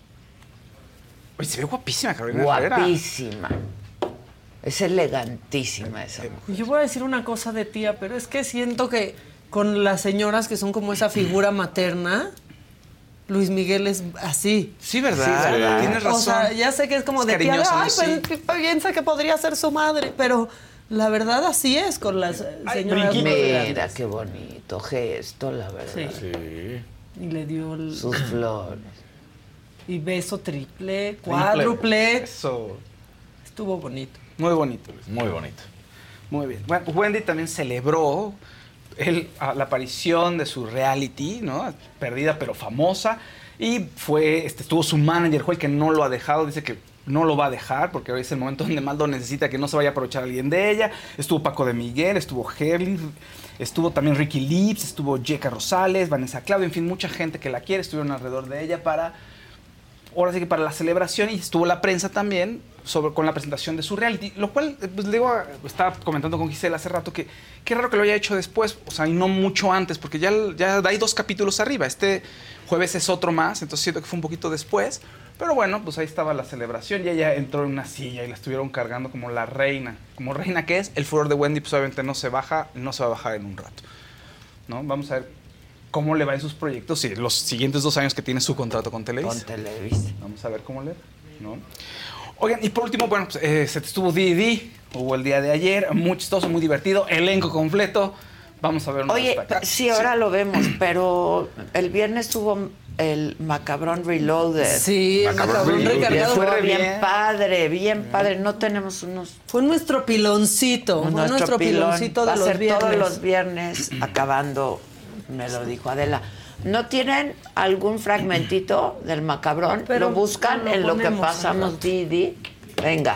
Oye, se ve guapísima Carolina Herrera. Guapísima. Es elegantísima esa mujer. Yo voy a decir una cosa de tía, pero es que siento que con las señoras que son como esa figura materna, Luis Miguel es así. Sí, ¿verdad? Sí, tienes razón. O sea, ya sé que es como de tía, ay, pues piensa que podría ser su madre, pero... La verdad así es con las señoras. Mira, qué bonito gesto, la verdad. Sí. Y le dio sus flores. Y beso triple, cuádruple. Eso. Estuvo bonito. Muy bonito. Muy bonito. Muy bien. Bueno, Wendy también celebró la aparición de su reality, ¿no? Perdida pero famosa. Y estuvo su manager, el que no lo ha dejado, dice que no lo va a dejar porque hoy es el momento donde más lo necesita, que no se vaya a aprovechar alguien de ella. Estuvo Paco de Miguel, estuvo Herling, estuvo también Ricky Lips, estuvo Jeca Rosales, Vanessa Claudio, en fin, mucha gente que la quiere, estuvieron alrededor de ella para la celebración, y estuvo la prensa también con la presentación de su reality, lo cual, pues estaba comentando con Gisela hace rato que qué raro que lo haya hecho después, o sea, y no mucho antes, porque ya hay 2 capítulos arriba, este jueves es otro más, entonces siento que fue un poquito después, pero bueno, pues ahí estaba la celebración y ella entró en una silla y la estuvieron cargando como la reina, que es. El furor de Wendy pues obviamente no se va a bajar en un rato, ¿no? Vamos a ver cómo le va en sus proyectos y los siguientes 2 años que tiene su contrato con Televisa. Con Televisa. Vamos a ver cómo le va, ¿no? Oigan, y por último, bueno, pues, se estuvo D&D, hubo el día de ayer, muy chistoso, muy divertido, elenco completo. Vamos a ver una sí, ahora lo vemos, pero el viernes hubo el Macabrón Reloaded. Sí, Macabrón recargado. Fue bien padre. No tenemos unos... Fue nuestro piloncito. Fue nuestro piloncito de los viernes. Todos los viernes acabando, me lo dijo Adela. ¿No tienen algún fragmentito del Macabrón? Pero lo buscan en lo que pasamos Didi. Venga.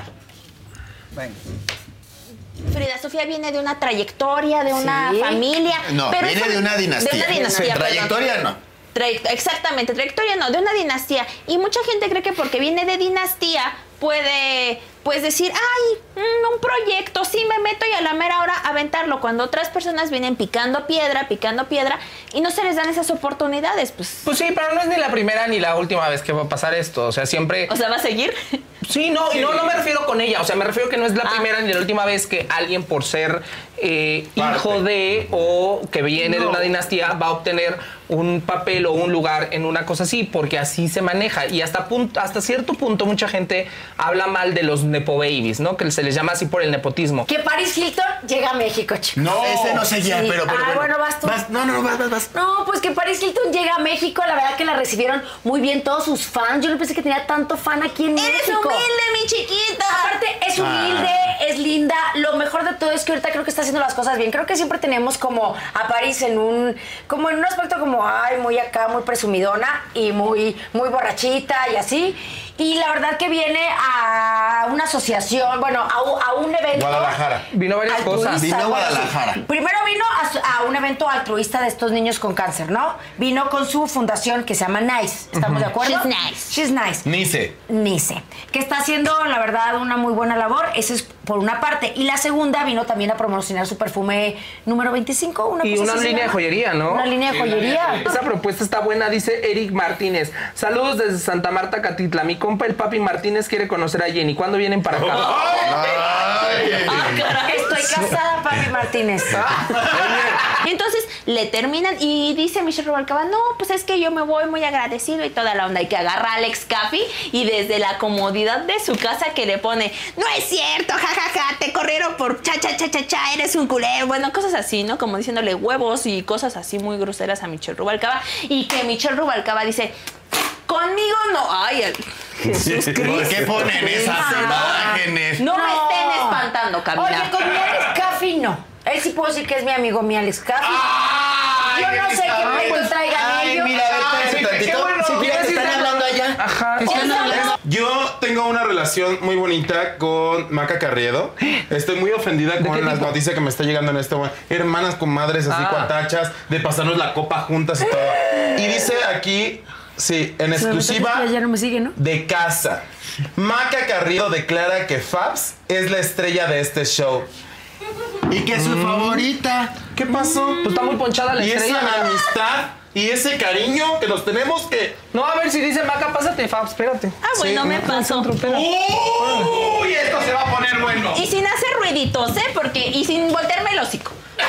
Frida Sofía viene de una trayectoria, de una familia. No, pero viene de una dinastía. De una dinastía, trayectoria no. Exactamente, trayectoria no, de una dinastía. Y mucha gente cree que porque viene de dinastía puede pues decir, ay, un proyecto, sí me meto y a la mera hora aventarlo, cuando otras personas vienen picando piedra y no se les dan esas oportunidades. Pues sí, pero no es ni la primera ni la última vez que va a pasar esto, o sea, siempre... O sea, ¿va a seguir? Sí, no, y no me refiero con ella, o sea, me refiero que no es la primera ni la última vez que alguien por ser hijo de o que viene de una dinastía va a obtener un papel o un lugar en una cosa así, porque así se maneja. Y hasta cierto punto mucha gente habla mal de los nepo babies, ¿no? Que se les llama así por el nepotismo. Que Paris Hilton llega a México, chicos. No, ese no seguía, sí. pero bueno, vas tú. Vas. No, pues que Paris Hilton llega a México, la verdad que la recibieron muy bien todos sus fans. Yo no pensé que tenía tanto fan aquí en México. ¡Eres humilde, mi chiquita! Aparte, es humilde, es linda. Lo mejor de todo es que ahorita creo que está haciendo las cosas bien. Creo que siempre tenemos como a Paris en un aspecto como, ay, muy acá, muy presumidona y muy borrachita y así. Y la verdad que viene a una asociación, bueno, a un evento. Guadalajara. Vino varias cosas. Vino a Guadalajara. Primero vino a un evento altruista de estos niños con cáncer, ¿no? Vino con su fundación que se llama NICE. ¿Estamos de acuerdo? She's Nice. Nice. Que está haciendo, la verdad, una muy buena labor. Eso es por una parte. Y la segunda vino también a promocionar su perfume número 25. Y una línea de joyería, ¿no? Una línea de joyería. Esa propuesta está buena, dice Eric Martínez. Saludos desde Santa Marta, Catitla. Mi compa el Papi Martínez quiere conocer a Jenny. ¿Cuándo vienen para acá? Estoy casada, Papi Martínez. Y entonces le terminan y dice Michelle Rubalcaba, no, pues es que yo me voy muy agradecido y toda la onda. Y que agarra a Alex Caffey y desde la comodidad de su casa que le pone, no es cierto, jajaja, te corrieron por cha, eres un culero. Bueno, cosas así, ¿no? Como diciéndole huevos y cosas así muy groseras a Michelle Rubalcaba. Y que Michelle Rubalcaba dice, conmigo no. Ay, Jesús Cristo. ¿Por qué ponen esas imágenes? No me estén espantando, Camila. Oye, con mi Alex Caffey no. Él sí puedo decir que es mi amigo, mi Alex Caffey. Yo no sé qué pleito traigan ellos. Mira, espérate tantito. Si quieres, están hablando allá. Ajá. Yo tengo una relación muy bonita con Maca Carriedo. Estoy muy ofendida con las noticias que me está llegando en este momento. Hermanas con madres así cuatachas, de pasarnos la copa juntas y todo. Y dice aquí, sí, en exclusiva ya no me sigue, ¿no? de casa. Maca Carriedo declara que Fabs es la estrella de este show. Y que es su favorita. ¿Qué pasó? Pues está muy ponchada la estrella. Y esa amistad y ese cariño que nos tenemos que... No, a ver si dice Maca, pásate, Fabs, espérate. Bueno, me pasó. ¡Uy! Esto se va a poner bueno. Y sin hacer ruiditos, y sin voltearme el hocico.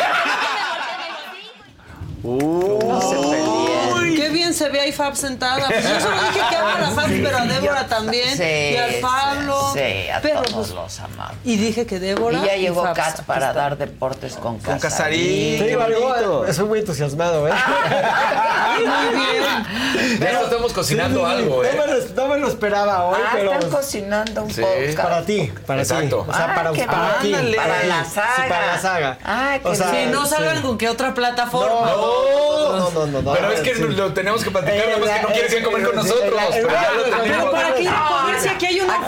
No se peleen. Qué bien se ve ahí Fab sentada. Pues yo solo dije que amo a la Fab, pero a Débora también. Sí, y al Pablo. Sí, a pero, todos los amamos. Y dije que Débora. Y ya llegó Fab, Katz para dar deportes con Casarín. Casarín. Te digo algo, estoy muy entusiasmado, ¿eh? Muy bien. Ya estamos cocinando algo, ¿eh? No me lo esperaba hoy, pero... están cocinando un podcast. Para ti, para Exacto. ti. O sea, para ti. Para la saga. Sí, para la saga. Ah, qué Si no salgan con qué otra plataforma. No. Pero es que lo tenemos que platicar, nada más que no quieres ir a comer con nosotros. Pero ya lo tenemos. Pero ¿para qué ir a comer si aquí hay una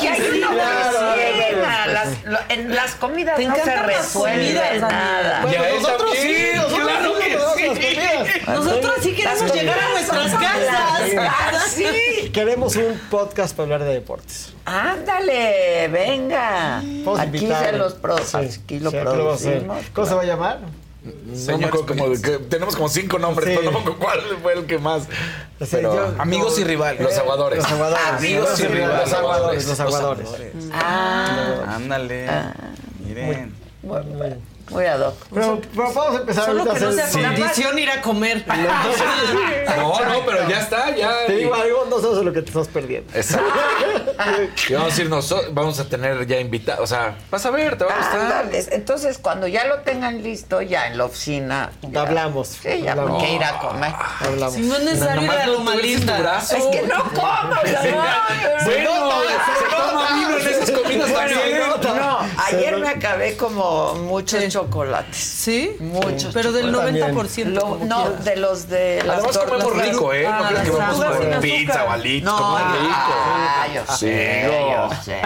En las comidas no se resuelve nada. Bueno, nosotros sí, claro que sí. Nosotros sí queremos llegar a nuestras casas. Sí. Queremos un podcast para hablar de deportes. Ándale, venga. Aquí se los aquí lo producimos. ¿Cómo se va a llamar? No me acuerdo tenemos como 5 nombres, pero no me acuerdo cuál fue el que más. Pero, amigos y rivales. Los aguadores. Amigos y rivales. Los aguadores. Ándale. Miren. Muy ad hoc. Pero vamos a empezar Solo ahorita que no sea hacer... condición ir a comer. No, pero ya está, ya. Te digo algo, no sabes lo que te estás perdiendo. Exacto. Y vamos a ir nosotros, vamos a tener ya invitados, o sea, vas a ver, te va a gustar. Entonces, cuando ya lo tengan listo, ya en la oficina. Hablamos. Sí, ya porque ir a comer. Hablamos. Si no es necesario ir a Loma Linda. Es que no como, Bueno, se toma vino en esas comidas también. Ayer me acabé como muchos chocolates. ¿Sí? Muchos. Pero del chocolates. 90%. No, de los de las Además comemos rico, ¿eh? No creo que vamos por pizza o alitos. No, comemos rico. yo sé.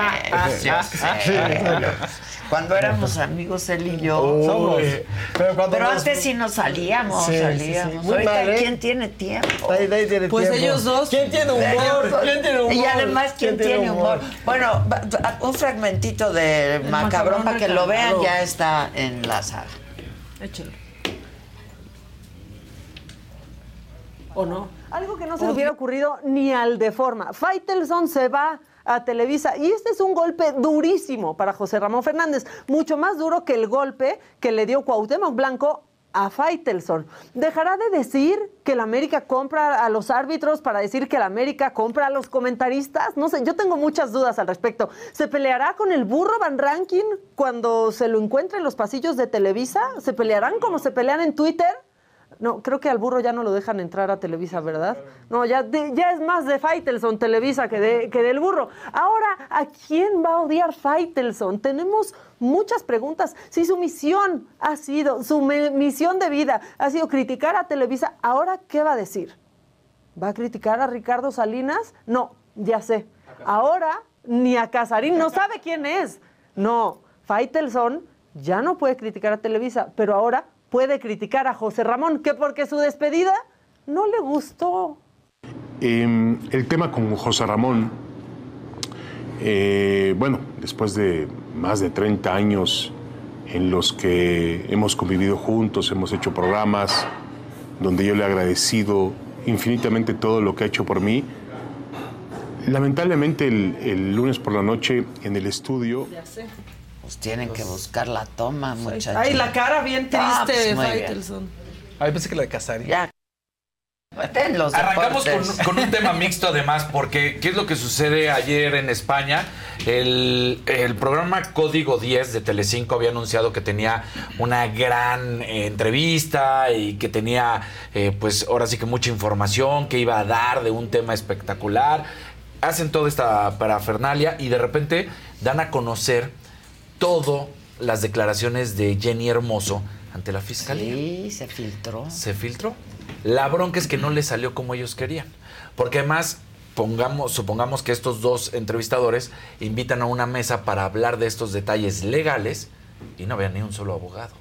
Cuando éramos amigos él y yo. Somos. Pero antes sí nos salíamos, Sí. Ahorita, mal, ¿eh? ¿quién tiene tiempo? Nadie tiene Pues tiempo. ellos dos. ¿Quién tiene humor? ¿Quién tiene humor? Y además, ¿quién tiene humor? Bueno, un fragmentito de Macabrón para que lo vean, ya está en la saga. Échalo. ¿O no? Algo que no se le hubiera ocurrido ni al de forma. Faitelson se va a Televisa y este es un golpe durísimo para José Ramón Fernández, mucho más duro que el golpe que le dio Cuauhtémoc Blanco a Faitelson. ¿Dejará de decir que la América compra a los árbitros para decir que la América compra a los comentaristas? No sé, yo tengo muchas dudas al respecto. ¿Se peleará con el burro Van Rankin cuando se lo encuentre en los pasillos de Televisa? ¿Se pelearán como se pelean en Twitter? No, creo que al burro ya no lo dejan entrar a Televisa, ¿verdad? No, ya es más de Faitelson Televisa que del burro. Ahora, ¿a quién va a odiar Faitelson? Tenemos muchas preguntas. Si su misión ha sido, su misión de vida ha sido criticar a Televisa, ¿ahora qué va a decir? ¿Va a criticar a Ricardo Salinas? No, ya sé. Ahora, ni a Casarín, no sabe quién es. No, Faitelson ya no puede criticar a Televisa, pero ahora puede criticar a José Ramón, que porque su despedida no le gustó. El tema con José Ramón, bueno, después de más de 30 años en los que hemos convivido juntos, hemos hecho programas donde yo le he agradecido infinitamente todo lo que ha hecho por mí, lamentablemente el lunes por la noche en el estudio... Ya sé. Pues tienen que buscar la toma, muchachos. Ay, la cara bien triste de Faitelson. Ay, pensé que la de Casarín. Ya. Arrancamos con un tema mixto además, porque ¿qué es lo que sucede ayer en España? El programa Código 10 de Telecinco había anunciado que tenía una gran entrevista y que tenía, pues ahora sí que mucha información que iba a dar de un tema espectacular. Hacen toda esta parafernalia y de repente dan a conocer todas las declaraciones de Jenny Hermoso ante la fiscalía. Sí, se filtró. Se filtró. La bronca es que no le salió como ellos querían. Porque además, supongamos que estos dos entrevistadores invitan a una mesa para hablar de estos detalles legales y no había ni un solo abogado.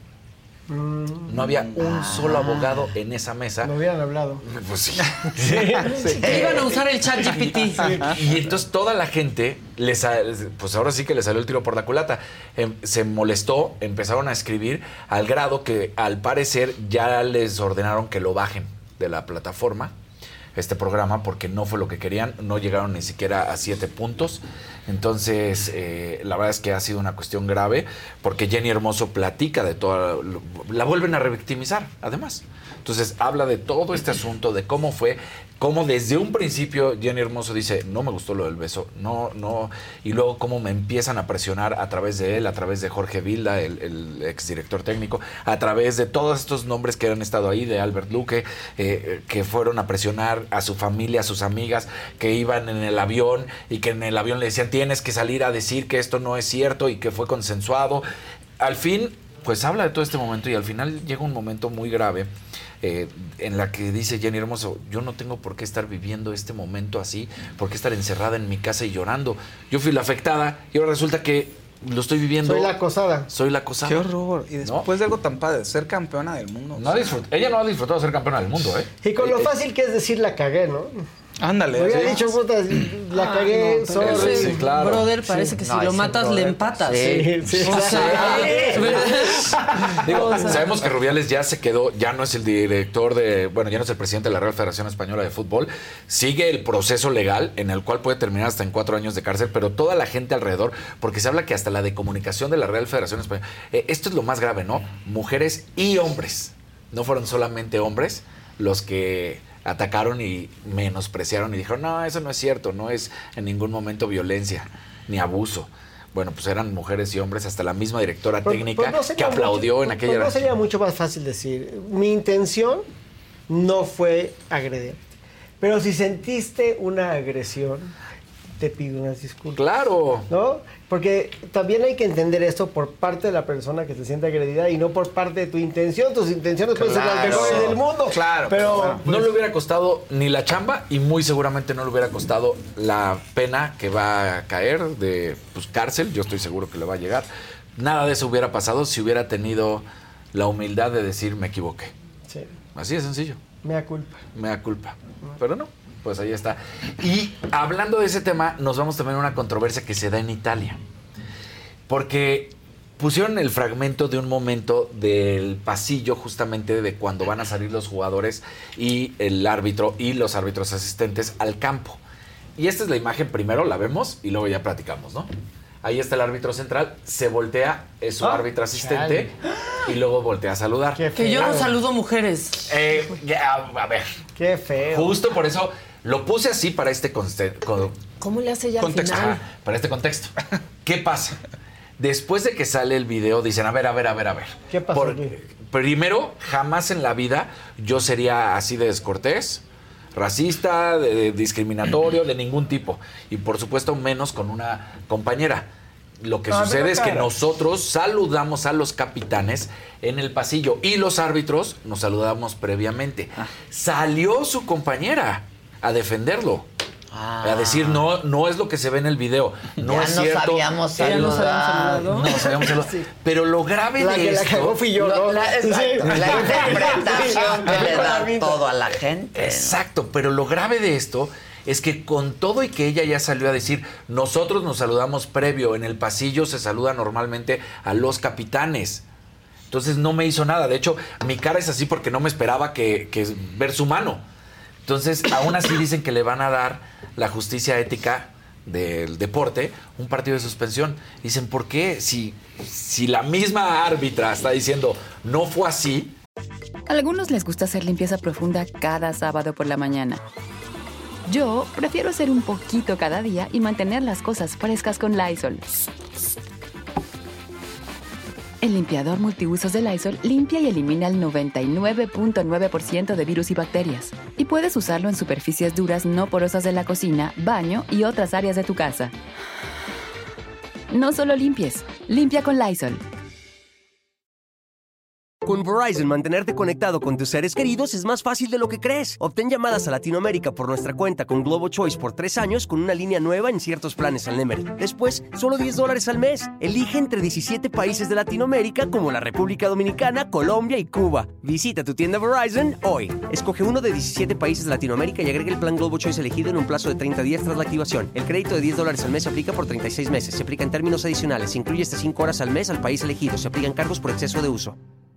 No había un solo abogado en esa mesa. Lo hubieran hablado. Pues sí. Iban a usar el ChatGPT. Y entonces toda la gente, pues ahora sí que le salió el tiro por la culata. Se molestó, empezaron a escribir al grado que al parecer ya les ordenaron que lo bajen de la plataforma, este programa, porque no fue lo que querían, no llegaron ni siquiera a 7 puntos. Entonces, la verdad es que ha sido una cuestión grave, porque Jenny Hermoso platica de toda... La vuelven a revictimizar, además. Entonces, habla de todo este asunto, de cómo fue, cómo desde un principio Jenny Hermoso dice, no me gustó lo del beso, no, y luego cómo me empiezan a presionar a través de él, a través de Jorge Vilda, el exdirector técnico, a través de todos estos nombres que han estado ahí, de Albert Luque, que fueron a presionar a su familia, a sus amigas, que iban en el avión y que en el avión le decían, tienes que salir a decir que esto no es cierto y que fue consensuado. Al fin, pues habla de todo este momento y al final llega un momento muy grave en la que dice Jenny Hermoso, yo no tengo por qué estar viviendo este momento así, por qué estar encerrada en mi casa y llorando. Yo fui la afectada y ahora resulta que lo estoy viviendo. Soy la acosada. Soy la acosada. Qué horror. Y después de algo tan padre, ser campeona del mundo. Ella no ha disfrutado de ser campeona del mundo, ¿eh? Y con lo fácil que es decir la cagué, ¿no? Ándale. Me hubiera dicho, puta, la cagué, sorry. Sí, claro. Brother, parece que si lo matas, le empatas. Sí. O sea, digo, sabemos que Rubiales ya se quedó, ya no es el director ya no es el presidente de la Real Federación Española de Fútbol. Sigue el proceso legal en el cual puede terminar hasta en 4 años de cárcel, pero toda la gente alrededor, porque se habla que hasta la de comunicación de la Real Federación Española, esto es lo más grave, ¿no? Mujeres y hombres. No fueron solamente hombres los que atacaron y menospreciaron y dijeron, no, eso no es cierto, no es en ningún momento violencia ni abuso. Bueno, pues eran mujeres y hombres, hasta la misma directora técnica que aplaudió en aquella... No sería mucho más fácil decir, mi intención no fue agredir, pero si sentiste una agresión, te pido unas disculpas. ¡Claro! ¿No? Porque también hay que entender esto por parte de la persona que se siente agredida y no por parte de tu intención. Tus intenciones pueden ser las mejores del mundo. Claro. Pero no le hubiera costado ni la chamba y muy seguramente no le hubiera costado la pena que va a caer de cárcel. Yo estoy seguro que le va a llegar. Nada de eso hubiera pasado si hubiera tenido la humildad de decir me equivoqué. Sí. Así de sencillo. Mea culpa. Mea culpa. Pero no. Pues ahí está. Y hablando de ese tema, nos vamos también a una controversia que se da en Italia. Porque pusieron el fragmento de un momento del pasillo justamente de cuando van a salir los jugadores y el árbitro y los árbitros asistentes al campo. Y esta es la imagen primero, la vemos y luego ya platicamos, ¿no? Ahí está el árbitro central, se voltea, es su árbitro asistente y luego voltea a saludar. Que yo no saludo mujeres. A ver. Qué feo. Justo por eso lo puse así para este contexto. ¿Cómo le hace ya al final? Ajá, para este contexto. ¿Qué pasa? Después de que sale el video, dicen, a ver. ¿Qué pasó? Primero, jamás en la vida yo sería así de descortés, racista, de discriminatorio, de ningún tipo. Y por supuesto, menos con una compañera. Lo que sucede es que nosotros saludamos a los capitanes en el pasillo y los árbitros nos saludamos previamente. Salió su compañera a defenderlo. A decir, no es lo que se ve en el video. No ya es nos cierto. Habíamos saludado. No nos habíamos saludado. Sí. Pero lo grave de esto... La que cagó fui yo, ¿no? La interpretación que le da todo a la gente. Exacto, pero lo grave de esto es que con todo y que ella ya salió a decir, nosotros nos saludamos previo, en el pasillo se saluda normalmente a los capitanes. Entonces no me hizo nada. De hecho, mi cara es así porque no me esperaba que ver su mano. Entonces, aún así dicen que le van a dar la justicia ética del deporte un partido de suspensión. Dicen, ¿por qué? Si la misma árbitra está diciendo no fue así. A algunos les gusta hacer limpieza profunda cada sábado por la mañana. Yo prefiero hacer un poquito cada día y mantener las cosas frescas con Lysol. El limpiador multiusos de Lysol limpia y elimina el 99.9% de virus y bacterias. Y puedes usarlo en superficies duras no porosas de la cocina, baño y otras áreas de tu casa. No solo limpies, limpia con Lysol. Con Verizon, mantenerte conectado con tus seres queridos es más fácil de lo que crees. Obtén llamadas a Latinoamérica por nuestra cuenta con Globo Choice por 3 años con una línea nueva en ciertos planes al Nemery. Después, solo $10 al mes. Elige entre 17 países de Latinoamérica como la República Dominicana, Colombia y Cuba. Visita tu tienda Verizon hoy. Escoge uno de 17 países de Latinoamérica y agrega el plan Globo Choice elegido en un plazo de 30 días tras la activación. El crédito de $10 al mes se aplica por 36 meses. Se aplica en términos adicionales. Se incluye hasta 5 horas al mes al país elegido. Se aplican cargos por exceso de uso.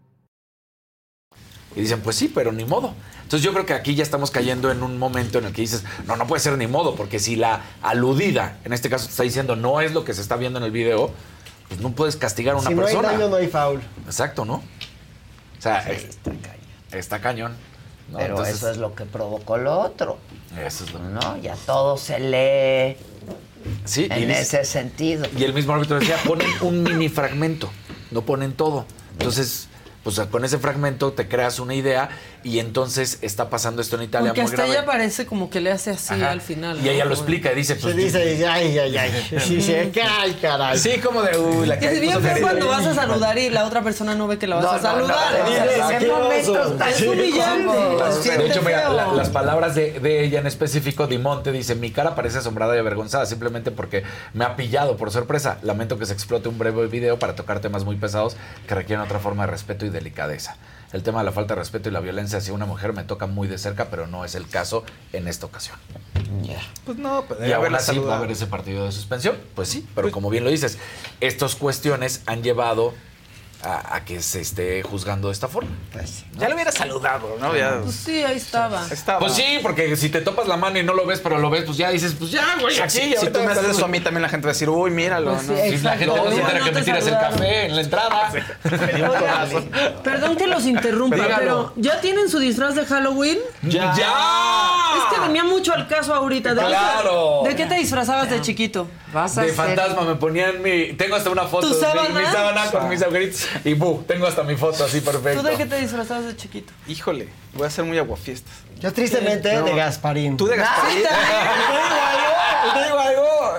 Y dicen, pues sí, pero ni modo. Entonces yo creo que aquí ya estamos cayendo en un momento en el que dices, no puede ser ni modo, porque si la aludida, en este caso te está diciendo, no es lo que se está viendo en el video, pues no puedes castigar a una persona. Si no hay daño, no hay foul. Exacto, ¿no? O sea, sí, está cañón. ¿No? Pero entonces, eso es lo que provocó lo otro. Eso es lo ¿no? Ya todo se lee en ese sentido. Y el mismo árbitro decía, ponen un mini fragmento, no ponen todo. Entonces... pues con ese fragmento te creas una idea y entonces está pasando esto en Italia. Porque muy hasta grave. ella parece como que le hace así al final. Y ella lo explica y dice, pues... Se dice, ay. Sí, ay, caray. Sí, como de, la que... Es bien feo cuando vas a saludar y la otra persona no ve que la vas a saludar. ¿Qué momento es humillante. De hecho, mira, las palabras de ella en específico, Dimonte dice, mi cara parece asombrada y avergonzada simplemente porque me ha pillado por sorpresa. Lamento que se explote un breve video para tocar temas muy pesados que requieren otra forma de respeto y delicadeza. El tema de la falta de respeto y la violencia hacia una mujer me toca muy de cerca, pero no es el caso en esta ocasión. Pues no, y aún así va a haber ese partido de suspensión. Pues sí, pero como bien lo dices, estas cuestiones han llevado a que se esté juzgando de esta forma. Pues, ¿no? Ya lo hubiera saludado, ¿no? Ya, pues sí, ahí estaba. Pues sí, porque si te topas la mano y no lo ves, pero lo ves, pues ya dices, pues ya, güey, aquí. Si tú me haces eso a mí, también la gente va a decir, uy, míralo, pues sí, ¿no? Si la gente no se entera que me tiras el café en la entrada. Perdón que los interrumpa, pero ¿ya tienen su disfraz de Halloween? ¡Ya! Es que venía mucho al caso ahorita. ¡Claro! ¿De qué te disfrazabas de chiquito? De fantasma, me ponían tengo hasta una foto de mi sábana con mis agujeritos y tengo hasta mi foto así perfecto. ¿Tú de qué te disfrazabas de chiquito? Híjole, voy a ser muy aguafiestas. Yo tristemente de Gasparín. ¿Tú de Gasparín? ¿Te digo algo?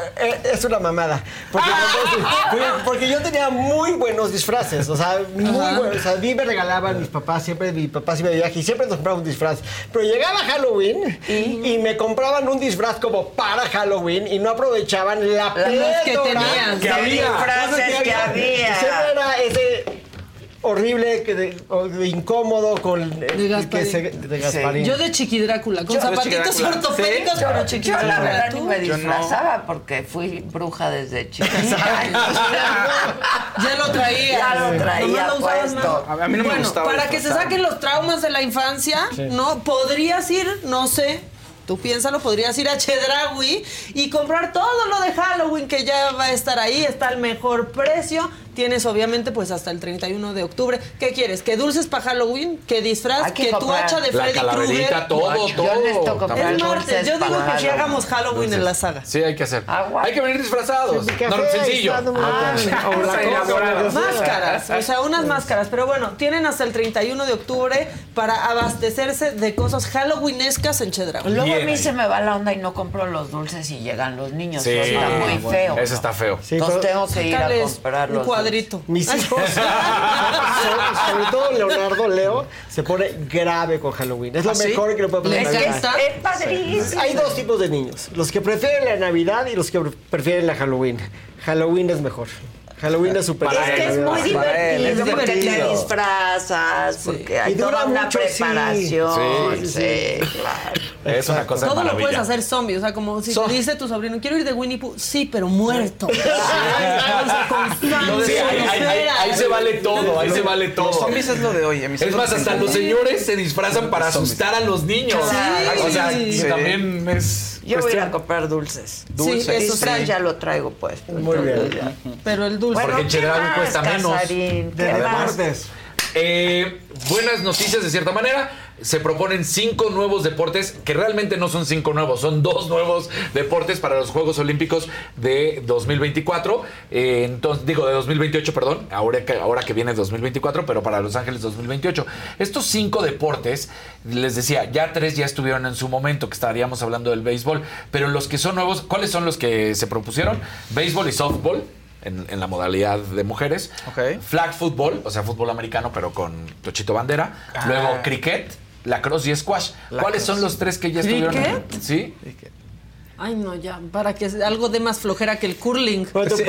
es una mamada. Porque yo tenía muy buenos disfraces, o sea, muy buenos. O sea, a mí me regalaban mis papás, siempre mi papá iba de viaje y siempre nos compraban un disfraz. Pero llegaba Halloween y me compraban un disfraz como para Halloween y no aprovechaban la plétora que tenían. que había. Disfraces que había. Y siempre era ese horrible, incómodo de Gasparín. Yo de Chiqui Drácula, con zapatitos ortopédicos, pero chiquitos. Yo la verdad ni me disfrazaba porque fui bruja desde chiquita. Ya lo traía. Ya lo traía puesto. A mí no me gustaba. Para que se saquen los traumas de la infancia, ¿no? Podrías ir, no sé, tú piénsalo, podrías ir a Chedraui y comprar todo lo de Halloween que ya va a estar ahí, está al mejor precio. Tienes obviamente pues hasta el 31 de octubre. ¿Qué quieres? ¿Que dulces para Halloween? ¿Que disfraz? ¿Que tu hacha de Freddy Krueger? Todo. Yo necesito comprar Es martes, yo digo que hagamos Halloween en la saga. Sí, hay que hacer. Hay que venir disfrazados. No, sencillo. Máscaras, o sea, unas máscaras. Pero bueno, tienen hasta el 31 de octubre para abastecerse de cosas halloweenescas en Chedraui. Luego a mí se me va la onda y no compro los dulces y llegan los niños. Sí, eso está muy feo. Eso está feo. Entonces tengo que ir a comprar los cuadrito. Mis hijos, sobre todo Leo, se pone grave con Halloween. Es lo mejor que le puede pasar. Es padrísimo. Hay dos tipos de niños. Los que prefieren la Navidad y los que prefieren la Halloween. Halloween es mejor. Halloween es súper. Es que es muy divertido porque te disfrazas, porque hay toda una preparación. Sí, claro. Es una cosa todo maravilla. lo puedes hacer zombie, o sea, como si te dice tu sobrino, quiero ir de Winnie Pooh, sí, pero muerto. Ahí se vale todo, ahí se vale todo. Los zombies es lo de hoy. Es más, hasta los señores se disfrazan para asustar a los niños. O sea, también es... Yo voy a ir a comprar dulces. Sí, eso sí. Ya lo traigo puesto. Muy bien. Pero el dulce... Porque en Chedraui cuesta menos. Deportes. Buenas noticias de cierta manera. Se proponen 5 nuevos deportes, que realmente no son 5 nuevos, son 2 nuevos deportes para los Juegos Olímpicos de 2024. Entonces, digo, de 2028, perdón, ahora que viene 2024, pero para Los Ángeles 2028. Estos 5 deportes, les decía, ya 3 ya estuvieron en su momento, que estaríamos hablando del béisbol, pero los que son nuevos, ¿cuáles son los que se propusieron? Béisbol y softball. En la modalidad de mujeres. Flag football, o sea, fútbol americano, pero con Tochito Bandera. Luego cricket, lacrosse y squash. ¿Cuáles son los 3 que ya estuvieron? ¿Cricket? Sí. Ay, no, ya, para que algo de más flojera que el curling. Creo que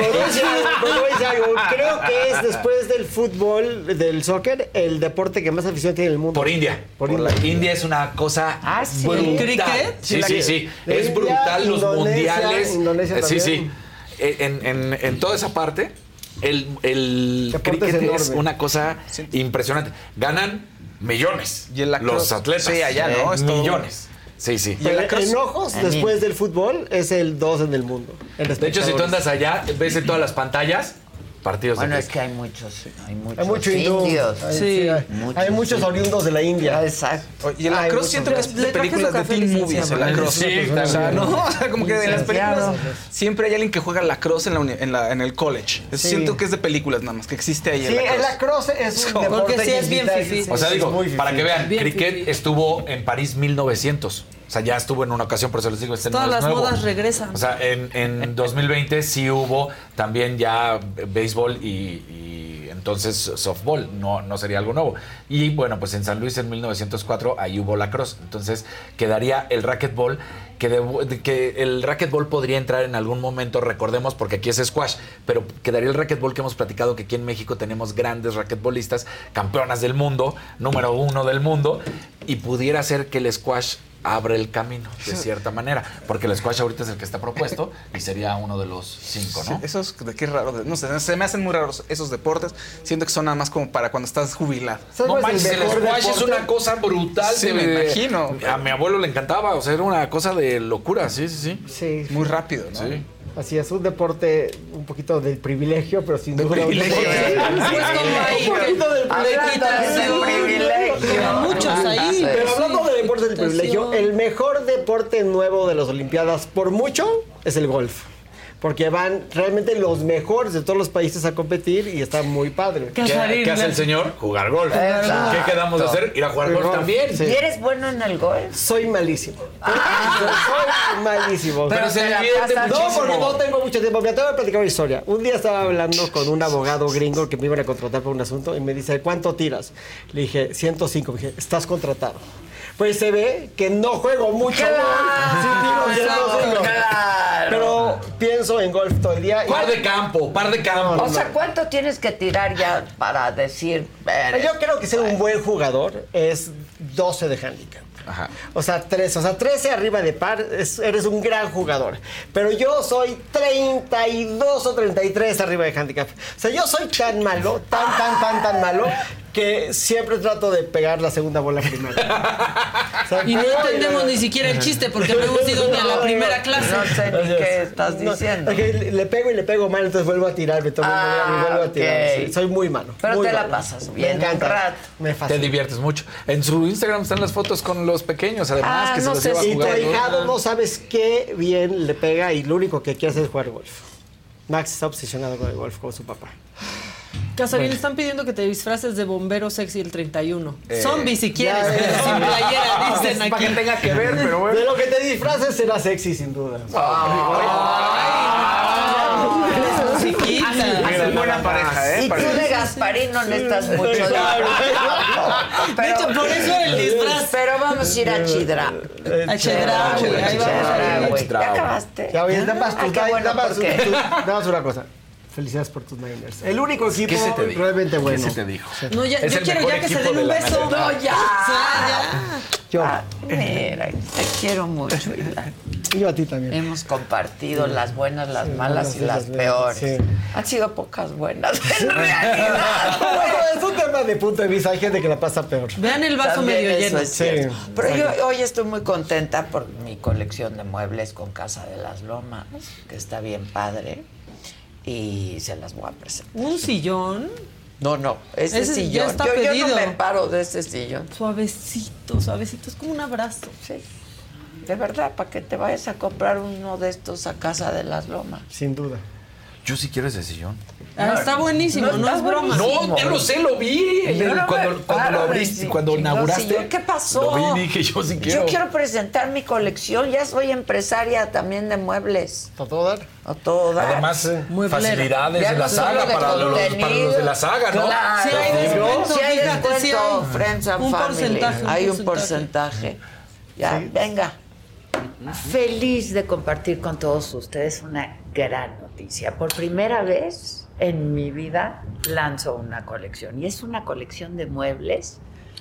es, después del fútbol, del soccer, el deporte que más afición tiene en el mundo. Por India. India es una cosa brutal. ¿Cricket? Sí. Es brutal los mundiales. Indonesia también. Sí. En toda esa parte, el cricket es una cosa impresionante. Ganan millones. Y los atletas. Sí, allá, ¿no? Es millones. Sí. Y en ojos, después del fútbol, es el 2 en el mundo. De hecho, si tú andas allá, ves en todas las pantallas partidos bueno, de es que hay muchos mucho indios. Hay muchos oriundos de la India. Exacto. Y el lacrosse siento que es de películas de teen movies, el lacrosse. Sí, o sea, ¿no? O sea, como que en las películas siempre hay alguien que juega lacrosse en el college. Siento que es de películas nada más, que existe ahí el lacrosse es un deporte porque sí es bien fifí. O sea, digo, para que vean, cricket estuvo en París 1900. O sea, ya estuvo en una ocasión, por eso les digo, todas las modas regresan. O sea, en 2020 sí hubo también ya béisbol y entonces softball, no sería algo nuevo. Y bueno, pues en San Luis en 1904 ahí hubo lacrosse. Entonces quedaría el racquetball, que el racquetball podría entrar en algún momento, recordemos, porque aquí es squash, pero quedaría el racquetball que hemos platicado, que aquí en México tenemos grandes racquetbollistas, campeonas del mundo, número 1 del mundo, y pudiera ser que el squash abre el camino, de cierta manera, porque el squash ahorita es el que está propuesto y sería uno de los 5, ¿no? Sí, esos, de qué raro, no sé, se me hacen muy raros esos deportes, siento que son nada más como para cuando estás jubilado. No manches, el squash es una cosa brutal. Sí, me imagino. A mi abuelo le encantaba, o sea, era una cosa de locura, sí. Muy rápido, ¿no? Sí. Así es, un deporte un poquito del privilegio, pero sin duda. Pues como ahí, un poquito del privilegio. Muchos ahí. Pero hablando de deportes del privilegio, el mejor deporte nuevo de las Olimpiadas, por mucho, es el golf. porque van realmente los mejores de todos los países a competir y está muy padre. ¿Qué hace el señor? Jugar golf. Exacto. ¿Qué quedamos de hacer? Ir a jugar golf también. Sí. ¿Y eres bueno en el golf? Soy malísimo. Soy malísimo. Pero se divierte muchísimo. No, porque no tengo mucho tiempo. Me tengo que platicar una historia. Un día estaba hablando con un abogado gringo que me iban a contratar por un asunto y me dice, ¿cuánto tiras? Le dije, 105. Me dije, estás contratado. Pues se ve que no juego mucho golf. Sí, tiro 105. Claro. Pero pienso en golf todo el día. Par de campo. O sea, ¿cuánto tienes que tirar ya para decir? Yo creo que ser un buen jugador es 12 de handicap. Ajá. O sea, 13 arriba de par, eres un gran jugador. Pero yo soy 32 o 33 arriba de handicap. O sea, yo soy tan malo, tan malo, que siempre trato de pegar la segunda bola primero. O sea, y no entendemos ni siquiera el chiste porque no hemos ido ni a la primera clase. No sé ni qué estás diciendo. Es que le pego y le pego mal, entonces vuelvo a tirar, me tomo y vuelvo a tirar. Sí, soy muy malo. Pero muy te malo. la pasas bien. Me encanta. Me fascina. Te diviertes mucho. En su Instagram están las fotos con los pequeños, además, que se los lleva a jugar. Y tu ahijado no sabes qué bien le pega y lo único que quiere hacer es jugar golf. Max está obsesionado con el golf, con su papá. Casarín, están pidiendo que te disfraces de bombero sexy el 31. Zombie si quieres, pero sin playera, dicen aquí. Para que tenga que ver, pero bueno. De lo que te disfraces será sexy, sin duda. Hacen buena pareja, ¿eh? Y tú de Gasparín no necesitas mucho. De hecho, por eso el disfraz. Pero vamos a ir a Chidra. A Chedraui. Ahí vamos. ¿Ya acabaste? Ya, oye, nada más una cosa. Felicidades por tus Niners. El único equipo realmente bueno. ¿Qué se te dijo? No, yo quiero ya que se den un beso. No, ya. Yo. Mira, te quiero mucho, Hilda. Y yo a ti también. Hemos compartido las buenas, las malas y las peores. Sí. Han sido pocas buenas, en realidad. Bueno, es un tema de punto de vista. Hay gente que la pasa peor. Vean el vaso También medio lleno. Es cierto. Pero yo hoy estoy muy contenta por mi colección de muebles con Casa de las Lomas, que está bien padre. Y se las voy a presentar. ¿Un sillón? No, ese sillón. Ya está yo pedido. no me paro de ese sillón. Suavecito, suavecito. Es como un abrazo. Sí. De verdad, para que te vayas a comprar uno de estos a Casa de las Lomas. Sin duda. Yo sí quiero ese sillón. Está buenísimo, no es broma. No, ya lo sé, lo vi. Cuando lo abriste, cuando inauguraste. ¿Qué pasó? Lo vi y dije, yo sí quiero. Yo quiero presentar mi colección. Ya soy empresaria también de muebles. ¿A todo dar? A todo dar. Además, facilidades de la saga para los de la saga, ¿no? Claro. Sí hay descuento, sí hay fíjate, descuento, sí hay Friends and un Family. porcentaje, Hay un porcentaje. Ya, Sí. venga. Feliz de compartir con todos ustedes una gran noticia. Por primera vez en mi vida lanzo una colección. Y es una colección de muebles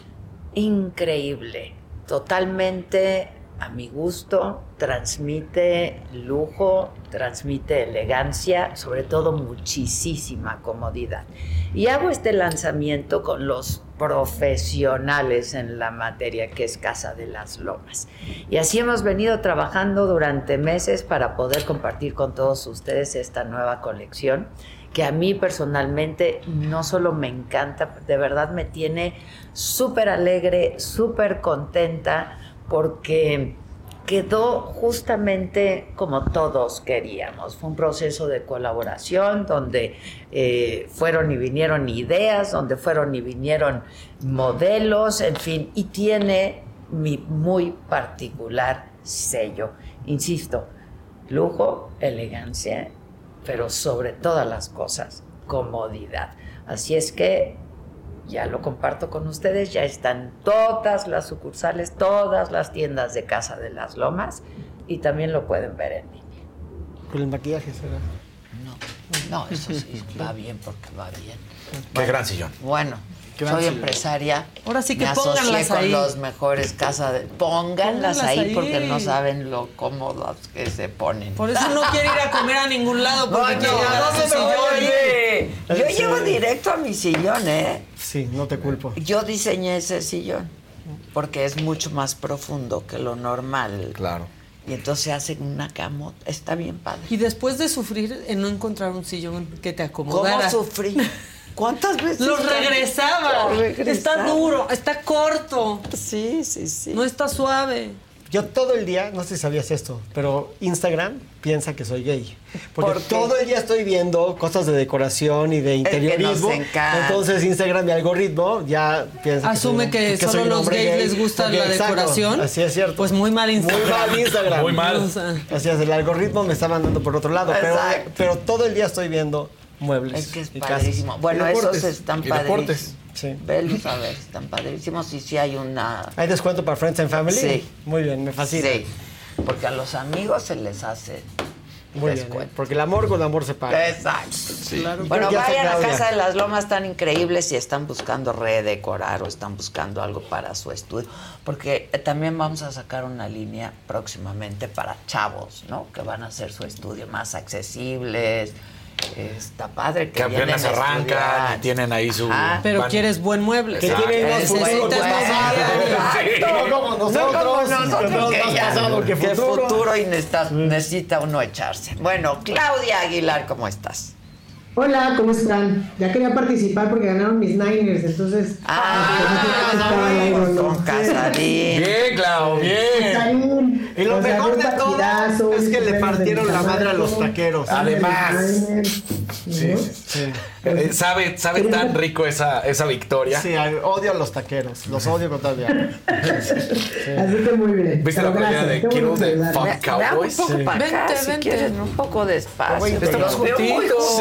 increíble. Totalmente a mi gusto. Transmite lujo, transmite elegancia, sobre todo muchísima comodidad. Y hago este lanzamiento con los profesionales en la materia que es Casa de las Lomas. Y así hemos venido trabajando durante meses para poder compartir con todos ustedes esta nueva colección que a mí personalmente no solo me encanta, de verdad me tiene súper alegre, súper contenta porque quedó justamente como todos queríamos. Fue un proceso de colaboración donde fueron y vinieron ideas, donde fueron y vinieron modelos, en fin, y tiene mi muy particular sello. Insisto, lujo, elegancia, pero sobre todas las cosas, comodidad. Así es que ya lo comparto con ustedes, ya están todas las sucursales, todas las tiendas de Casa de las Lomas y también lo pueden ver en línea. Con el maquillaje será. No, eso sí, va bien porque va bien. Qué gran sillón. Bueno, soy empresaria. Ahora sí que me pónganlas asocié con ahí. los mejores casas de... Pónganlas ahí porque no saben lo cómodas que se ponen. Por eso no quiere ir a comer a ningún lado porque Yo llevo directo a mi sillón, ¿eh? Sí, no te culpo. Yo diseñé ese sillón porque es mucho más profundo que lo normal. Claro. Y entonces hacen una camota. Está bien padre. Y después de sufrir en no encontrar un sillón que te acomodara. ¿Cómo sufrí? ¿Cuántas veces? Los regresaba. Lo regresaba. Está duro, está corto. Sí. No está suave. Yo todo el día, no sé si sabías esto, pero Instagram piensa que soy gay. Porque todo el día estoy viendo cosas de decoración y de interiorismo. Es que nos encanta. Entonces Instagram, mi algoritmo, ya piensa asume que solo los gays les gusta la decoración. Así es cierto. Pues muy mal Instagram. Muy mal Instagram. Muy mal. O sea, así es, el algoritmo me está mandando por otro lado. Pero todo el día estoy viendo muebles. Es que es y padrísimo. casas. Bueno, Y deportes. esos están Y padrísimos. deportes. Sí. Velos, a ver, están padrísimos. Y sí hay una... ¿Hay descuento para Friends and Family? Sí. Muy bien, me fascina. Sí, porque a los amigos se les hace Muy descuento. bien, porque el amor con amor se paga. Exacto. Sí. Claro. Bueno, Ya sé, vayan a Claudia. Casa de las Lomas, están increíbles y están buscando redecorar o están buscando algo para su estudio. Porque también vamos a sacar una línea próximamente para chavos, ¿no? Que van a hacer su estudio más accesibles. Está padre que apenas vienen a arrancan estudiar. y tienen ahí su... Pero quieres buen mueble. Que tienen los futuros. No como nosotros que más ya pasado que futuro. y necesita uno echarse. Bueno, Claudia Aguilar, ¿cómo estás? Hola, ¿cómo están? Ya quería participar porque ganaron mis Niners, entonces... con Casarín. Bien, Clau, bien. Y lo mejor de todo es que le partieron la madre a los taqueros. Además. Sí. ¿Sabe tan rico esa victoria? Sí, odio a los taqueros. Los odio con toda mi alma. Así que muy bien. ¿Viste la pelea de Kiro de Fuck Cowboys? Un poco para acá, si quieren, un poco despacio. Estamos juntitos.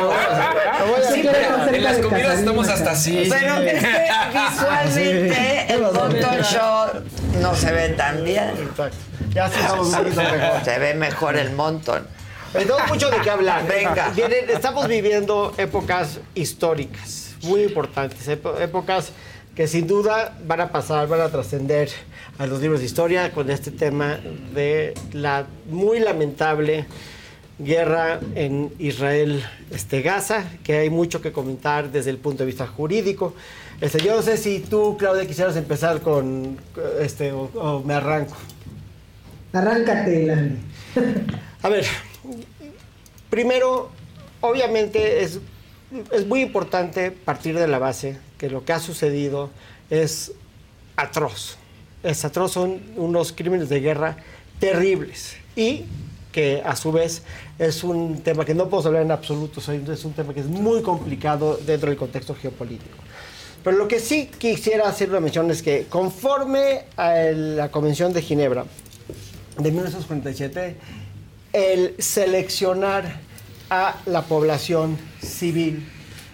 En las comidas estamos hasta así. Pero es que visualmente el Monton Show no se ve tan bien. Ya sí estamos un poquito mejor. Se ve mejor el Monton. Tenemos mucho de qué hablar. Venga. Estamos viviendo épocas históricas, muy importantes, épocas que sin duda van a pasar, van a trascender a los libros de historia con este tema de la muy lamentable guerra en Israel, Gaza, que hay mucho que comentar desde el punto de vista jurídico. Yo no sé si tú, Claudia, quisieras empezar con o me arranco. Arráncate, Lani. A ver, primero, obviamente es muy importante partir de la base que lo que ha sucedido es atroz. Es atroz, son unos crímenes de guerra terribles y que a su vez es un tema que no podemos hablar en absoluto, es un tema que es muy complicado dentro del contexto geopolítico. Pero lo que sí quisiera hacer una mención es que conforme a la Convención de Ginebra de 1947, el seleccionar a la población civil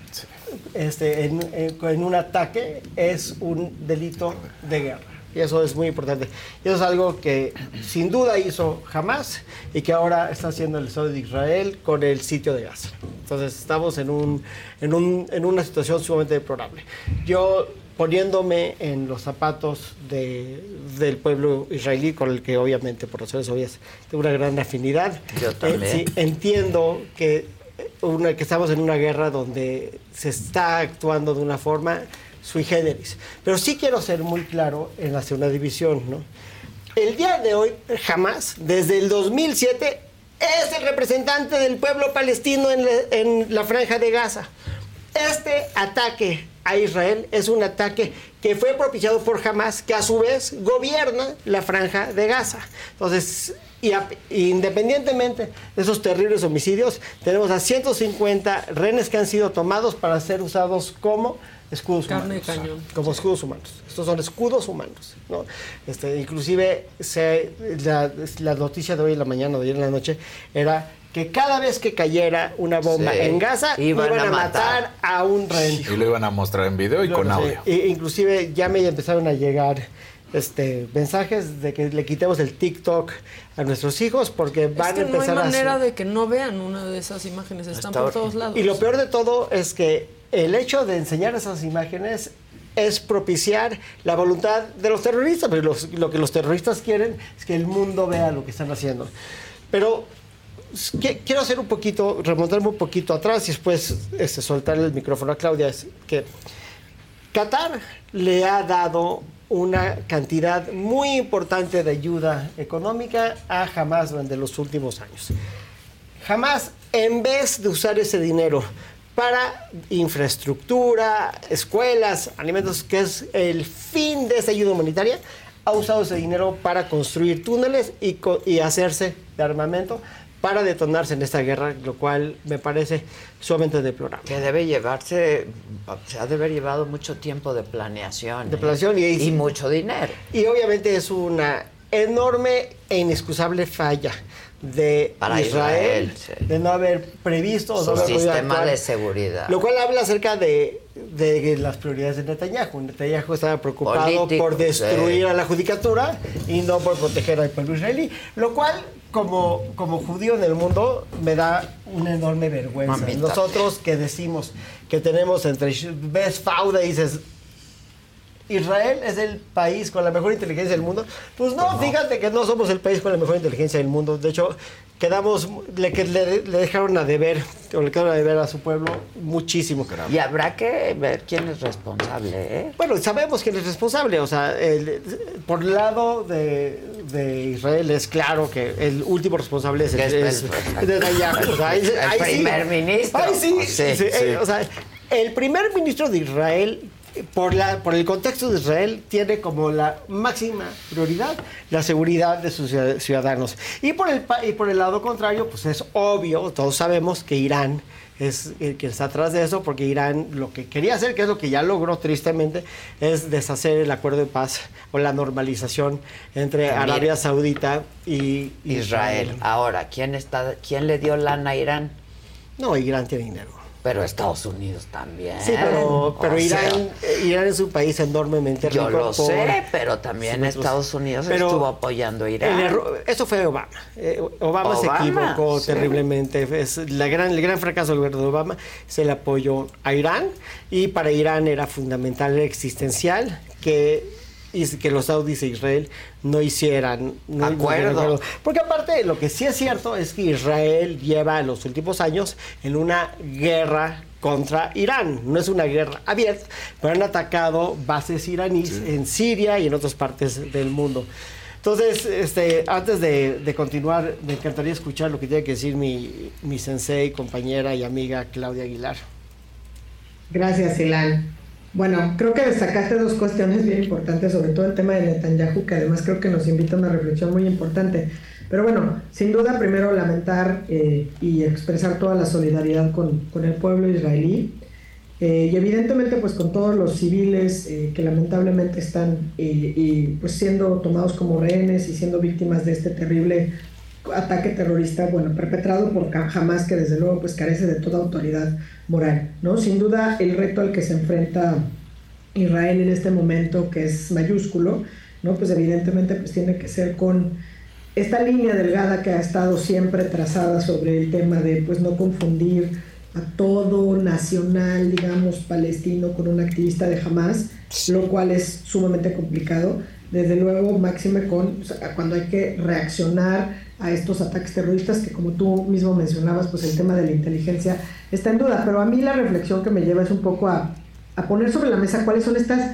en un ataque es un delito de guerra. Y eso es muy importante. Y eso es algo que sin duda hizo Hamás y que ahora está haciendo el Estado de Israel con el sitio de Gaza. Entonces estamos en una situación sumamente deplorable. Yo, poniéndome en los zapatos del pueblo israelí, con el que obviamente por razones obvias tengo una gran afinidad. Yo también. Sí, entiendo que estamos en una guerra donde se está actuando de una forma sui generis. Pero sí quiero ser muy claro en la segunda división, ¿no? El día de hoy, Hamás, desde el 2007, es el representante del pueblo palestino en la Franja de Gaza. Este ataque a Israel es un ataque que fue propiciado por Hamás, que a su vez gobierna la Franja de Gaza. Entonces, independientemente de esos terribles homicidios, tenemos a 150 rehenes que han sido tomados para ser usados como escudos Carne humanos. de cañón. Como escudos humanos. Estos son escudos humanos, ¿no? Inclusive la noticia de hoy en la mañana, de ayer en la noche, era que cada vez que cayera una bomba en Gaza, iban a matar a un rehén. Y lo iban a mostrar en video y con audio. Inclusive ya me empezaron a llegar mensajes de que le quitemos el TikTok a nuestros hijos porque van a empezar no hay manera de que no vean una de esas imágenes, están por todos lados. Y lo peor de todo es que el hecho de enseñar esas imágenes es propiciar la voluntad de los terroristas, pero lo que los terroristas quieren es que el mundo vea lo que están haciendo. Pero quiero hacer remontarme un poquito atrás y después soltar el micrófono a Claudia. Es que Qatar le ha dado una cantidad muy importante de ayuda económica a Hamás durante los últimos años. Hamás, en vez de usar ese dinero para infraestructura, escuelas, alimentos, que es el fin de esa ayuda humanitaria, ha usado ese dinero para construir túneles y hacerse de armamento para detonarse en esta guerra, lo cual me parece sumamente deplorable. Que debe llevarse, se ha de haber llevado mucho tiempo de planeación. Y mucho dinero. Y obviamente es una enorme e inexcusable falla para Israel de no haber previsto su sistema de seguridad. Lo cual habla acerca de las prioridades de Netanyahu. Netanyahu estaba preocupado por destruir a la judicatura y no por proteger al pueblo israelí, lo cual como judío en el mundo me da una enorme vergüenza. Mamita. Nosotros que decimos que tenemos ves Fauda y dices Israel es el país con la mejor inteligencia del mundo. Pues no, fíjate que no somos el país con la mejor inteligencia del mundo. De hecho, le dejaron a deber, o le quedaron a deber a su pueblo muchísimo. Y habrá que ver quién es responsable, ¿eh? Bueno, sabemos quién es responsable. O sea, por el lado de Israel es claro que el último responsable es Netanyahu. O sea, el primer ministro. Sí. O sea, el primer ministro de Israel, por el contexto de Israel, tiene como la máxima prioridad la seguridad de sus ciudadanos. Y por el lado contrario, pues es obvio, todos sabemos que Irán es el que está atrás de eso, porque Irán lo que quería hacer, que es lo que ya logró tristemente, es deshacer el acuerdo de paz o la normalización entre Arabia Saudita y Israel. Ahora, ¿quién le dio lana a Irán? No, Irán tiene dinero. Pero Estados Unidos también. Sí, pero Irán es un país enormemente rico. Yo lo sé, pero también Estados Unidos estuvo apoyando a Irán. Eso fue Obama. Obama se equivocó terriblemente. Es el gran fracaso del gobierno de Obama es el apoyo a Irán. Y para Irán era fundamental, era existencial que los saudíes e Israel no hicieran acuerdo. Porque aparte, lo que sí es cierto es que Israel lleva los últimos años en una guerra contra Irán. No es una guerra abierta, pero han atacado bases iraníes en Siria y en otras partes del mundo. Entonces, antes de continuar, me encantaría escuchar lo que tiene que decir mi sensei, compañera y amiga Claudia Aguilar. Gracias, Ilan. Bueno, creo que destacaste dos cuestiones bien importantes, sobre todo el tema de Netanyahu, que además creo que nos invita a una reflexión muy importante. Pero bueno, sin duda, primero lamentar y expresar toda la solidaridad con el pueblo israelí y evidentemente pues con todos los civiles que lamentablemente están pues siendo tomados como rehenes y siendo víctimas de este terrible ataque terrorista, bueno, perpetrado por Hamas, que desde luego pues carece de toda autoridad moral, ¿no? Sin duda el reto al que se enfrenta Israel en este momento, que es mayúsculo, ¿no? Pues evidentemente pues tiene que ser con esta línea delgada que ha estado siempre trazada sobre el tema de pues no confundir a todo nacional, digamos, palestino con un activista de Hamas, lo cual es sumamente complicado. Desde luego, máxime cuando hay que reaccionar a estos ataques terroristas, que como tú mismo mencionabas, pues el tema de la inteligencia está en duda. Pero a mí la reflexión que me lleva es un poco a poner sobre la mesa cuáles son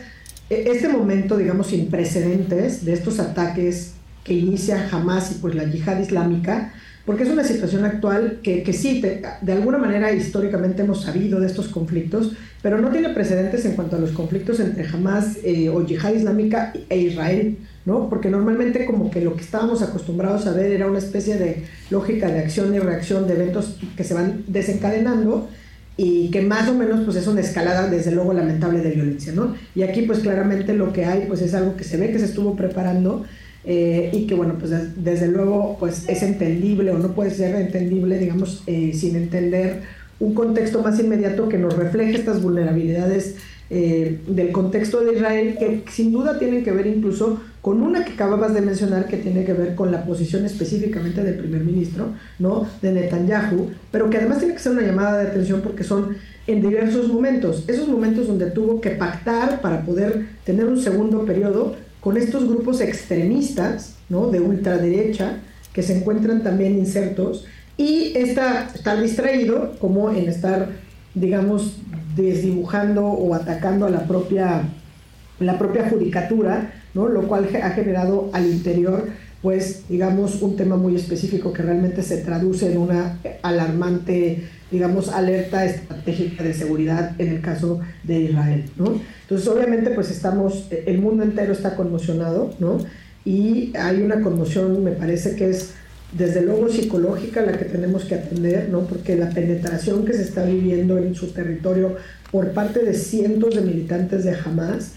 este momento, digamos, sin precedentes de estos ataques que inicia Hamas y pues la yihad islámica, porque es una situación actual que sí, de alguna manera históricamente hemos sabido de estos conflictos, pero no tiene precedentes en cuanto a los conflictos entre Hamas o yihad islámica e Israel, ¿no? Porque normalmente como que lo que estábamos acostumbrados a ver era una especie de lógica de acción y reacción de eventos que se van desencadenando y que más o menos pues es una escalada desde luego lamentable de violencia, ¿no? Y aquí pues claramente lo que hay pues es algo que se ve que se estuvo preparando y que bueno, pues desde luego pues es entendible o no puede ser entendible, digamos, sin entender un contexto más inmediato que nos refleje estas vulnerabilidades del contexto de Israel, que sin duda tienen que ver incluso con una que acababas de mencionar, que tiene que ver con la posición específicamente del primer ministro, ¿no?, de Netanyahu, pero que además tiene que ser una llamada de atención porque son en diversos momentos, esos momentos donde tuvo que pactar para poder tener un segundo periodo con estos grupos extremistas, ¿no?, de ultraderecha, que se encuentran también insertos, y estar distraído como en estar, digamos, desdibujando o atacando a la propia judicatura, ¿no?, lo cual ha generado al interior, pues, digamos, un tema muy específico que realmente se traduce en una alarmante digamos, alerta estratégica de seguridad en el caso de Israel, ¿no? Entonces, obviamente, pues el mundo entero está conmocionado, ¿no? Y hay una conmoción, me parece que es desde luego psicológica la que tenemos que atender, ¿no? Porque la penetración que se está viviendo en su territorio por parte de cientos de militantes de Hamás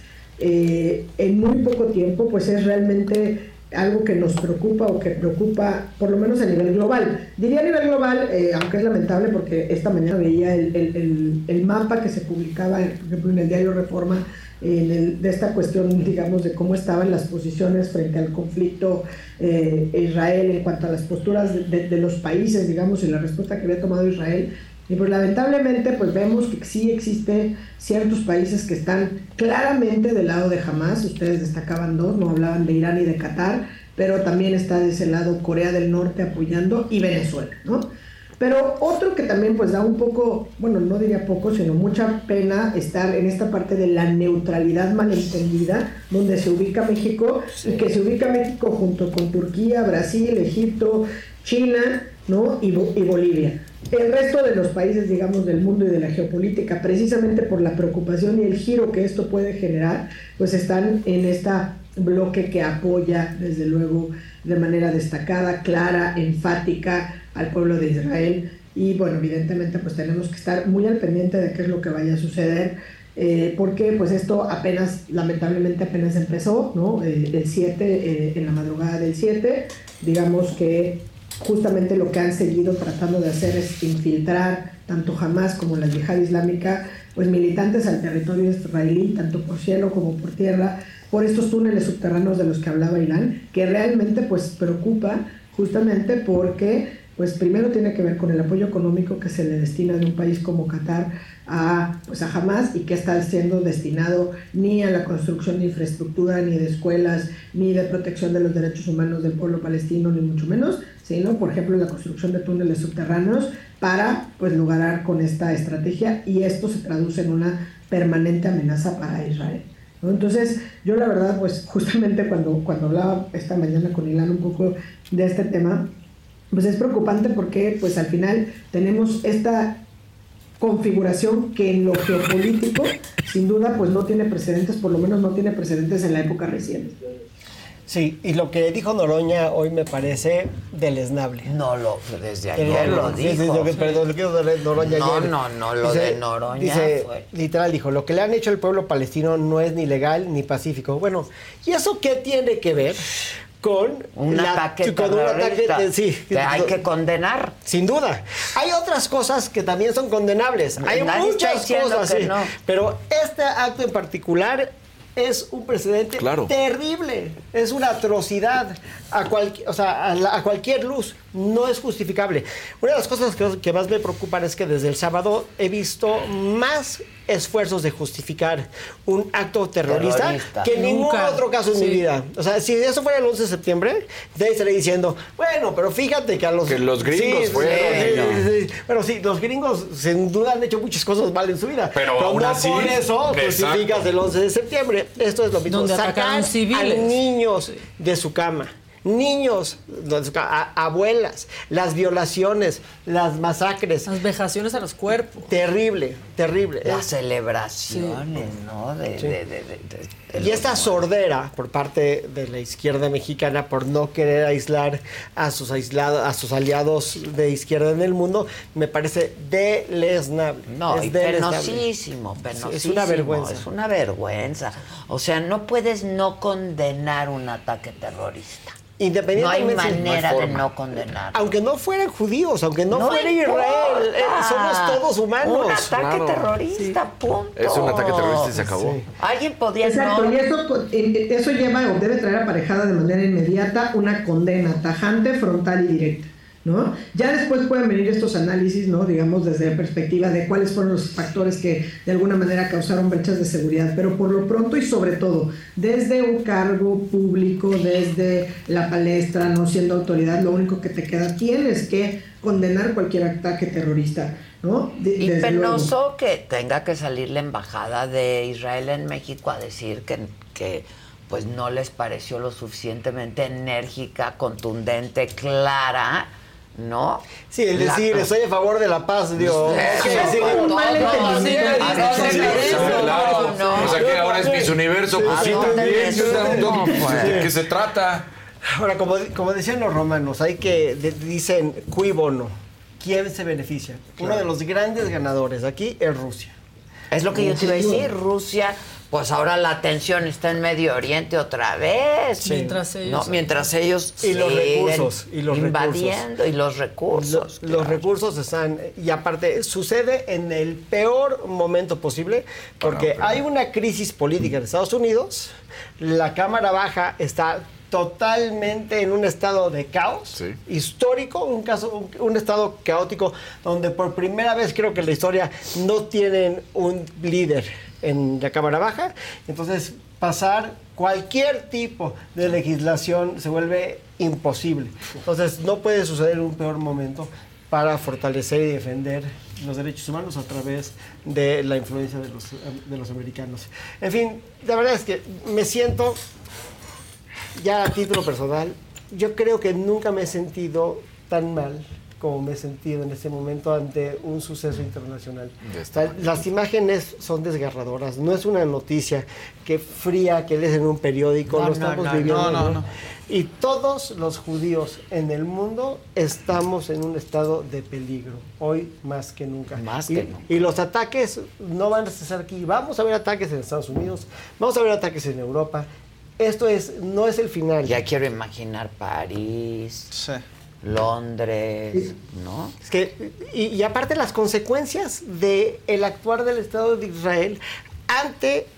en muy poco tiempo, pues es realmente algo que nos preocupa o que preocupa por lo menos a nivel global. Diría a nivel global, aunque es lamentable porque esta mañana veía el mapa que se publicaba, por ejemplo, en el diario Reforma, de esta cuestión, digamos, de cómo estaban las posiciones frente al conflicto Israel en cuanto a las posturas de los países, digamos, y la respuesta que había tomado Israel. Y pues lamentablemente pues vemos que sí existen ciertos países que están claramente del lado de Hamás. Ustedes destacaban dos, no hablaban de Irán y de Qatar, pero también está de ese lado Corea del Norte apoyando y Venezuela, ¿no? Pero otro que también pues da un poco, bueno, no diría poco, sino mucha pena estar en esta parte de la neutralidad malentendida, donde se ubica México, y que se ubica México junto con Turquía, Brasil, Egipto, China, ¿no? y Bolivia. El resto de los países, digamos, del mundo y de la geopolítica, precisamente por la preocupación y el giro que esto puede generar, pues están en este bloque que apoya, desde luego, de manera destacada, clara, enfática al pueblo de Israel. Y bueno, evidentemente pues tenemos que estar muy al pendiente de qué es lo que vaya a suceder, porque pues esto lamentablemente apenas empezó, ¿no? El 7, en la madrugada del 7, digamos que justamente lo que han seguido tratando de hacer es infiltrar tanto Hamás como la Yihad Islámica, pues militantes al territorio israelí, tanto por cielo como por tierra, por estos túneles subterráneos de los que hablaba Irán, que realmente pues preocupa justamente porque pues primero tiene que ver con el apoyo económico que se le destina de un país como Qatar a Hamás, y que está siendo destinado ni a la construcción de infraestructura, ni de escuelas, ni de protección de los derechos humanos del pueblo palestino, ni mucho menos, sino, por ejemplo, la construcción de túneles subterráneos para pues lograr con esta estrategia, y esto se traduce en una permanente amenaza para Israel, ¿no? Entonces, yo la verdad, pues justamente cuando hablaba esta mañana con Ilan un poco de este tema, pues es preocupante porque pues al final tenemos esta configuración que en lo geopolítico sin duda pues no tiene precedentes, por lo menos no tiene precedentes en la época reciente. Sí, y lo que dijo Noroña hoy me parece deleznable. Desde ayer lo dijo. Perdón, lo que dijo Noroña ayer. No, lo de Noroña fue. Literal dijo, lo que le han hecho al pueblo palestino no es ni legal ni pacífico. Bueno, ¿y eso qué tiene que ver con un ataque terrorista que hay que condenar? Sin duda. Hay otras cosas que también son condenables. Hay muchas cosas, sí. No. Pero este acto en particular es un precedente terrible. Es una atrocidad a cualquier luz. No es justificable. Una de las cosas que más me preocupan es que desde el sábado he visto más esfuerzos de justificar un acto terrorista que ningún otro caso en mi vida. O sea, si eso fuera el 11 de septiembre, de ahí estaría diciendo, bueno, pero fíjate que los gringos fueron. Bueno, sí, los gringos sin duda han hecho muchas cosas mal en su vida. Pero aún así, por eso justificas el 11 de septiembre. Esto es lo mismo. Donde sacar a niños de su cama. Niños, abuelas, las violaciones, las masacres. Las vejaciones a los cuerpos. Terrible. Las celebraciones, ¿no? Y esta sordera por parte de la izquierda mexicana por no querer aislar a sus aliados de izquierda en el mundo, me parece deleznable. No, es penosísimo. Es una vergüenza. Es una vergüenza. O sea, no puedes no condenar un ataque terrorista. No hay manera de no condenar. Aunque no fueran judíos, aunque no fuera Israel, somos todos humanos. Un ataque terrorista, punto. Es un ataque terrorista y se acabó. Sí. Alguien podría y eso lleva o debe traer aparejada de manera inmediata una condena tajante, frontal y directa, ¿no? Ya después pueden venir estos análisis, ¿no? Digamos, desde la perspectiva de cuáles fueron los factores que de alguna manera causaron brechas de seguridad, pero por lo pronto y sobre todo, desde un cargo público, desde la palestra, no siendo autoridad, lo único que te queda, tienes que condenar cualquier ataque terrorista, ¿no? Y penoso que tenga que salir la embajada de Israel en México a decir que pues no les pareció lo suficientemente enérgica, contundente, clara ¿no? Sí, el decir, estoy a favor de la paz, Dios. O sea, que ahora es Miss Universo, pues sí, también. ¿De qué se trata? Ahora, como decían los romanos, dicen, cui bono, ¿quién se beneficia? Claro. Uno de los grandes ganadores aquí es Rusia. Es lo que yo te iba a decir, Rusia... Pues ahora la atención está en Medio Oriente otra vez. Sí. Mientras ellos y los recursos invadiendo y los recursos. Los recursos están, y aparte sucede en el peor momento posible, porque hay una crisis política en Estados Unidos, la Cámara Baja está totalmente en un estado de caos histórico, un estado caótico, donde por primera vez creo que en la historia no tienen un líder en la Cámara Baja. Entonces pasar cualquier tipo de legislación se vuelve imposible. Entonces no puede suceder un peor momento para fortalecer y defender los derechos humanos a través de la influencia de los americanos. En fin, la verdad es que me siento, ya a título personal, yo creo que nunca me he sentido tan mal como me he sentido en este momento ante un suceso internacional. Las imágenes son desgarradoras, no es una noticia fría que lees en un periódico, lo estamos viviendo. No. Y todos los judíos en el mundo estamos en un estado de peligro, hoy más que nunca. Y los ataques no van a cesar aquí. Vamos a ver ataques en Estados Unidos, vamos a ver ataques en Europa. Esto no es el final. Ya quiero imaginar París, Londres, ¿no? Es que, y aparte las consecuencias del actuar del Estado de Israel ante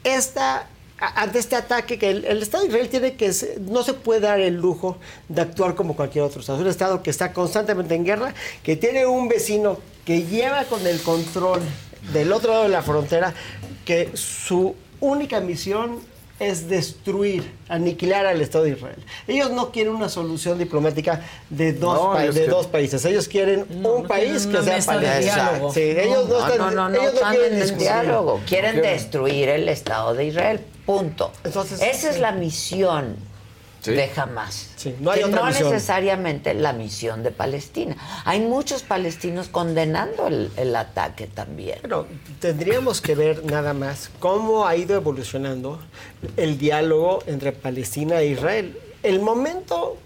este ataque, que el Estado de Israel no se puede dar el lujo de actuar como cualquier otro Estado. Es un Estado que está constantemente en guerra, que tiene un vecino que lleva con el control del otro lado de la frontera, que su única misión es destruir, aniquilar al Estado de Israel. Ellos no quieren una solución diplomática de dos países. Ellos quieren un país que sea palestino. Sí, ellos no quieren en diálogo. Quieren destruir el Estado de Israel. Punto. Entonces, esa es la misión de Hamás. No hay otra misión. Necesariamente la misión de Palestina. Hay muchos palestinos condenando el ataque también. Pero tendríamos que ver nada más cómo ha ido evolucionando el diálogo entre Palestina e Israel. El momento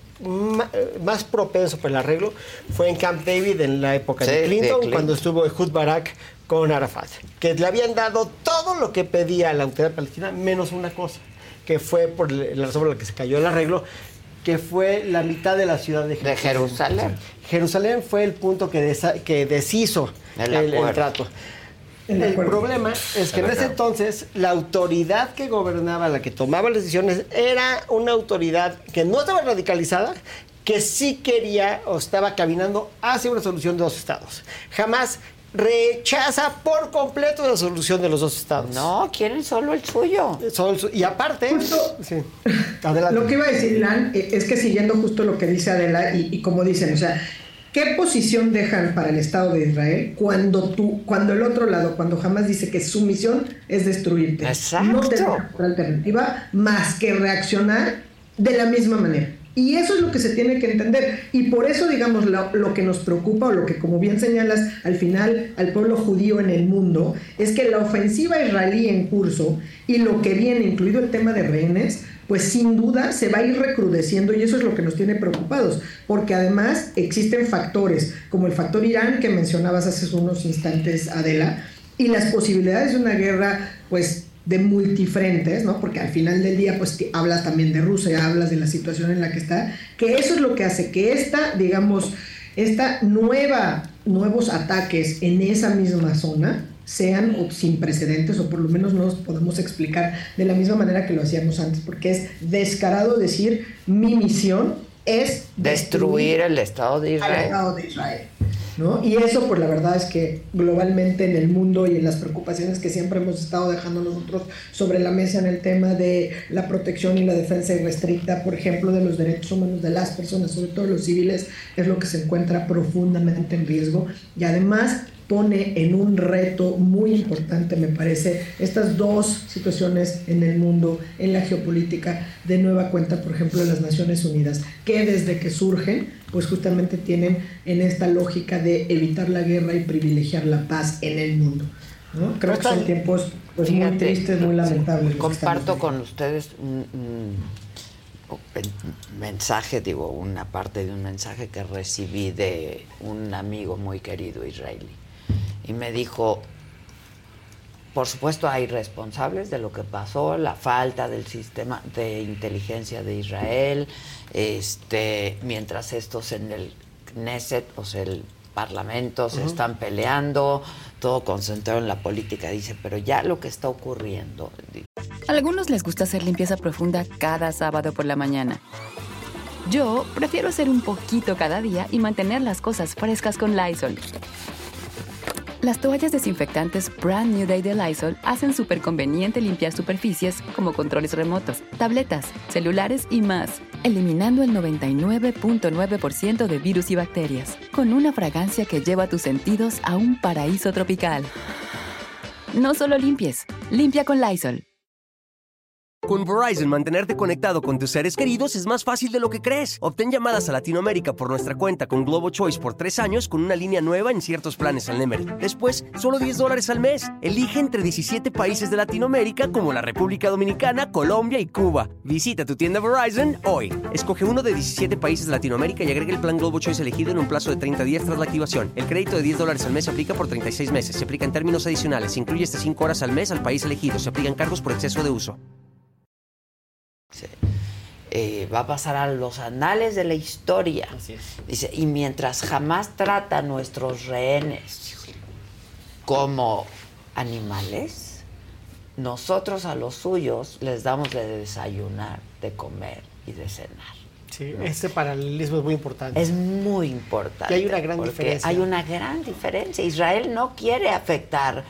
más propenso para el arreglo fue en Camp David en la época de Clinton, cuando estuvo Ehud Barak con Arafat, que le habían dado todo lo que pedía la autoridad palestina, menos una cosa, que fue por la razón por la que se cayó el arreglo, que fue la mitad de la ciudad de Jerusalén. Jerusalén fue el punto que deshizo el trato. El problema es que en ese entonces la autoridad que gobernaba, la que tomaba las decisiones, era una autoridad que no estaba radicalizada, que sí quería o estaba caminando hacia una solución de dos estados. Jamás rechaza por completo la solución de los dos estados. No, quieren solo el suyo. Y aparte... Adelante. Lo que iba a decir, Ilan, es que siguiendo justo lo que dice Adela y como dicen, o sea, ¿qué posición dejan para el Estado de Israel cuando el otro lado, cuando Hamás dice que su misión es destruirte? Exacto. No tiene otra alternativa más que reaccionar de la misma manera. Y eso es lo que se tiene que entender. Y por eso, digamos, lo que nos preocupa, o lo que, como bien señalas, al final al pueblo judío en el mundo, es que la ofensiva israelí en curso y lo que viene, incluido el tema de rehenes, pues sin duda se va a ir recrudeciendo, y eso es lo que nos tiene preocupados, porque además existen factores, como el factor Irán que mencionabas hace unos instantes, Adela, y las posibilidades de una guerra, pues, de multifrentes, ¿no? Porque al final del día, pues, hablas también de Rusia, hablas de la situación en la que está, que eso es lo que hace que nuevos ataques en esa misma zona sean sin precedentes, o por lo menos no nos podemos explicar de la misma manera que lo hacíamos antes, porque es descarado decir, mi misión es destruir el Estado de Israel. Al Estado de Israel, ¿no? Y eso, pues la verdad es que globalmente en el mundo y en las preocupaciones que siempre hemos estado dejando nosotros sobre la mesa en el tema de la protección y la defensa irrestricta, por ejemplo, de los derechos humanos de las personas, sobre todo los civiles, es lo que se encuentra profundamente en riesgo. Y además, pone en un reto muy importante, me parece, estas dos situaciones en el mundo, en la geopolítica, de nueva cuenta, por ejemplo, las Naciones Unidas, que desde que surgen, pues justamente tienen en esta lógica de evitar la guerra y privilegiar la paz en el mundo, ¿no? Creo que son tiempos pues muy tristes, muy lamentables. Comparto con ustedes un mensaje, una parte de un mensaje que recibí de un amigo muy querido israelí. Y me dijo, por supuesto hay responsables de lo que pasó, la falta del sistema de inteligencia de Israel, mientras estos en el Knesset, o sea, el Parlamento, se están peleando, todo concentrado en la política. Dice, pero ya lo que está ocurriendo... A algunos les gusta hacer limpieza profunda cada sábado por la mañana. Yo prefiero hacer un poquito cada día y mantener las cosas frescas con Lysol. Las toallas desinfectantes Brand New Day de Lysol hacen súper conveniente limpiar superficies como controles remotos, tabletas, celulares y más, eliminando el 99.9% de virus y bacterias, con una fragancia que lleva tus sentidos a un paraíso tropical. No solo limpies, limpia con Lysol. Con Verizon, mantenerte conectado con tus seres queridos es más fácil de lo que crees. Obtén llamadas a Latinoamérica por nuestra cuenta con Globo Choice por 3 años con una línea nueva en ciertos planes al Nemery. Después, solo $10 al mes. Elige entre 17 países de Latinoamérica como la República Dominicana, Colombia y Cuba. Visita tu tienda Verizon hoy. Escoge uno de 17 países de Latinoamérica y agrega el plan Globo Choice elegido en un plazo de 30 días tras la activación. El crédito de $10 al mes se aplica por 36 meses. Se aplica en términos adicionales. Se incluye hasta 5 horas al mes al país elegido. Se aplican cargos por exceso de uso. Sí. Va a pasar a los anales de la historia. Así es. Dice, y mientras jamás trata a nuestros rehenes como animales, nosotros a los suyos les damos de desayunar, de comer y de cenar. Sí, ¿no? Este paralelismo es muy importante. Es muy importante. Y hay una gran diferencia. Hay una gran diferencia. Israel no quiere afectar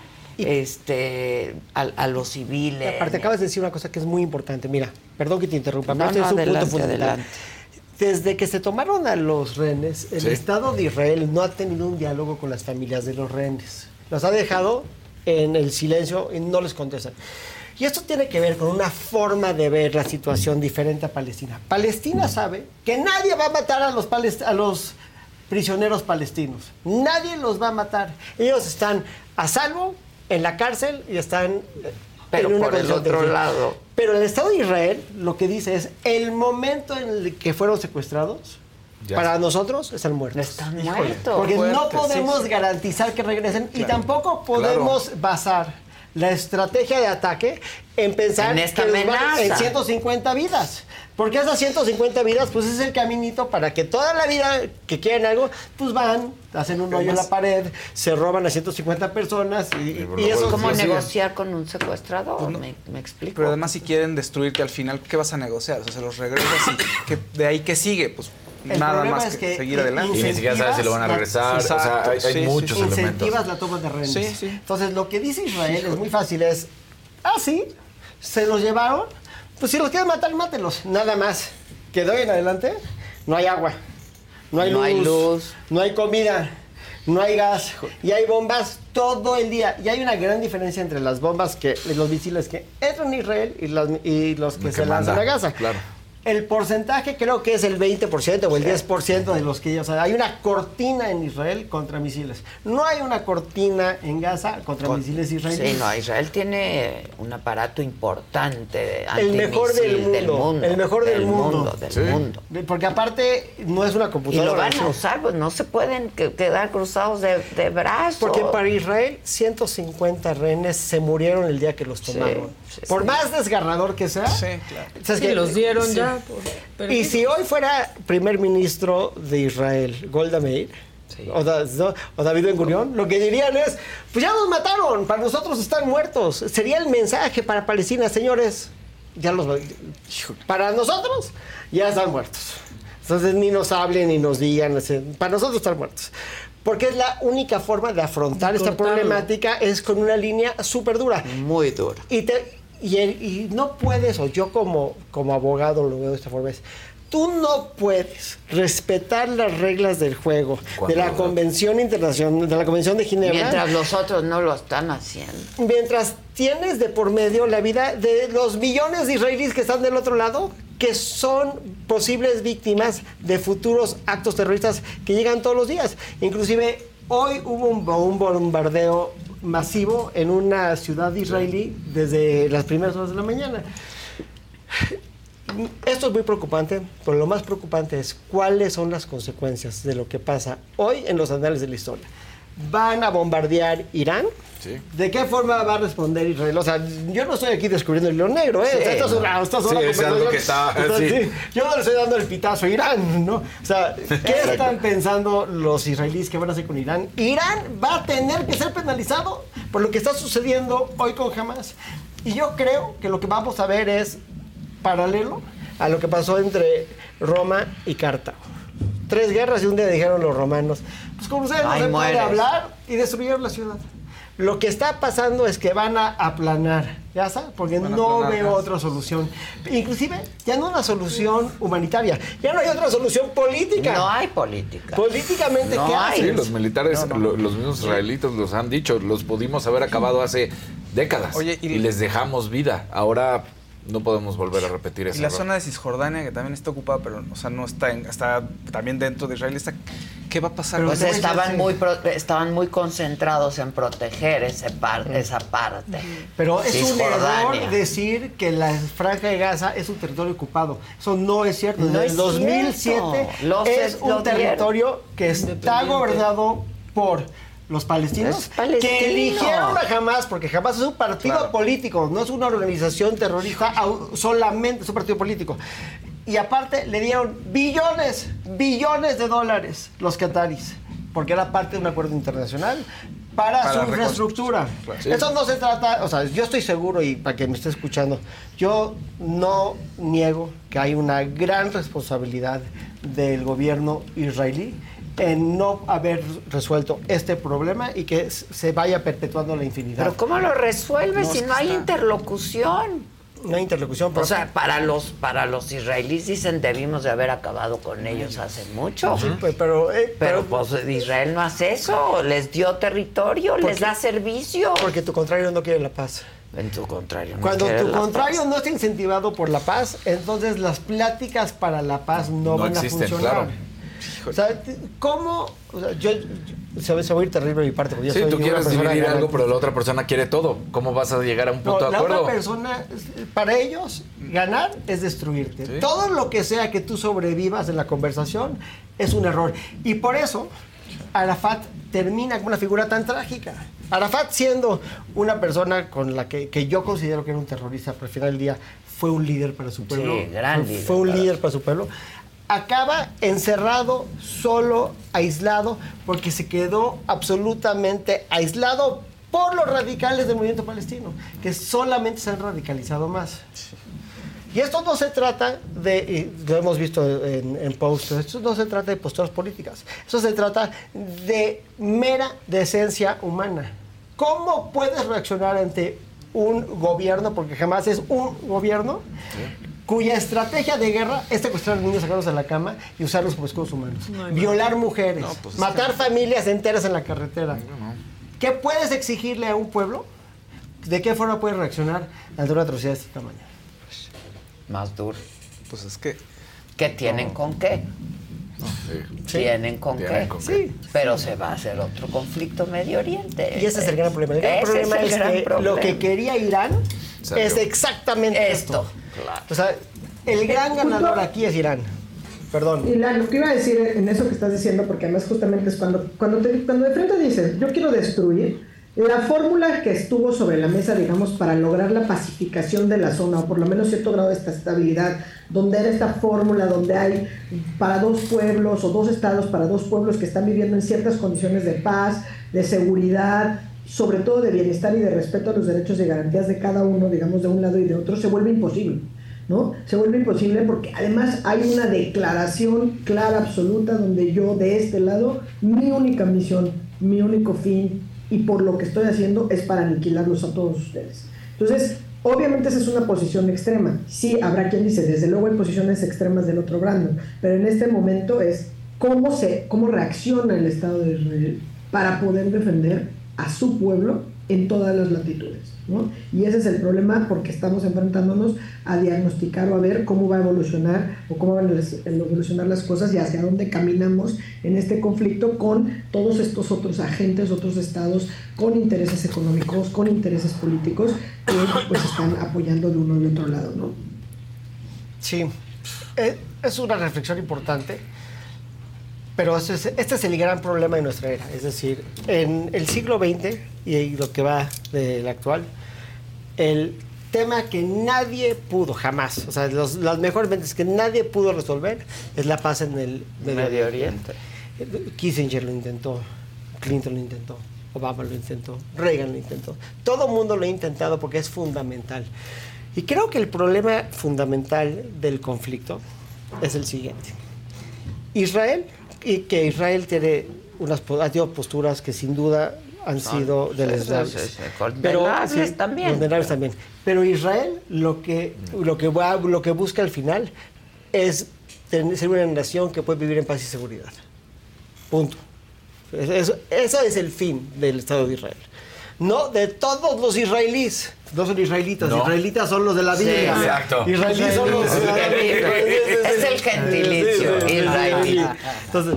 a los civiles. Aparte, acabas de decir una cosa que es muy importante. Mira, perdón que te interrumpa, pero este es un adelante, punto fundamental. Adelante. Desde que se tomaron a los rehenes, el Estado de Israel no ha tenido un diálogo con las familias de los rehenes. Los ha dejado en el silencio y no les contestan. Y esto tiene que ver con una forma de ver la situación diferente a Palestina. Palestina sabe que nadie va a matar a los prisioneros palestinos. Nadie los va a matar. Ellos están a salvo en la cárcel y están pero en una por el otro lado. Pero el Estado de Israel lo que dice es el momento en el que fueron secuestrados, para nosotros están muertos. Están muertos. Porque no podemos garantizar que regresen y tampoco podemos basar la estrategia de ataque en pensar en esta amenaza, en 150 vidas. Porque esas 150 vidas, pues es el caminito para que toda la vida que quieren algo, pues van, hacen un hoyo en la pared, se roban a 150 personas y eso es como negociar con un secuestrador, pues no, me explico. Pero además si quieren destruirte al final, ¿qué vas a negociar? O sea, se los regresas y de ahí ¿qué sigue? Pues nada más que seguir adelante. Y ni siquiera sabes si lo van a regresar. Exacto, o sea, hay muchos elementos. Incentivas la toma de rehenes. Entonces, lo que dice Israel es muy fácil, es, sí, se los llevaron, pues si los quieren matar, mátenlos. Nada más. Que de hoy en adelante no hay agua, no hay luz, no hay comida, no hay gas y hay bombas todo el día. Y hay una gran diferencia entre las bombas, los misiles que entran en Israel y los que se lanzan a Gaza. Claro. El porcentaje creo que es el 20% o el 10% de los que ellos... O sea, hay una cortina en Israel contra misiles. No hay una cortina en Gaza contra misiles israelíes. Sí, no, Israel tiene un aparato importante el mejor del mundo. El mejor del mundo. Del mundo. Porque aparte no es una computadora. Y lo van a usar, pues no se pueden quedar cruzados de brazos. Porque para Israel 150 rehenes se murieron el día que los tomaron. Por más desgarrador que sea. Sí, claro. O sea, que los dieron ya. Y si hoy fuera primer ministro de Israel, Golda Meir, o David Ben Gurión, lo que dirían es, pues ya los mataron, para nosotros están muertos. Sería el mensaje para Palestina, señores, para nosotros ya están muertos. Entonces ni nos hablen ni nos digan, para nosotros están muertos. Porque es la única forma de afrontar esta problemática, es con una línea súper dura. Muy dura. Y no puedes, o yo como abogado lo veo de esta forma, es tú no puedes respetar las reglas del juego de la Convención Internacional, de la Convención de Ginebra. Mientras los otros no lo están haciendo. Mientras tienes de por medio la vida de los millones de israelíes que están del otro lado, que son posibles víctimas de futuros actos terroristas que llegan todos los días. Inclusive hoy hubo un bombardeo masivo en una ciudad israelí desde las primeras horas de la mañana. Esto es muy preocupante, pero lo más preocupante es cuáles son las consecuencias de lo que pasa hoy en los anales de la historia. ¿Van a bombardear Irán? Sí. ¿De qué forma va a responder Israel? O sea, yo no estoy aquí descubriendo el hilo negro, ¿eh? Sí, o sea, esto es una es algo que está... Sí. Yo no le estoy dando el pitazo a Irán, ¿no? O sea, ¿qué están pensando los israelíes que van a hacer con Irán? Irán va a tener que ser penalizado por lo que está sucediendo hoy con Hamas. Y yo creo que lo que vamos a ver es paralelo a lo que pasó entre Roma y Cartago. 3 guerras y un día dijeron los romanos, pues como ustedes no se puede hablar, y destruyeron la ciudad. Lo que está pasando es que van a aplanar, ¿ya sabes? Porque no veo otra solución. Inclusive, ya no una solución humanitaria, ya no hay otra solución política. No hay política. Políticamente, ¿qué haces? Sí, los militares, los mismos israelitas los han dicho, los pudimos haber acabado hace décadas. Oye, y les dejamos vida. Ahora no podemos volver a repetir eso. Y la zona de Cisjordania, que también está ocupada, pero o sea, no está, está también dentro de Israel. ¿Qué va a pasar? Pues estaban muy concentrados en proteger esa parte. Pero es un error decir que la Franja de Gaza es un territorio ocupado. Eso no es cierto. Desde el 2007 es un territorio que está gobernado por los palestinos que eligieron a Hamas, porque Hamas es un partido político, no es una organización terrorista, solamente es un partido político. Y aparte le dieron billones de dólares los qataris, porque era parte de un acuerdo internacional para su infraestructura. Sí. Eso no se trata, o sea, yo estoy seguro, y para que me esté escuchando, yo no niego que hay una gran responsabilidad del gobierno israelí en no haber resuelto este problema y que se vaya perpetuando la infinidad. Pero ¿cómo lo resuelves si no hay interlocución? No hay interlocución. O sea, para los israelíes dicen debimos de haber acabado con ellos hace mucho. Sí, pero pues Israel no hace eso. Les dio territorio, les da servicio. Porque tu contrario no quiere la paz. En tu contrario no Cuando quiere tu la contrario paz. no está incentivado por la paz, entonces las pláticas para la paz no van existen, a funcionar. Claro. O sea, ¿cómo? O sea, se va a ir terrible mi parte. Porque yo sí, soy tú quieres dividir algo, pero la otra persona persona quiere todo. ¿Cómo vas a llegar a un punto de acuerdo? La otra persona, para ellos, ganar es destruirte. ¿Sí? Todo lo que sea que tú sobrevivas en la conversación es un error. Y por eso, Arafat termina como una figura tan trágica. Arafat, siendo una persona con la que yo considero que era un terrorista, pero al final del día fue un líder para su pueblo. Sí, gran líder. Fue un líder para su pueblo. Acaba encerrado, solo, aislado, porque se quedó absolutamente aislado por los radicales del movimiento palestino, que solamente se han radicalizado más. Y esto no se trata de, lo hemos visto en posts, esto no se trata de posturas políticas, esto se trata de mera decencia humana. ¿Cómo puedes reaccionar ante un gobierno, porque jamás es un gobierno, cuya estrategia de guerra es secuestrar a niños, sacarlos de la cama y usarlos como escudos humanos? Violar mujeres, matar familias enteras en la carretera. ¿Qué puedes exigirle a un pueblo? ¿De qué forma puedes reaccionar ante una atrocidad de este tamaño? Más duro. Pues es que... ¿Qué tienen con qué? ¿Tienen con qué? Sí. Pero se va a hacer otro conflicto Medio Oriente. Y ese es el gran problema. El gran problema es que lo que quería Irán es exactamente esto. Claro. O sea, el gran ganador aquí es Irán. Perdón. Y lo que iba a decir en eso que estás diciendo, porque además justamente es cuando de frente dices, yo quiero destruir, la fórmula que estuvo sobre la mesa, digamos, para lograr la pacificación de la zona, o por lo menos cierto grado de esta estabilidad, donde era esta fórmula donde hay para 2 pueblos o 2 estados para 2 pueblos que están viviendo en ciertas condiciones de paz, de seguridad, sobre todo de bienestar y de respeto a los derechos y garantías de cada uno, digamos, de un lado y de otro, se vuelve imposible, ¿no? Se vuelve imposible porque además hay una declaración clara, absoluta, donde yo de este lado, mi única misión, mi único fin, y por lo que estoy haciendo es para aniquilarlos a todos ustedes. Entonces, Obviamente esa es una posición extrema. Sí, habrá quien dice, desde luego hay posiciones extremas del otro bando, pero en este momento es cómo reacciona el Estado de Israel para poder defender a su pueblo en todas las latitudes, ¿no? Y ese es el problema, porque estamos enfrentándonos a diagnosticar o a ver cómo va a evolucionar o cómo van a evolucionar las cosas y hacia dónde caminamos en este conflicto con todos estos otros agentes, otros estados con intereses económicos, con intereses políticos que pues están apoyando de uno y otro lado, ¿no? Sí, es una reflexión importante. Pero este es el gran problema de nuestra era. Es decir, en el siglo XX y lo que va del actual, el tema que nadie pudo jamás, o sea, las mejores mentes que nadie pudo resolver es la paz en el Medio Oriente. Kissinger lo intentó, Clinton lo intentó, Obama lo intentó, Reagan lo intentó. Todo el mundo lo ha intentado porque es fundamental. Y creo que el problema fundamental del conflicto es el siguiente. Israel tiene ha tenido posturas que sin duda han sido deleznables. Condenables también. Pero Israel lo que busca al final es ser una nación que puede vivir en paz y seguridad. Punto. Eso es el fin del Estado de Israel. No de todos los israelíes. No son israelitas, no. Israelitas son los de la Biblia. Sí, exacto. Israelíes son los de la Biblia. Es el gentilicio israelí. Entonces,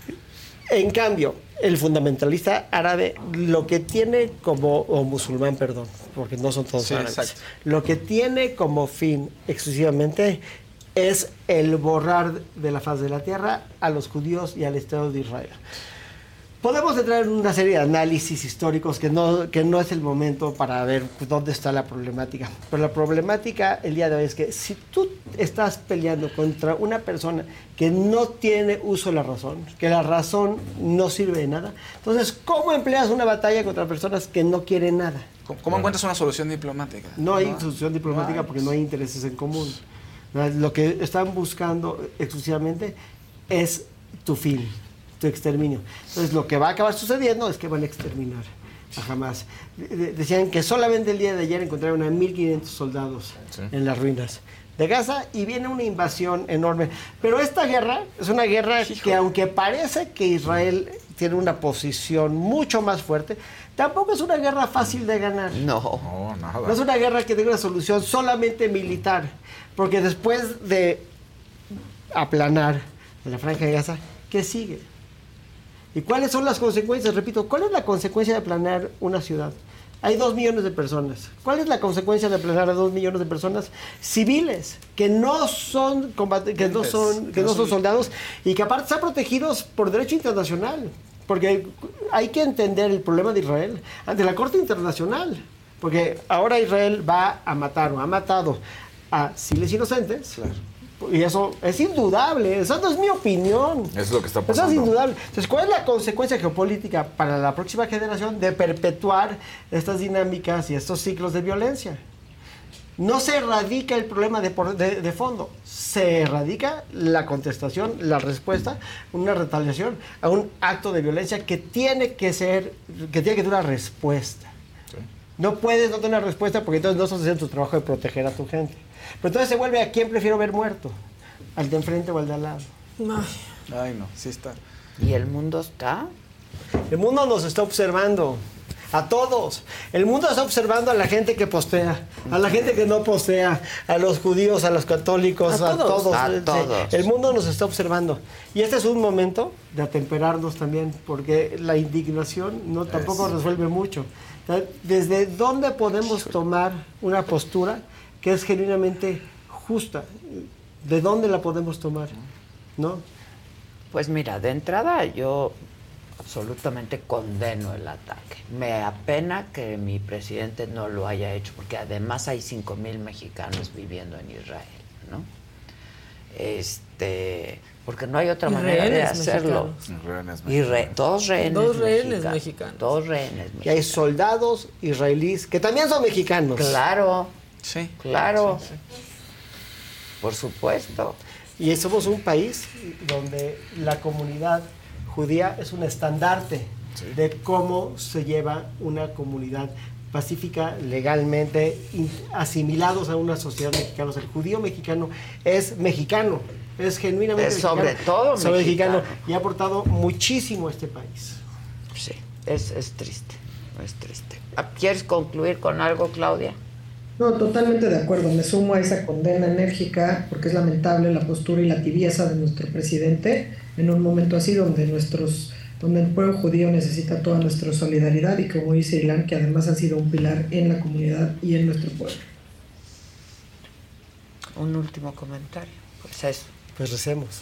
en cambio, el fundamentalista árabe lo que tiene o musulmán, perdón, porque no son todos árabes, exacto. Lo que tiene como fin exclusivamente es el borrar de la faz de la tierra a los judíos y al Estado de Israel. Podemos entrar en una serie de análisis históricos que no es el momento para ver dónde está la problemática. Pero la problemática el día de hoy es que si tú estás peleando contra una persona que no tiene uso de la razón, que la razón no sirve de nada, entonces, ¿cómo empleas una batalla contra personas que no quieren nada? ¿Cómo encuentras una solución diplomática? No hay solución diplomática porque no hay intereses en común. Lo que están buscando exclusivamente es tu fin, tu exterminio. Entonces, lo que va a acabar sucediendo es que van a exterminar a Hamas. Decían que solamente el día de ayer encontraron a 1.500 soldados en las ruinas de Gaza y viene una invasión enorme. Pero esta guerra es una guerra que, aunque parece que Israel tiene una posición mucho más fuerte, tampoco es una guerra fácil de ganar. No, nada. No es una guerra que tenga una solución solamente militar, porque después de aplanar la franja de Gaza, ¿qué sigue? ¿Y cuáles son las consecuencias? Repito, ¿cuál es la consecuencia de aplanar una ciudad? Hay 2 millones de personas. ¿Cuál es la consecuencia de aplanar a 2 millones de personas civiles que no son soldados y que aparte están protegidos por derecho internacional? Porque hay que entender el problema de Israel ante la Corte Internacional. Porque ahora Israel va a matar o ha matado a civiles inocentes. Claro. Y eso es indudable, eso no es mi opinión. Es lo que está pasando. Eso es indudable. Entonces, ¿cuál es la consecuencia geopolítica para la próxima generación de perpetuar estas dinámicas y estos ciclos de violencia? No se erradica el problema de fondo, se erradica la contestación, la respuesta, una retaliación a un acto de violencia que tiene que tener una respuesta. Sí. No puedes no tener una respuesta porque entonces no estás haciendo tu trabajo de proteger a tu gente. Pero entonces se vuelve a quién prefiero ver muerto, al de enfrente o al de al lado. Ay, no, sí está. ¿Y el mundo está? El mundo nos está observando, a todos. El mundo está observando a la gente que postea, a la gente que no postea, a los judíos, a los católicos, a todos. El mundo nos está observando. Y este es un momento de atemperarnos también, porque la indignación tampoco resuelve mucho. ¿Desde dónde podemos tomar una postura que es genuinamente justa? ¿De dónde la podemos tomar? ¿No? Pues mira, de entrada yo absolutamente condeno el ataque. Me apena que mi presidente no lo haya hecho, porque además hay 5,000 mexicanos viviendo en Israel, ¿no? Porque no hay otra manera de hacerlo. Dos rehenes mexicanos. Y hay soldados israelíes que también son mexicanos. Claro. Sí. Claro. Sí. Por supuesto. Y somos un país donde la comunidad judía es un estandarte de cómo se lleva una comunidad pacífica, legalmente, asimilados a una sociedad mexicana. El judío mexicano es mexicano, es genuinamente es mexicano. Sobre todo mexicano. Y ha aportado muchísimo a este país. Sí, es triste, es triste. ¿Quieres concluir con algo, Claudia? No, totalmente de acuerdo. Me sumo a esa condena enérgica porque es lamentable la postura y la tibieza de nuestro presidente en un momento así donde el pueblo judío necesita toda nuestra solidaridad y, como dice Ilan, que además ha sido un pilar en la comunidad y en nuestro pueblo. Un último comentario. Pues eso. Pues recemos.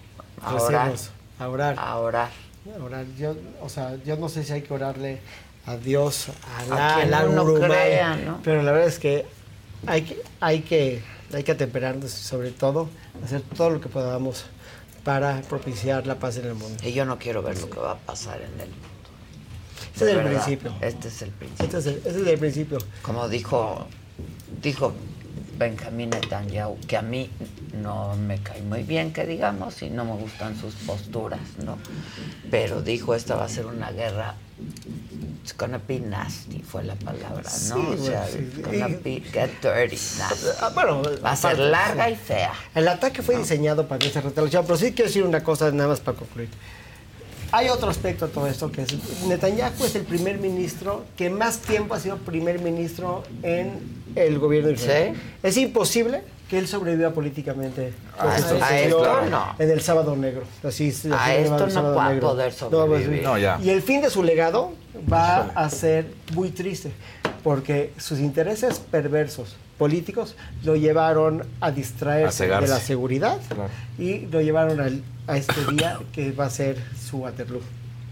A orar. Yo no sé si hay que orarle a Dios, a la crea, ¿no? Pero la verdad es que hay que atemperarnos y, sobre todo, hacer todo lo que podamos para propiciar la paz en el mundo. Y yo no quiero ver lo que va a pasar en el mundo. Este es el principio. Este es el principio. Este es el principio. Como dijo Benjamín Netanyahu, que a mí no me cae muy bien, que digamos, y no me gustan sus posturas, ¿no? Pero dijo, esta va a ser una guerra, it's gonna be nasty, fue la palabra, ¿no? Sí, o sea, it's gonna be, get dirty, nasty. Bueno, va a ser larga y fea. El ataque fue diseñado para esa retaliación, pero sí quiero decir una cosa nada más para concluir. Hay otro aspecto a todo esto, que es Netanyahu es el primer ministro que más tiempo ha sido primer ministro en el gobierno de Israel. ¿Sí? Es imposible que él sobreviva políticamente a esto no. En el Sábado Negro. Así, a esto no va a poder sobrevivir. Y el fin de su legado va a ser muy triste, porque sus intereses perversos políticos lo llevaron a distraerse de la seguridad y lo llevaron a este día que va a ser su Waterloo.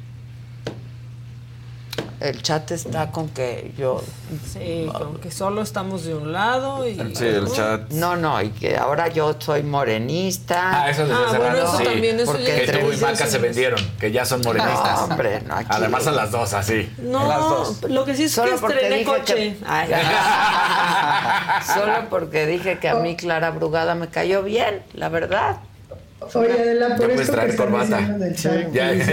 El chat está con que yo... Sí, con que solo estamos de un lado y... Sí, el chat... No, y que ahora yo soy morenista. Eso desde hace rato. Eso sí, también, eso porque que tú y Maca se vendieron, que ya son morenistas. No, hombre, no, aquí... Además a las dos, así. No, las dos. Lo que sí es solo que estrené coche. Solo porque dije que a mí Clara Brugada me cayó bien, la verdad. Oye, Adela, por esto que están diciendo del chat,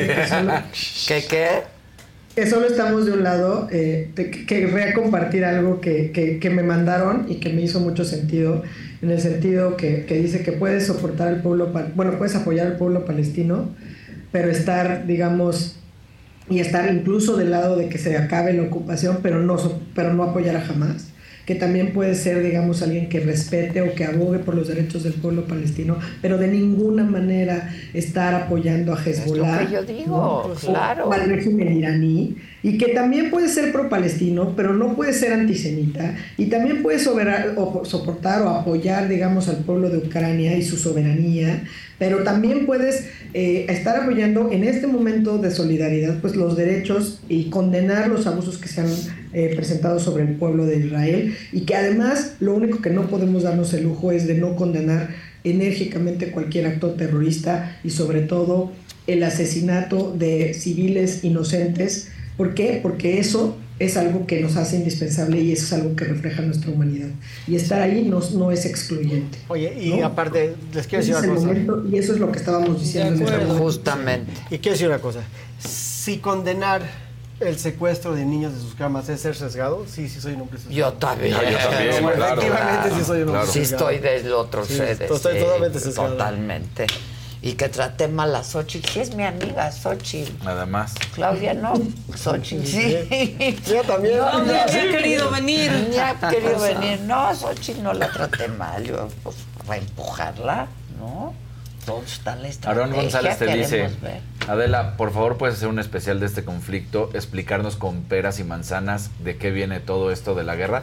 ¿Qué? Que solo estamos de un lado, querría compartir algo que me mandaron y que me hizo mucho sentido, en el sentido que dice que puedes soportar al pueblo, puedes apoyar al pueblo palestino, pero estar, digamos, y estar incluso del lado de que se acabe la ocupación, pero no apoyar a Hamás. Que también puede ser, digamos, alguien que respete o que abogue por los derechos del pueblo palestino, pero de ninguna manera estar apoyando a Hezbollah. Es lo que yo digo, ¿no? claro. O al régimen iraní, y que también puede ser pro-palestino, pero no puede ser antisemita, y también puede soportar o apoyar, digamos, al pueblo de Ucrania y su soberanía, pero también puedes estar apoyando en este momento de solidaridad pues los derechos y condenar los abusos que se han presentado sobre el pueblo de Israel, y que además lo único que no podemos darnos el lujo es de no condenar enérgicamente cualquier acto terrorista y sobre todo el asesinato de civiles inocentes. ¿Por qué? Porque eso es algo que nos hace indispensable y eso es algo que refleja nuestra humanidad. Y estar ahí no es excluyente. Oye, y ¿no? Aparte, les quiero decir una cosa. Momento, y eso es lo que estábamos diciendo. Justamente. Y quiero decir una cosa. Si condenar el secuestro de niños de sus camas es ser sesgado, sí soy un hombre sesgado. Yo también. Claro, efectivamente sí soy un hombre sesgado. Sí estoy del otro sede. Estoy totalmente sesgado. Totalmente. Y que traté mal a Xochitl. Sí es mi amiga, Xochitl. Nada más. Claudia no. Xochitl, sí. Yo también. No, ni ha querido venir. Ni ha querido venir. No, Xochitl no la traté mal. Yo, pues, para empujarla, ¿no? ¿Dónde está la estrategia? Aarón González te dice, ver. Adela, por favor, puedes hacer un especial de este conflicto, explicarnos con peras y manzanas de qué viene todo esto de la guerra.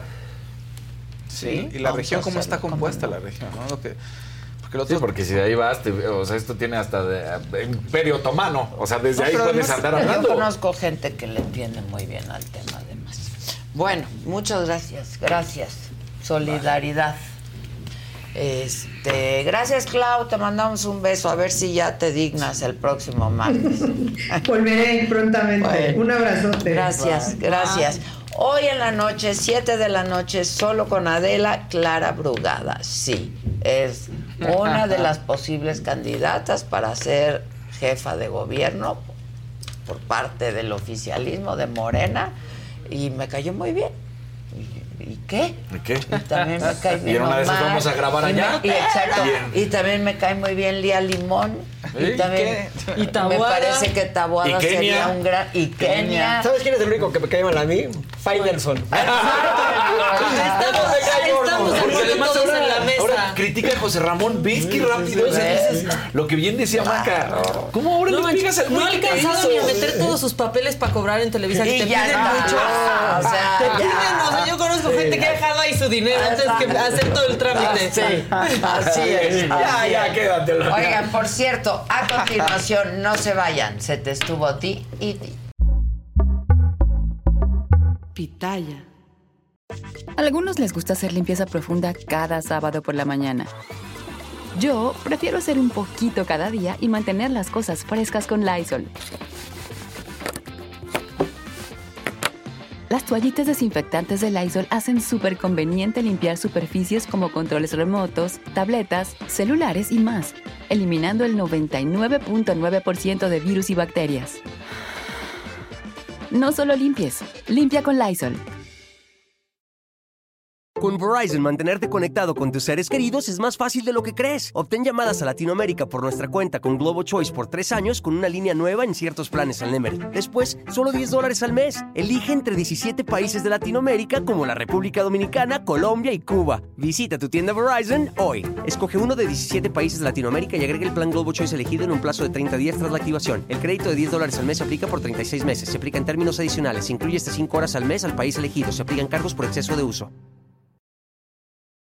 Sí, y la región, cómo está compuesta la región, ¿no? Sí, porque si de ahí vas, o sea, esto tiene hasta de Imperio Otomano, o sea, desde ahí puedes andar hablando. Yo conozco gente que le entiende muy bien al tema, además. Bueno, muchas gracias, solidaridad. Gracias, Clau, te mandamos un beso, a ver si ya te dignas el próximo martes. Volveré prontamente. Bueno, un abrazote. Gracias. Hoy en la noche, 7 de la noche, solo con Adela Clara Brugada. Sí, es una de las posibles candidatas para ser jefa de gobierno por parte del oficialismo de Morena, y me cayó muy bien. ¿Y qué? ¿Y qué? Y también me cae bien Y una de esas Omar. vamos a grabar allá. Y exacto. Bien. Y también me cae muy bien Lía Limón. Y también ¿Y Taboada? me parece que Taboada ¿Y Kenia? sería un gran... Y Kenia. ¿Sabes quién es el único que me cae mal a mí? Faitelson. Estamos de acuerdo todos en la mesa. Ahora critica a José Ramón. ¿Ves qué rápido? O sea, dices lo que bien decía Maca. ¿Cómo ahora le pegas al No güey ha que te alcanzado hizo? ni a meter todos sus papeles para cobrar en Televisa. Que Y te ya piden está. mucho. O sea, te ya. piden, o sea, yo conozco gente que ha dejado ahí su dinero antes que hacer todo el trámite. Sí, así es. Ya, quédatelo. Oigan, por cierto, a continuación, no se vayan. Se te estuvo a ti y ti. Pitaya. A algunos les gusta hacer limpieza profunda cada sábado por la mañana. Yo prefiero hacer un poquito cada día y mantener las cosas frescas con Lysol. Las toallitas desinfectantes de Lysol hacen súper conveniente limpiar superficies como controles remotos, tabletas, celulares y más, eliminando el 99.9% de virus y bacterias. No solo limpies, limpia con Lysol. Con Verizon, mantenerte conectado con tus seres queridos es más fácil de lo que crees. Obtén llamadas a Latinoamérica por nuestra cuenta con Globo Choice por 3 años con una línea nueva en ciertos planes al Nemery. Después, solo $10 al mes. Elige entre 17 países de Latinoamérica como la República Dominicana, Colombia y Cuba. Visita tu tienda Verizon hoy. Escoge uno de 17 países de Latinoamérica y agrega el plan Globo Choice elegido en un plazo de 30 días tras la activación. El crédito de $10 al mes se aplica por 36 meses. Se aplica en términos adicionales. Se incluye hasta 5 horas al mes al país elegido. Se aplican cargos por exceso de uso.